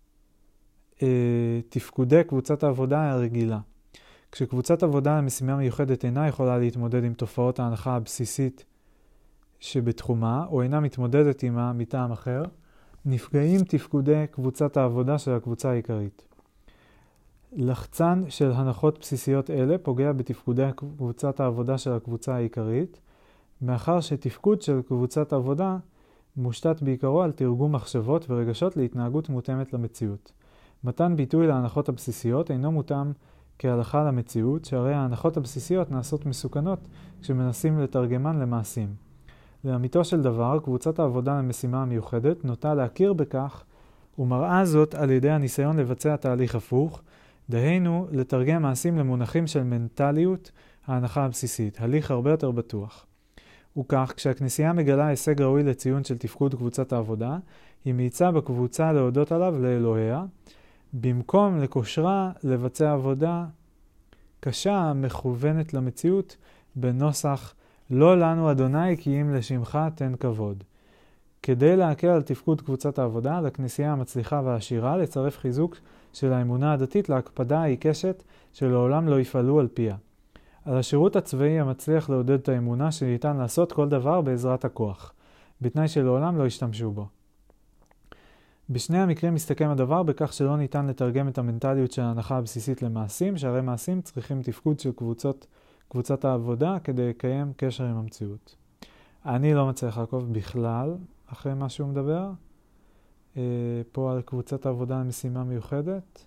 תפקודי קבוצת העבודה הרגילה. כשקבוצת עבודה למשימה מיוחדת אינה יכולה להתמודד עם תופעות ההנחה הבסיסית שבתחומה, או אינה מתמודדת עמה מטעם אחר, נפגעים תפקודי קבוצת העבודה של הקבוצה העיקרית. לחצן של הנחות בסיסיות אלה פוגע בתפקודי קבוצת העבודה של הקבוצה העיקרית, מאחר שתפקוד של קבוצת עבודה מושתת בעיקרו על תרגום מחשבות ורגשות להתנהגות מותאמת למציאות. מתן ביטוי להנחות הבסיסיות אינו מותאם כהלכה למציאות, שהרי ההנחות הבסיסיות נעשות מסוכנות כשמנסים לתרגמן למעשים. לאמיתו של דבר, קבוצת העבודה למשימה המיוחדת נוטה להכיר בכך ומראה זאת על ידי הניסיון לבצע תהליך הפוך, דהיינו לתרגם מעשים למונחים של מנטליות ההנחה הבסיסית, הליך הרבה יותר בטוח. וכך, כשהכנסייה מגלה הישג ראוי לציון של תפקוד קבוצת העבודה, היא מאיצה בקבוצה להודות עליו לאלוהיה, במקום לקושרה לבצע עבודה קשה מכוונת למציאות בנוסח לא לנו אדוני כי אם לשמך תן כבוד. כדי להקל על תפקוד קבוצת העבודה, לכנסייה המצליחה והעשירה לצרף חיזוק של האמונה הדתית להקפדה העיקשת שלעולם לא יפעלו על פיה. על השירות הצבאי המצליח לעודד את האמונה שניתן לעשות כל דבר בעזרת הכוח, בתנאי שלעולם לא ישתמשו בו. בשני המקרים מסתכם הדבר בכך שלא ניתן לתרגם את המנטליות של ההנחה הבסיסית למעשים, שהרי מעשים צריכים תפקוד של קבוצת העבודה כדי לקיים קשר עם המציאות. אני לא מצליח לעקוב בכלל אחרי מה שהוא מדבר. פה על קבוצת העבודה למשימה מיוחדת.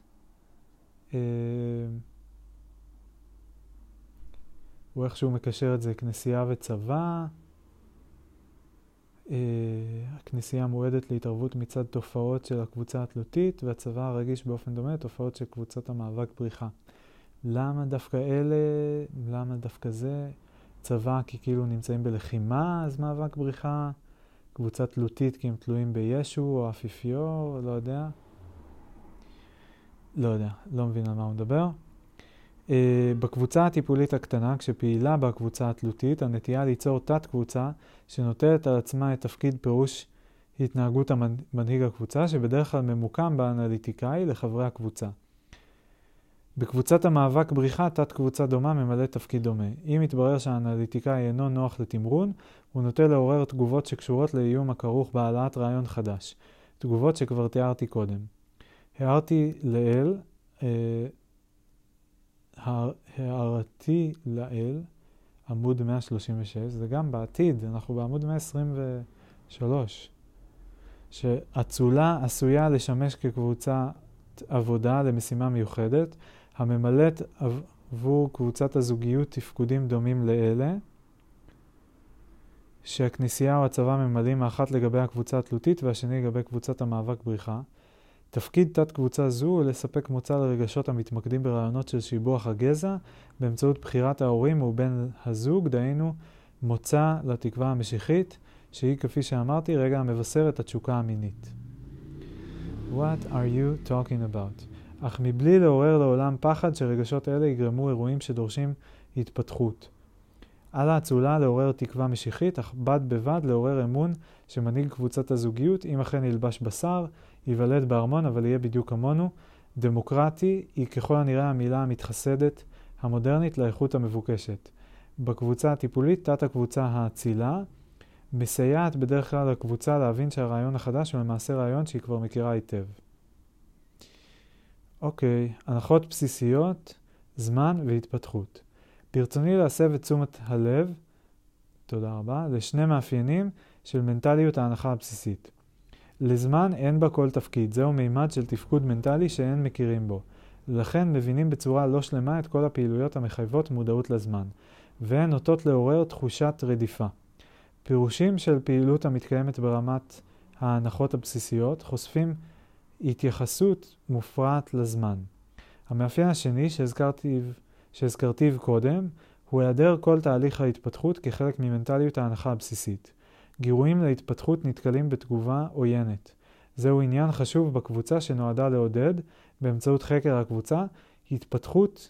הוא איכשהו מקשר את זה כנסייה וצבא. הכנסייה מועדת להתערבות מצד תופעות של הקבוצה התלותית, והצבא הרגיש באופן דומה לתופעות של קבוצת המאבק בריחה. למה דווקא אלה? למה דווקא זה? צבא כי כאילו נמצאים בלחימה, אז מאבק בריחה. קבוצה תלותית כי הם תלויים בישו או אפיפיור, לא יודע. לא מבין על מה הוא מדבר. בקבוצה הטיפולית הקטנה, כשפעילה בקבוצה התלותית, הנטייה ליצור תת קבוצה שנוטלת על עצמה את תפקיד פירוש התנהגות מנהיג הקבוצה, שבדרך כלל ממוקם באנליטיקאי לחברי הקבוצה. בקבוצת המאבק בריחה, תת קבוצה דומה ממלא תפקיד דומה. אם יתברר שהאנליטיקאי אינו נוח לתמרון, הוא נוטה לעורר תגובות שקשורות לאיום הכרוך בהעלאת רעיון חדש. תגובות שכבר תיארתי קודם. הערתי לאל, עמוד 136, זה גם בעתיד, אנחנו בעמוד 123, שהצולה עשויה לשמש כקבוצת עבודה למשימה מיוחדת, הממלאת עבור קבוצת הזוגיות תפקודים דומים לאלה, שהכנסייה או הצבא ממלאים האחת לגבי הקבוצה התלותית והשני לגבי קבוצת המאבק בריחה. תפקיד תת קבוצה זו הוא לספק מוצא לרגשות המתמקדים ברעיונות של שיבוח הגזע באמצעות בחירת ההורים ובן הזוג, דהיינו מוצא לתקווה המשיחית, שהיא כפי שאמרתי רגע המבשר את התשוקה המינית. What are you talking about? אך מבלי לעורר לעולם פחד שרגשות אלה יגרמו אירועים שדורשים התפתחות. על האצולה לעורר תקווה משיחית, אך בד בבד לעורר אמון שמנהיג קבוצת הזוגיות, אם אכן ילבש בשר, ייוולד בארמון אבל יהיה בדיוק כמונו. דמוקרטי היא ככל הנראה המילה המתחסדת המודרנית לאיכות המבוקשת. בקבוצה הטיפולית, תת הקבוצה האצילה, מסייעת בדרך כלל לקבוצה להבין שהרעיון החדש הוא למעשה רעיון שהיא כבר מכירה היטב. אוקיי, הנחות בסיסיות, זמן והתפתחות. ברצוני להסב את תשומת הלב, תודה רבה, לשני מאפיינים של מנטליות ההנחה הבסיסית. לזמן אין בה כל תפקיד, זהו מימד של תפקוד מנטלי שאין מכירים בו. לכן מבינים בצורה לא שלמה את כל הפעילויות המחייבות מודעות לזמן, והן נוטות לעורר תחושת רדיפה. פירושים של פעילות המתקיימת ברמת ההנחות הבסיסיות חושפים התייחסות מופרעת לזמן. המאפיין השני שהזכרתיו קודם הוא היעדר כל תהליך ההתפתחות כחלק ממנטליות ההנחה הבסיסית. גירויים להתפתחות נתקלים בתגובה עוינת. זהו עניין חשוב בקבוצה שנועדה לעודד, באמצעות חקר הקבוצה, התפתחות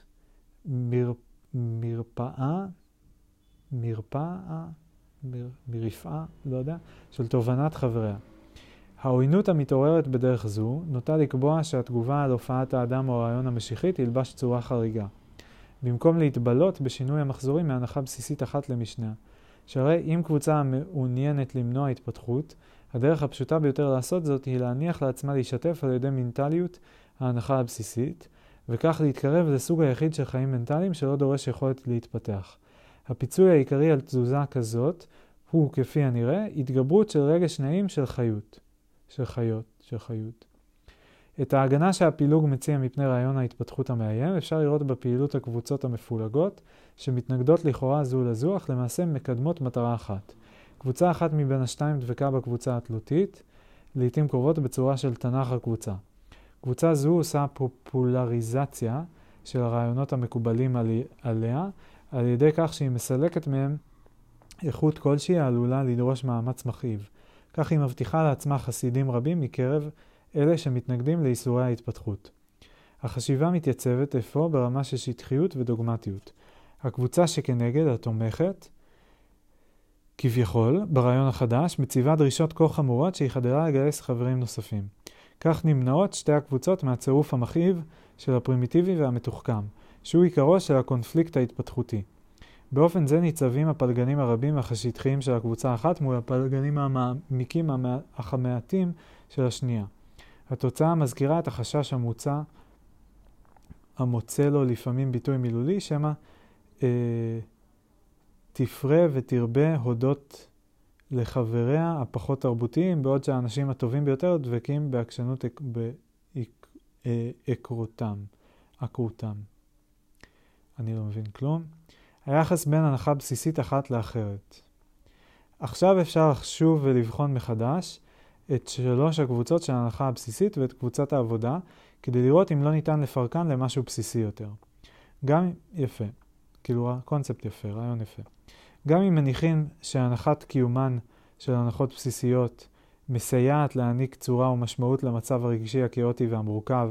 מרפאה, של תובנת חבריה. העוינות המתעוררת בדרך זו נוטה לקבוע שהתגובה על הופעת האדם או הרעיון המשיחי תלבש צורה חריגה, במקום להתבלות בשינוי המחזורים מהנחה בסיסית אחת למשנה. שהרי אם קבוצה מעוניינת למנוע התפתחות, הדרך הפשוטה ביותר לעשות זאת היא להניח לעצמה להשתף על ידי מנטליות ההנחה הבסיסית, וכך להתקרב לסוג היחיד של חיים מנטליים שלא דורש יכולת להתפתח. הפיצוי העיקרי על תזוזה כזאת הוא, כפי הנראה, התגברות של רגש נעים של חיות. את ההגנה שהפילוג מציע מפני רעיון ההתפתחות המאיים אפשר לראות בפעילות הקבוצות המפולגות שמתנגדות לכאורה זו לזו, אך למעשה מקדמות מטרה אחת. קבוצה אחת מבין השתיים דבקה בקבוצה התלותית, לעתים קרובות בצורה של תנ"ך הקבוצה. קבוצה זו עושה פופולריזציה של הרעיונות המקובלים עליה, על ידי כך שהיא מסלקת מהם איכות כלשהי העלולה לדרוש מאמץ מכאיב. כך היא מבטיחה לעצמה חסידים רבים מקרב אלה שמתנגדים לאיסורי ההתפתחות. החשיבה מתייצבת אפוא ברמה של שטחיות ודוגמטיות. הקבוצה שכנגד, התומכת, כביכול, ברעיון החדש, מציבה דרישות כה חמורות שהיא חדלה לגייס חברים נוספים. כך נמנעות שתי הקבוצות מהצירוף המכאיב של הפרימיטיבי והמתוחכם, שהוא עיקרו של הקונפליקט ההתפתחותי. באופן זה ניצבים הפלגנים הרבים החשיתחיים של הקבוצה האחת מול הפלגנים המעמיקים אך המעטים של השנייה. התוצאה מזכירה את החשש המוצא לו לפעמים ביטוי מילולי, שמה תפרה ותרבה הודות לחבריה הפחות תרבותיים, בעוד שהאנשים הטובים ביותר דבקים בעקשנות עקרותם. אני לא מבין כלום. היחס בין הנחה בסיסית אחת לאחרת. עכשיו אפשר לחשוב ולבחון מחדש את שלוש הקבוצות של ההנחה הבסיסית ואת קבוצת העבודה, כדי לראות אם לא ניתן לפרקן למשהו בסיסי יותר. גם יפה, כאילו קונספט יפה, רעיון יפה. גם אם מניחים שהנחת קיומן של הנחות בסיסיות מסייעת להעניק צורה ומשמעות למצב הרגשי הכאוטי והמורכב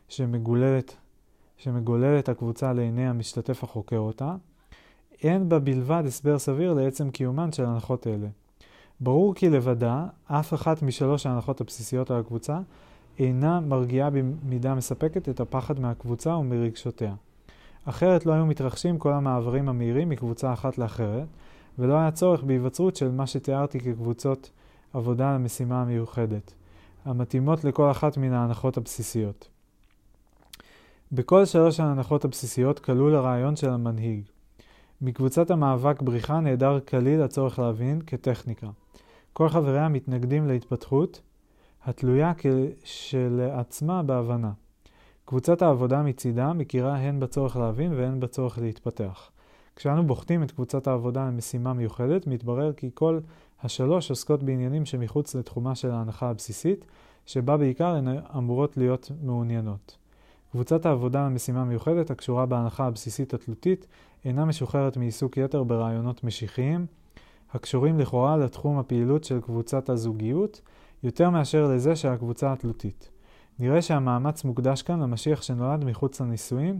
שמגוללת הקבוצה לעיני המשתתף החוקר אותה, אין בה בלבד הסבר סביר לעצם קיומן של הנחות אלה. ברור כי לבדה, אף אחת משלוש ההנחות הבסיסיות על הקבוצה אינה מרגיעה במידה מספקת את הפחד מהקבוצה ומרגשותיה. אחרת לא היו מתרחשים כל המעברים המהירים מקבוצה אחת לאחרת, ולא היה צורך בהיווצרות של מה שתיארתי כקבוצות עבודה למשימה המיוחדת, המתאימות לכל אחת מן ההנחות הבסיסיות. בכל שלוש ההנחות הבסיסיות כלול הרעיון של המנהיג. מקבוצת המאבק בריחה נעדר כליל הצורך להבין כטכניקה. כל חבריה מתנגדים להתפתחות, התלויה כשלעצמה בהבנה. קבוצת העבודה מצידה מכירה הן בצורך להבין והן בצורך להתפתח. כשאנו בוחנים את קבוצת העבודה למשימה מיוחדת, מתברר כי כל השלוש עוסקות בעניינים שמחוץ לתחומה של ההנחה הבסיסית, שבה בעיקר הן אמורות להיות מעוניינות. קבוצת העבודה למשימה מיוחדת, הקשורה בהנחה הבסיסית התלותית, אינה משוחררת מעיסוק יתר ברעיונות משיחיים, הקשורים לכאורה לתחום הפעילות של קבוצת הזוגיות, יותר מאשר לזה של הקבוצה התלותית. נראה שהמאמץ מוקדש כאן למשיח שנולד מחוץ לנישואין,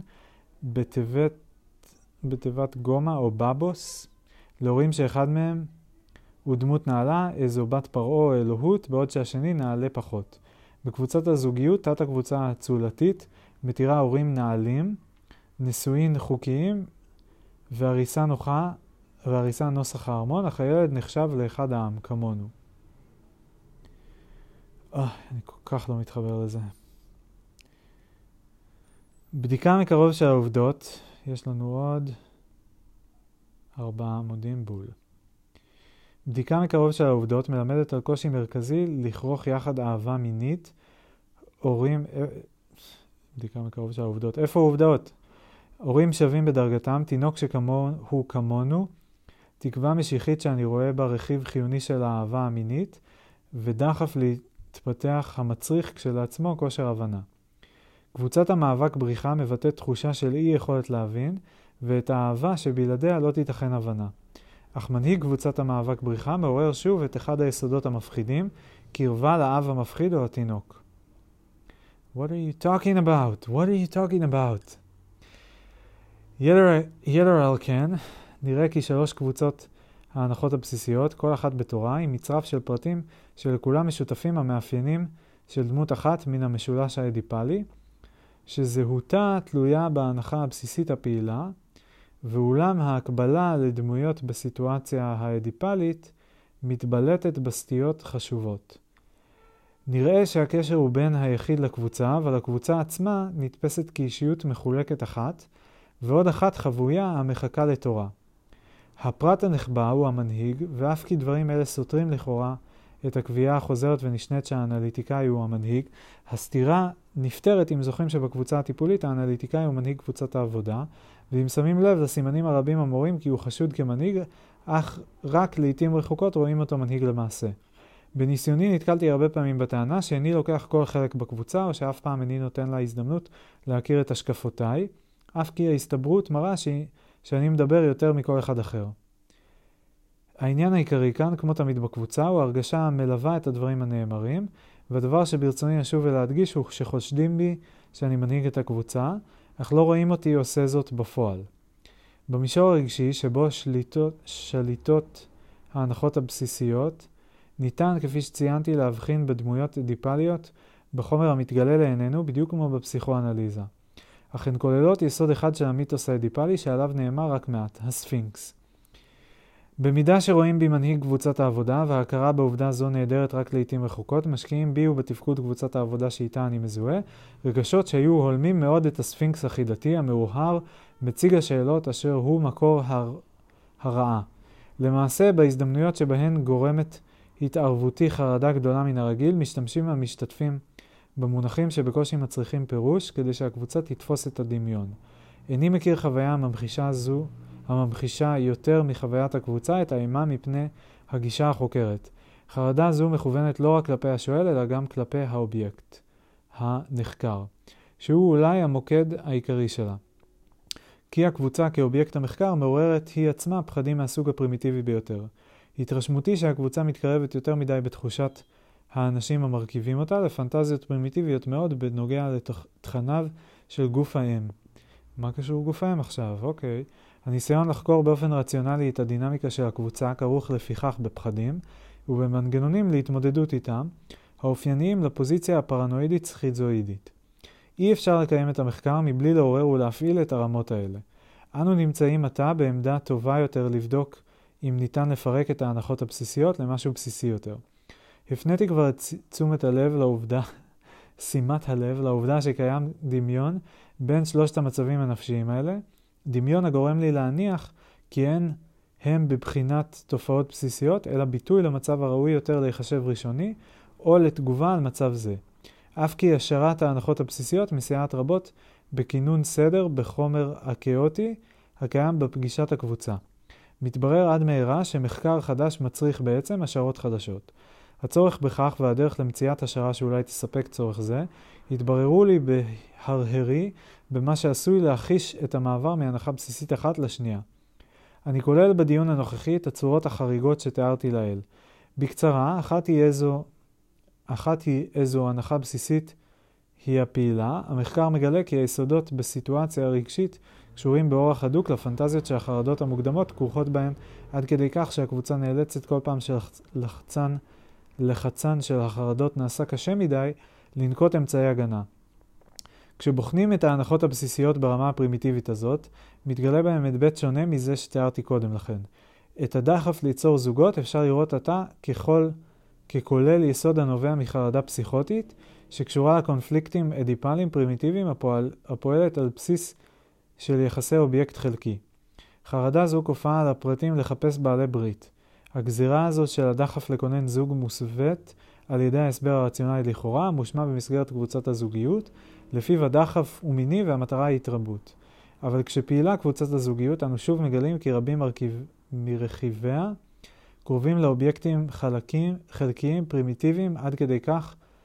בתיבת גומה או בבוס, להורים שאחד מהם הוא דמות נעלה, איזו בת פרעה או אלוהות, בעוד שהשני נעלה פחות. בקבוצת הזוגיות, תת הקבוצה הצולתית, מתירה הורים נעלים, נישואין חוקיים והריסה נוסח הארמון, אך הילד נחשב לאחד העם, כמונו. אני כל כך לא מתחבר לזה. בדיקה מקרוב של העובדות, יש לנו עוד 4 עמודים בול. בדיקה מקרוב של העובדות מלמדת על קושי מרכזי לכרוך יחד אהבה מינית, הורים... בדיקה מקרוב של העובדות. איפה העובדות? הורים שווים בדרגתם, תינוק שכמוהו כמונו, תקווה משיחית שאני רואה בה רכיב חיוני של האהבה המינית, ודחף להתפתח המצריך כשלעצמו כושר הבנה. קבוצת המאבק בריחה מבטאת תחושה של אי יכולת להבין, ואת האהבה שבלעדיה לא תיתכן הבנה. אך מנהיג קבוצת המאבק בריחה מעורר שוב את אחד היסודות המפחידים, קרבה לאב המפחיד או התינוק. What are you talking about? What are you talking about? יתר על כן, נראה כי 3 קבוצות ההנחות הבסיסיות, כל אחת בתורה, עם מצרף של פרטים שלכולם משותפים המאפיינים של דמות אחת מן המשולש האדיפלי, שזהותה תלויה בהנחה הבסיסית הפעילה, ואולם ההקבלה לדמויות בסיטואציה האדיפלית מתבלטת בסטיות חשובות. נראה שהקשר הוא בין היחיד לקבוצה, אבל הקבוצה עצמה נתפסת כאישיות מחולקת אחת, ועוד אחת חבויה המחכה לתורה. הפרט הנחבא הוא המנהיג, ואף כי דברים אלה סותרים לכאורה את הקביעה החוזרת ונשנית שהאנליטיקאי הוא המנהיג, הסתירה נפתרת אם זוכרים שבקבוצה הטיפולית האנליטיקאי הוא מנהיג קבוצת העבודה, ואם שמים לב לסימנים הרבים המורים כי הוא חשוד כמנהיג, אך רק לעתים רחוקות רואים אותו מנהיג למעשה. בניסיוני נתקלתי הרבה פעמים בטענה שאיני לוקח כל חלק בקבוצה, או שאף פעם איני נותן לה הזדמנות להכיר את השקפותיי, אף כי ההסתברות מראה שאני מדבר יותר מכל אחד אחר. העניין העיקרי כאן, כמו תמיד בקבוצה, הוא הרגשה המלווה את הדברים הנאמרים, והדבר שברצוני לשוב ולהדגיש הוא שחושדים בי שאני מנהיג את הקבוצה, אך לא רואים אותי עושה זאת בפועל. במישור הרגשי, שבו שליטות ההנחות הבסיסיות, ניתן, כפי שציינתי, להבחין בדמויות אדיפליות בחומר המתגלה לעינינו, בדיוק כמו בפסיכואנליזה. אך הן כוללות יסוד אחד של המיתוס האדיפלי שעליו נאמר רק מעט, הספינקס. במידה שרואים בי מנהיג קבוצת העבודה, וההכרה בעובדה זו נהדרת רק לעתים רחוקות, משקיעים בי ובתפקוד קבוצת העבודה שאיתה אני מזוהה, רגשות שהיו הולמים מאוד את הספינקס החידתי, המאוהר, מציג השאלות אשר הוא מקור הרעה. למעשה, בהזדמנויות שבהן גורמת התערבותי חרדה גדולה מן הרגיל, משתמשים המשתתפים במונחים שבקושי מצריכים פירוש, כדי שהקבוצה תתפוס את הדמיון. איני מכיר חוויה הממחישה יותר מחוויית הקבוצה את האימה מפני הגישה החוקרת. חרדה זו מכוונת לא רק כלפי השואל, אלא גם כלפי האובייקט, הנחקר, שהוא אולי המוקד העיקרי שלה. כי הקבוצה כאובייקט המחקר מעוררת היא עצמה פחדים מהסוג הפרימיטיבי ביותר. התרשמותי שהקבוצה מתקרבת יותר מדי בתחושת האנשים המרכיבים אותה לפנטזיות פרימיטיביות מאוד בנוגע לתכניו של גוף האם. מה קשור גוף האם עכשיו? אוקיי. הניסיון לחקור באופן רציונלי את הדינמיקה של הקבוצה כרוך לפיכך בפחדים ובמנגנונים להתמודדות איתם, האופייניים לפוזיציה הפרנואידית סכיזואידית. אי אפשר לקיים את המחקר מבלי לעורר ולהפעיל את הרמות האלה. אנו נמצאים עתה בעמדה טובה יותר לבדוק אם ניתן לפרק את ההנחות הבסיסיות למשהו בסיסי יותר. הפניתי כבר את תשומת הלב לעובדה, שימת הלב לעובדה שקיים דמיון בין 3 המצבים הנפשיים האלה, דמיון הגורם לי להניח כי הם בבחינת תופעות בסיסיות, אלא ביטוי למצב הראוי יותר להיחשב ראשוני, או לתגובה על מצב זה. אף כי השארת ההנחות הבסיסיות מסייעת רבות בכינון סדר בחומר הכאוטי הקיים בפגישת הקבוצה. מתברר עד מהרה שמחקר חדש מצריך בעצם השערות חדשות. הצורך בכך והדרך למציאת השערה שאולי תספק צורך זה, התבררו לי בהרהרי במה שעשוי להחיש את המעבר מהנחה בסיסית אחת לשנייה. אני כולל בדיון הנוכחי את הצורות החריגות שתיארתי לאל. בקצרה, אחת היא איזו הנחה בסיסית היא הפעילה. המחקר מגלה כי היסודות בסיטואציה הרגשית קשורים באורח הדוק לפנטזיות שהחרדות המוקדמות כרוכות בהן, עד כדי כך שהקבוצה נאלצת כל פעם שלחצן של החרדות נעשה קשה מדי, לנקוט אמצעי הגנה. כשבוחנים את ההנחות הבסיסיות ברמה הפרימיטיבית הזאת, מתגלה בהם היבט שונה מזה שתיארתי קודם לכן. את הדחף ליצור זוגות אפשר לראות עתה ככולל יסוד הנובע מחרדה פסיכוטית, שקשורה לקונפליקטים אדיפליים פרימיטיביים הפועלת על בסיס של יחסי אובייקט חלקי. חרדה זו כופה על הפרטים לחפש בעלי ברית. הגזירה הזאת של הדחף לכונן זוג מוסווית על ידי ההסבר הרציונלי לכאורה, מושמע במסגרת קבוצת הזוגיות, לפיו הדחף הוא מיני והמטרה היא התרבות. אבל כשפעילה קבוצת הזוגיות, אנו שוב מגלים כי רבים מרכיביה קרובים לאובייקטים חלקיים פרימיטיביים עד כדי כך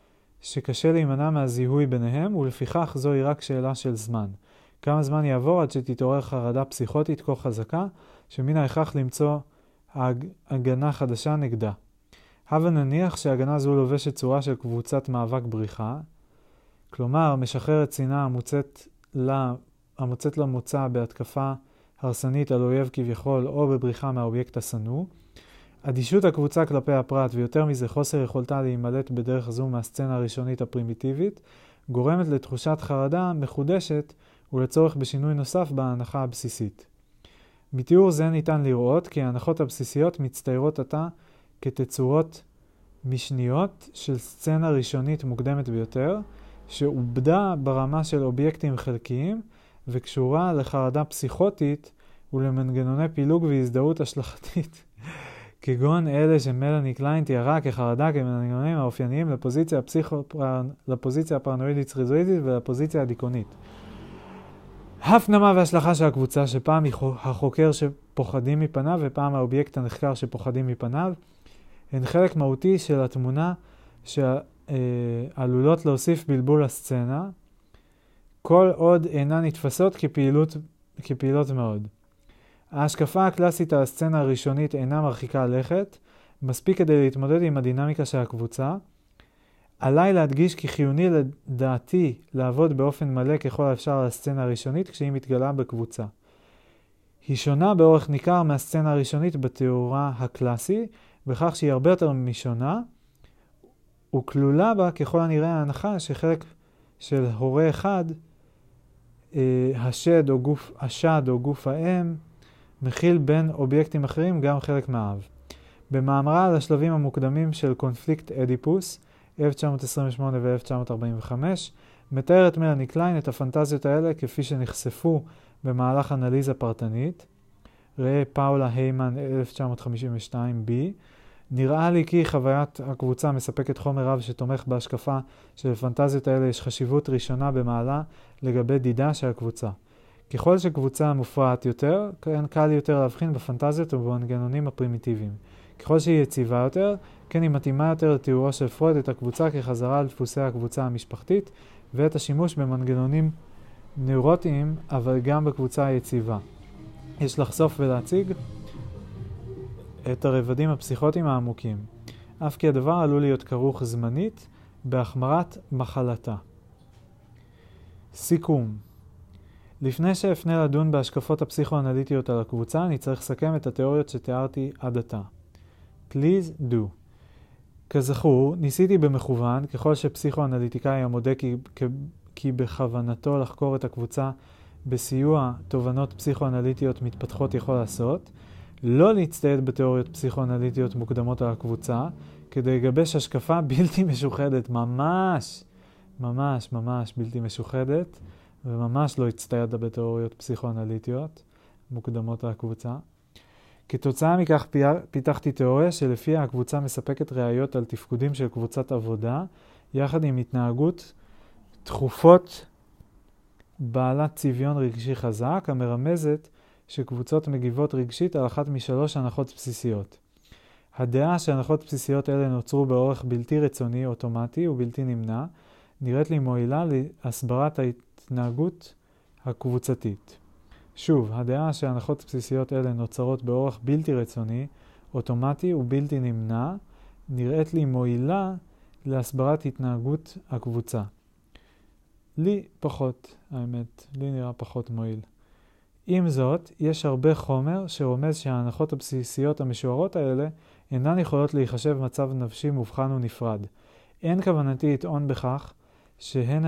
שקשה להימנע מהזיהוי ביניהם, ולפיכך זוהי רק שאלה של זמן. כמה זמן יעבור עד שתתעורר חרדה פסיכוטית כה חזקה, שמן ההכרח למצוא הגנה חדשה נגדה. הבה נניח שהגנה זו לובשת צורה של קבוצת מאבק בריחה, כלומר משחררת שנאה המוצאת למוצא בהתקפה הרסנית על אויב כביכול או בבריחה מהאובייקט השנוא. אדישות הקבוצה כלפי הפרט, ויותר מזה חוסר יכולתה להימלט בדרך זו מהסצנה הראשונית הפרימיטיבית, גורמת לתחושת חרדה מחודשת ולצורך בשינוי נוסף בהנחה הבסיסית. מתיאור זה ניתן לראות כי ההנחות הבסיסיות מצטיירות עתה כתצורות משניות של סצנה ראשונית מוקדמת ביותר, שעובדה ברמה של אובייקטים חלקיים וקשורה לחרדה פסיכוטית ולמנגנוני פילוג והזדהות השלכתית, כגון אלה שמלאני קליין תיארה כחרדה כמנגנונים האופייניים לפוזיציה הפרנואידית סכיזואידית ולפוזיציה הדיכאונית. הפנמה והשלכה של הקבוצה, שפעם החוקר שפוחדים מפניו ופעם האובייקט הנחקר שפוחדים מפניו, הן חלק מהותי של התמונה שעלולות להוסיף בלבול לסצנה, כל עוד אינן נתפסות כפעילות מאוד. ההשקפה הקלאסית על הסצנה הראשונית אינה מרחיקה לכת, מספיק כדי להתמודד עם הדינמיקה של הקבוצה. עליי להדגיש כי חיוני לדעתי לעבוד באופן מלא ככל האפשר על הסצנה הראשונית כשהיא מתגלה בקבוצה. היא שונה באורך ניכר מהסצנה הראשונית בתיאורה הקלאסי, בכך שהיא הרבה יותר משונה, וכלולה בה ככל הנראה ההנחה שחלק של הורה אחד, השד או גוף האם, מכיל בין אובייקטים אחרים גם חלק מהאב. במאמרה על השלבים המוקדמים של קונפליקט אדיפוס, 1928 ו-1945, מתארת מלאני קליין את הפנטזיות האלה כפי שנחשפו במהלך אנליזה פרטנית. ראה פאולה היימן 1952b. נראה לי כי חוויית הקבוצה מספקת חומר רב שתומך בהשקפה שלפנטזיות האלה יש חשיבות ראשונה במעלה לגבי דידה של הקבוצה. ככל שקבוצה מופרעת יותר, כן קל יותר להבחין בפנטזיות ובמנגנונים הפרימיטיביים. ככל שהיא יציבה יותר, כן היא מתאימה יותר לתיאורו של פרויד את הקבוצה כחזרה על דפוסי הקבוצה המשפחתית ואת השימוש במנגנונים נוירוטיים, אבל גם בקבוצה היציבה. יש לחשוף ולהציג את הרבדים הפסיכוטיים העמוקים, אף כי הדבר עלול להיות כרוך זמנית בהחמרת מחלתה. סיכום. לפני שאפנה לדון בהשקפות הפסיכואנליטיות על הקבוצה, אני צריך לסכם את התיאוריות שתיארתי עד עתה. Please do. כזכור, ניסיתי במכוון, ככל שפסיכואנליטיקאי המודה כי בכוונתו לחקור את הקבוצה בסיוע תובנות פסיכואנליטיות מתפתחות יכול לעשות, לא להצטייד בתיאוריות פסיכואנליטיות מוקדמות על הקבוצה, כדי לגבש השקפה בלתי משוחדת, ממש בלתי משוחדת, וממש לא הצטייד בתיאוריות פסיכואנליטיות מוקדמות על הקבוצה. כתוצאה מכך פיתחתי תיאוריה שלפיה הקבוצה מספקת ראיות על תפקודים של קבוצת עבודה, יחד עם התנהגות תכופות בעלת צביון רגשי חזק, המרמזת שקבוצות מגיבות רגשית על אחת משלוש הנחות בסיסיות. הדעה שהנחות בסיסיות אלה נוצרו באורך בלתי רצוני, אוטומטי ובלתי נמנע, נראית לי מועילה להסברת ההתנהגות הקבוצתית. שוב, הדעה שהנחות בסיסיות אלה נוצרות באורך בלתי רצוני, אוטומטי ובלתי נמנע, נראית לי מועילה להסברת התנהגות הקבוצה. לי פחות, האמת, לי נראה פחות מועיל. עם זאת, יש הרבה חומר שרומז שההנחות הבסיסיות המשוערות האלה אינן יכולות להיחשב מצב נפשי מובחן ונפרד. אין כוונתי לטעון בכך שהן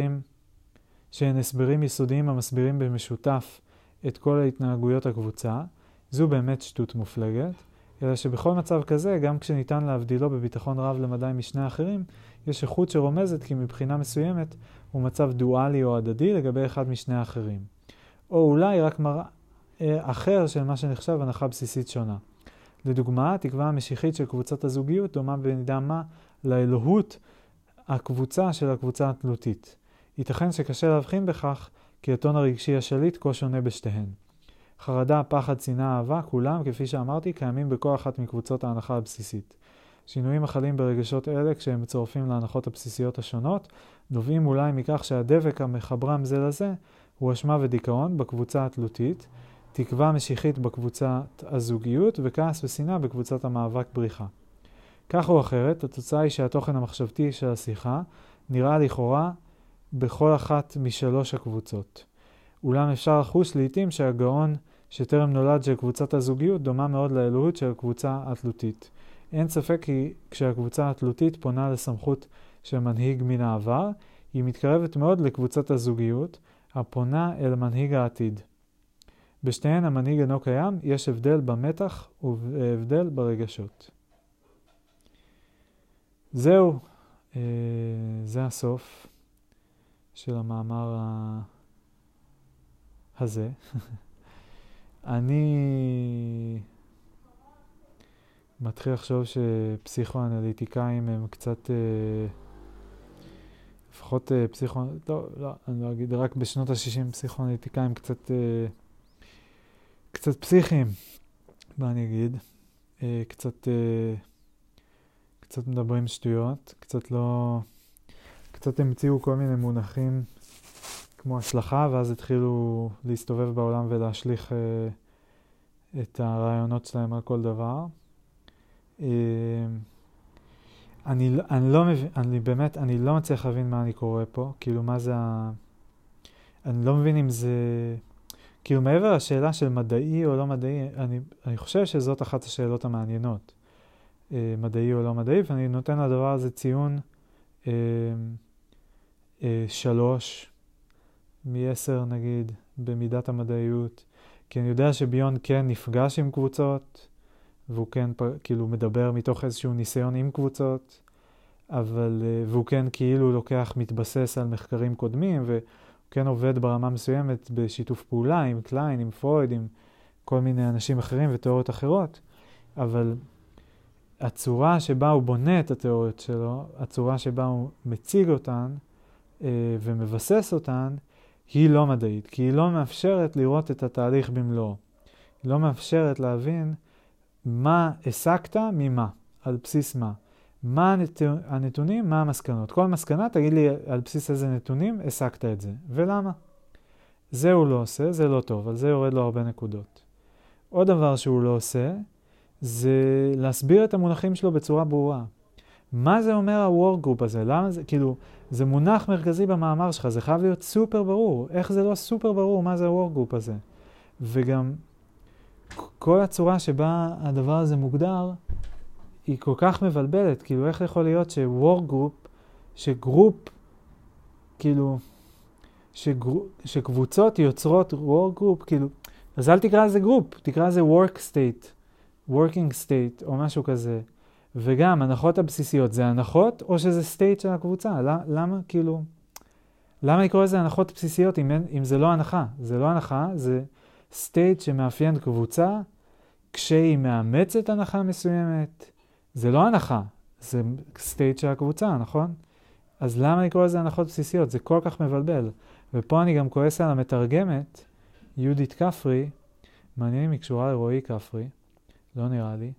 הסברים יסודיים המסבירים במשותף את כל ההתנהגויות הקבוצה, זו באמת שטות מופלגת, אלא שבכל מצב כזה, גם כשניתן להבדילו בביטחון רב למדי משני אחרים, יש איכות שרומזת כי מבחינה מסוימת הוא מצב דואלי או הדדי לגבי אחד משני האחרים. או אולי רק מראה אחר של מה שנחשב הנחה בסיסית שונה. לדוגמה, התקווה המשיחית של קבוצת הזוגיות דומה במידה מה לאלוהות הקבוצה של הקבוצה התלותית. ייתכן שקשה להבחין בכך כי הטון הרגשי השליט כה שונה בשתיהן. חרדה, פחד, שנאה, אהבה, כולם, כפי שאמרתי, קיימים בכל אחת מקבוצות ההנחה הבסיסית. שינויים החלים ברגשות אלה כשהם מצורפים להנחות הבסיסיות השונות, נובעים אולי מכך שהדבק המחברם זה לזה הוא אשמה ודיכאון בקבוצה התלותית, תקווה משיחית בקבוצת הזוגיות וכעס ושנאה בקבוצת המאבק בריחה. כך או אחרת, התוצאה היא שהתוכן המחשבתי של השיחה נראה לכאורה בכל אחת משלוש הקבוצות. אולם אפשר לחוש לעתים שהגאון שטרם נולד של קבוצת הזוגיות דומה מאוד לאלוהות של הקבוצה התלותית. אין ספק כי כשהקבוצה התלותית פונה לסמכות של מנהיג מן העבר, היא מתקרבת מאוד לקבוצת הזוגיות, הפונה אל מנהיג העתיד. בשתיהן המנהיג אינו קיים, יש הבדל במתח והבדל ברגשות. זהו, זה הסוף של המאמר הזה. אני מתחיל לחשוב שפסיכואנליטיקאים הם קצת, לפחות אני לא אגיד, רק בשנות ה-60 פסיכואנליטיקאים קצת פסיכיים, מה אני אגיד, קצת מדברים שטויות, קצת המציאו כל מיני מונחים כמו השלכה, ואז התחילו להסתובב בעולם ולהשליך את הרעיונות שלהם על כל דבר. אני לא מצליח להבין מה אני קורא פה, כאילו מה זה אני לא מבין אם זה, כאילו מעבר לשאלה של מדעי או לא מדעי, אני חושב שזאת אחת השאלות המעניינות, מדעי או לא מדעי, ואני נותן לדבר הזה ציון 3 מ-10 נגיד, במידת המדעיות, כי אני יודע שביון כן נפגש עם קבוצות, והוא כן כאילו מדבר מתוך איזשהו ניסיון עם קבוצות, והוא כן כאילו מתבסס על מחקרים קודמים, והוא כן עובד ברמה מסוימת בשיתוף פעולה עם קליין, עם פרויד, עם כל מיני אנשים אחרים ותיאוריות אחרות, אבל הצורה שבה הוא בונה את התיאוריות שלו, הצורה שבה הוא מציג אותן ומבסס אותן, היא לא מדעית, כי היא לא מאפשרת לראות את התהליך במלואו. היא לא מאפשרת להבין מה הסקת ממה, על בסיס מה. מה הנתונים, מה המסקנות. כל מסקנה, תגיד לי על בסיס איזה נתונים הסקת את זה, ולמה. זה הוא לא עושה, זה לא טוב, על זה יורד לו הרבה נקודות. עוד דבר שהוא לא עושה, זה להסביר את המונחים שלו בצורה ברורה. מה זה אומר ה-work group הזה? למה זה, כאילו, זה מונח מרכזי במאמר שלך, זה חייב להיות סופר ברור. איך זה לא סופר ברור מה זה ה-work group הזה? וגם כל הצורה שבה הדבר הזה מוגדר, היא כל כך מבלבלת. כאילו, איך יכול להיות ש-work group, שגרופ, כאילו, שקבוצות יוצרות work group, כאילו, אז אל תקרא לזה גרופ, תקרא לזה work state, working state, או משהו כזה. וגם, הנחות הבסיסיות, זה הנחות או שזה סטייט של הקבוצה? למה, כאילו, למה לקרוא לזה הנחות בסיסיות אם זה לא הנחה? זה לא הנחה, זה סטייט שמאפיין קבוצה כשהיא מאמצת הנחה מסוימת. זה לא הנחה, זה סטייט של הקבוצה, נכון? אז למה לקרוא לזה הנחות בסיסיות? זה כל כך מבלבל. ופה אני גם כועס על המתרגמת, יהודית כפרי, מעניין אם היא קשורה לרועי כפרי, לא נראה לי.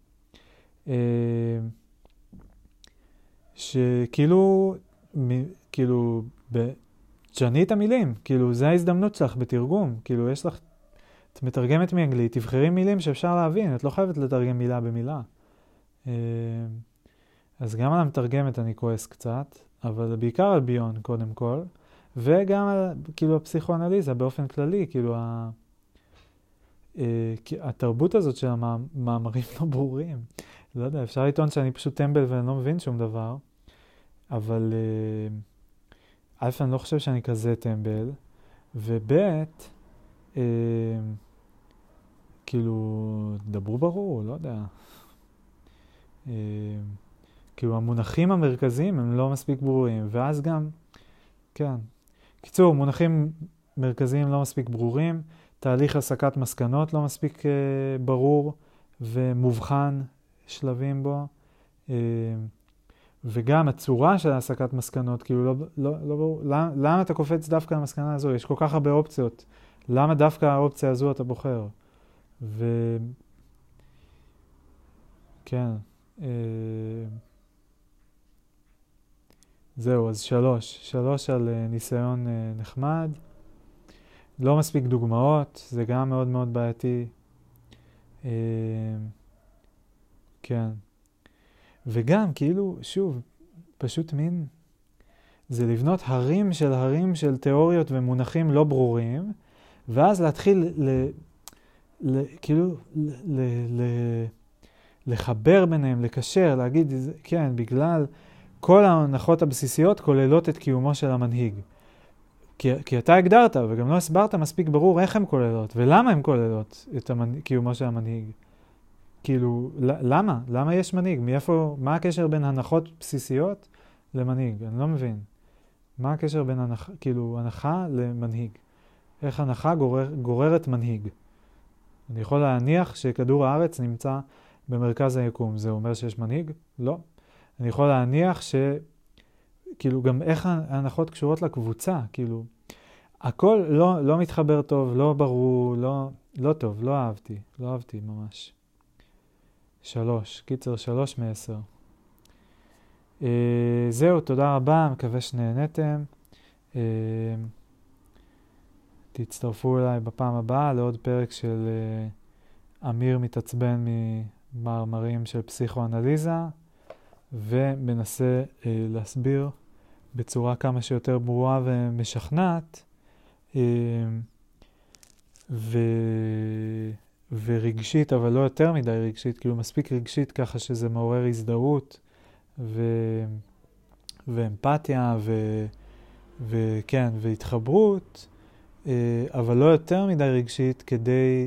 שכאילו, תשני את המילים, כאילו, זה ההזדמנות שלך בתרגום, כאילו, יש לך, את מתרגמת מאנגלית, תבחרי מילים שאפשר להבין, את לא חייבת לתרגם מילה במילה. אז גם על המתרגמת אני כועס קצת, אבל בעיקר על ביון קודם כל, וגם על, כאילו, הפסיכואנליזה באופן כללי, כאילו, התרבות הזאת של המאמרים לא ברורים. לא יודע, אפשר לטעון שאני פשוט טמבל ואני לא מבין שום דבר, אבל א', אני לא חושב שאני כזה טמבל, וב', כאילו, דברו ברור, לא יודע. כאילו, המונחים המרכזיים הם לא מספיק ברורים, ואז גם, כן. קיצור, מונחים מרכזיים לא מספיק ברורים, תהליך הסקת מסקנות לא מספיק ברור ומובחן שלבים בו, וגם הצורה של הסקת מסקנות, כאילו לא ברור, למה אתה קופץ דווקא למסקנה הזו? יש כל כך הרבה אופציות, למה דווקא האופציה הזו אתה בוחר? כן, זהו, אז 3 על ניסיון נחמד. לא מספיק דוגמאות, זה גם מאוד מאוד בעייתי. כן. וגם, כאילו, שוב, פשוט מין, זה לבנות הרים של תיאוריות ומונחים לא ברורים, ואז להתחיל כאילו, לחבר ביניהם, לקשר, להגיד, כן, בגלל כל ההנחות הבסיסיות כוללות את קיומו של המנהיג. כי אתה הגדרת, וגם לא הסברת מספיק ברור איך הן כוללות, ולמה הן כוללות את קיומו של המנהיג. כאילו, למה? למה יש מנהיג? מה הקשר בין הנחות בסיסיות למנהיג? אני לא מבין. מה הקשר בין הנחה למנהיג? איך הנחה גוררת מנהיג? אני יכול להניח שכדור הארץ נמצא במרכז היקום. זה אומר שיש מנהיג? לא. אני יכול להניח כאילו גם איך ההנחות קשורות לקבוצה, כאילו, הכל לא מתחבר טוב, לא ברור, לא טוב, לא אהבתי ממש. 3, קיצר 3 מ-10. זהו, תודה רבה, מקווה שנהנתם. תצטרפו אליי בפעם הבאה לעוד פרק של אמיר מתעצבן ממאמרים של פסיכואנליזה, ומנסה להסביר בצורה כמה שיותר ברורה ומשכנעת, ורגשית, אבל לא יותר מדי רגשית, כאילו מספיק רגשית ככה שזה מעורר הזדהות ואמפתיה וכן, והתחברות, אבל לא יותר מדי רגשית כדי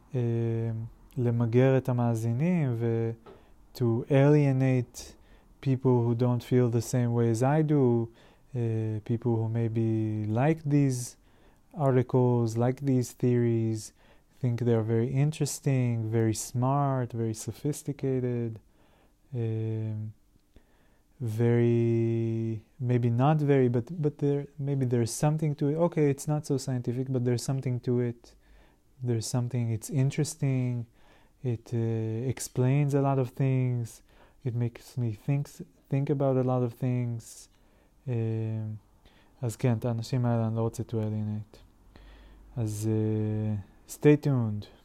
למגר את המאזינים to alienate people who don't feel the same way as I do, people who maybe like these articles, like these theories, think they're very interesting, very smart, very sophisticated, very, maybe not very, but maybe there's something to it. Okay, it's not so scientific, but there's something to it. There's something, it's interesting. It explains a lot of things. It makes me think about a lot of things. אז כן, את האנשים האלה אני לא רוצה to alienate. אז stay tuned.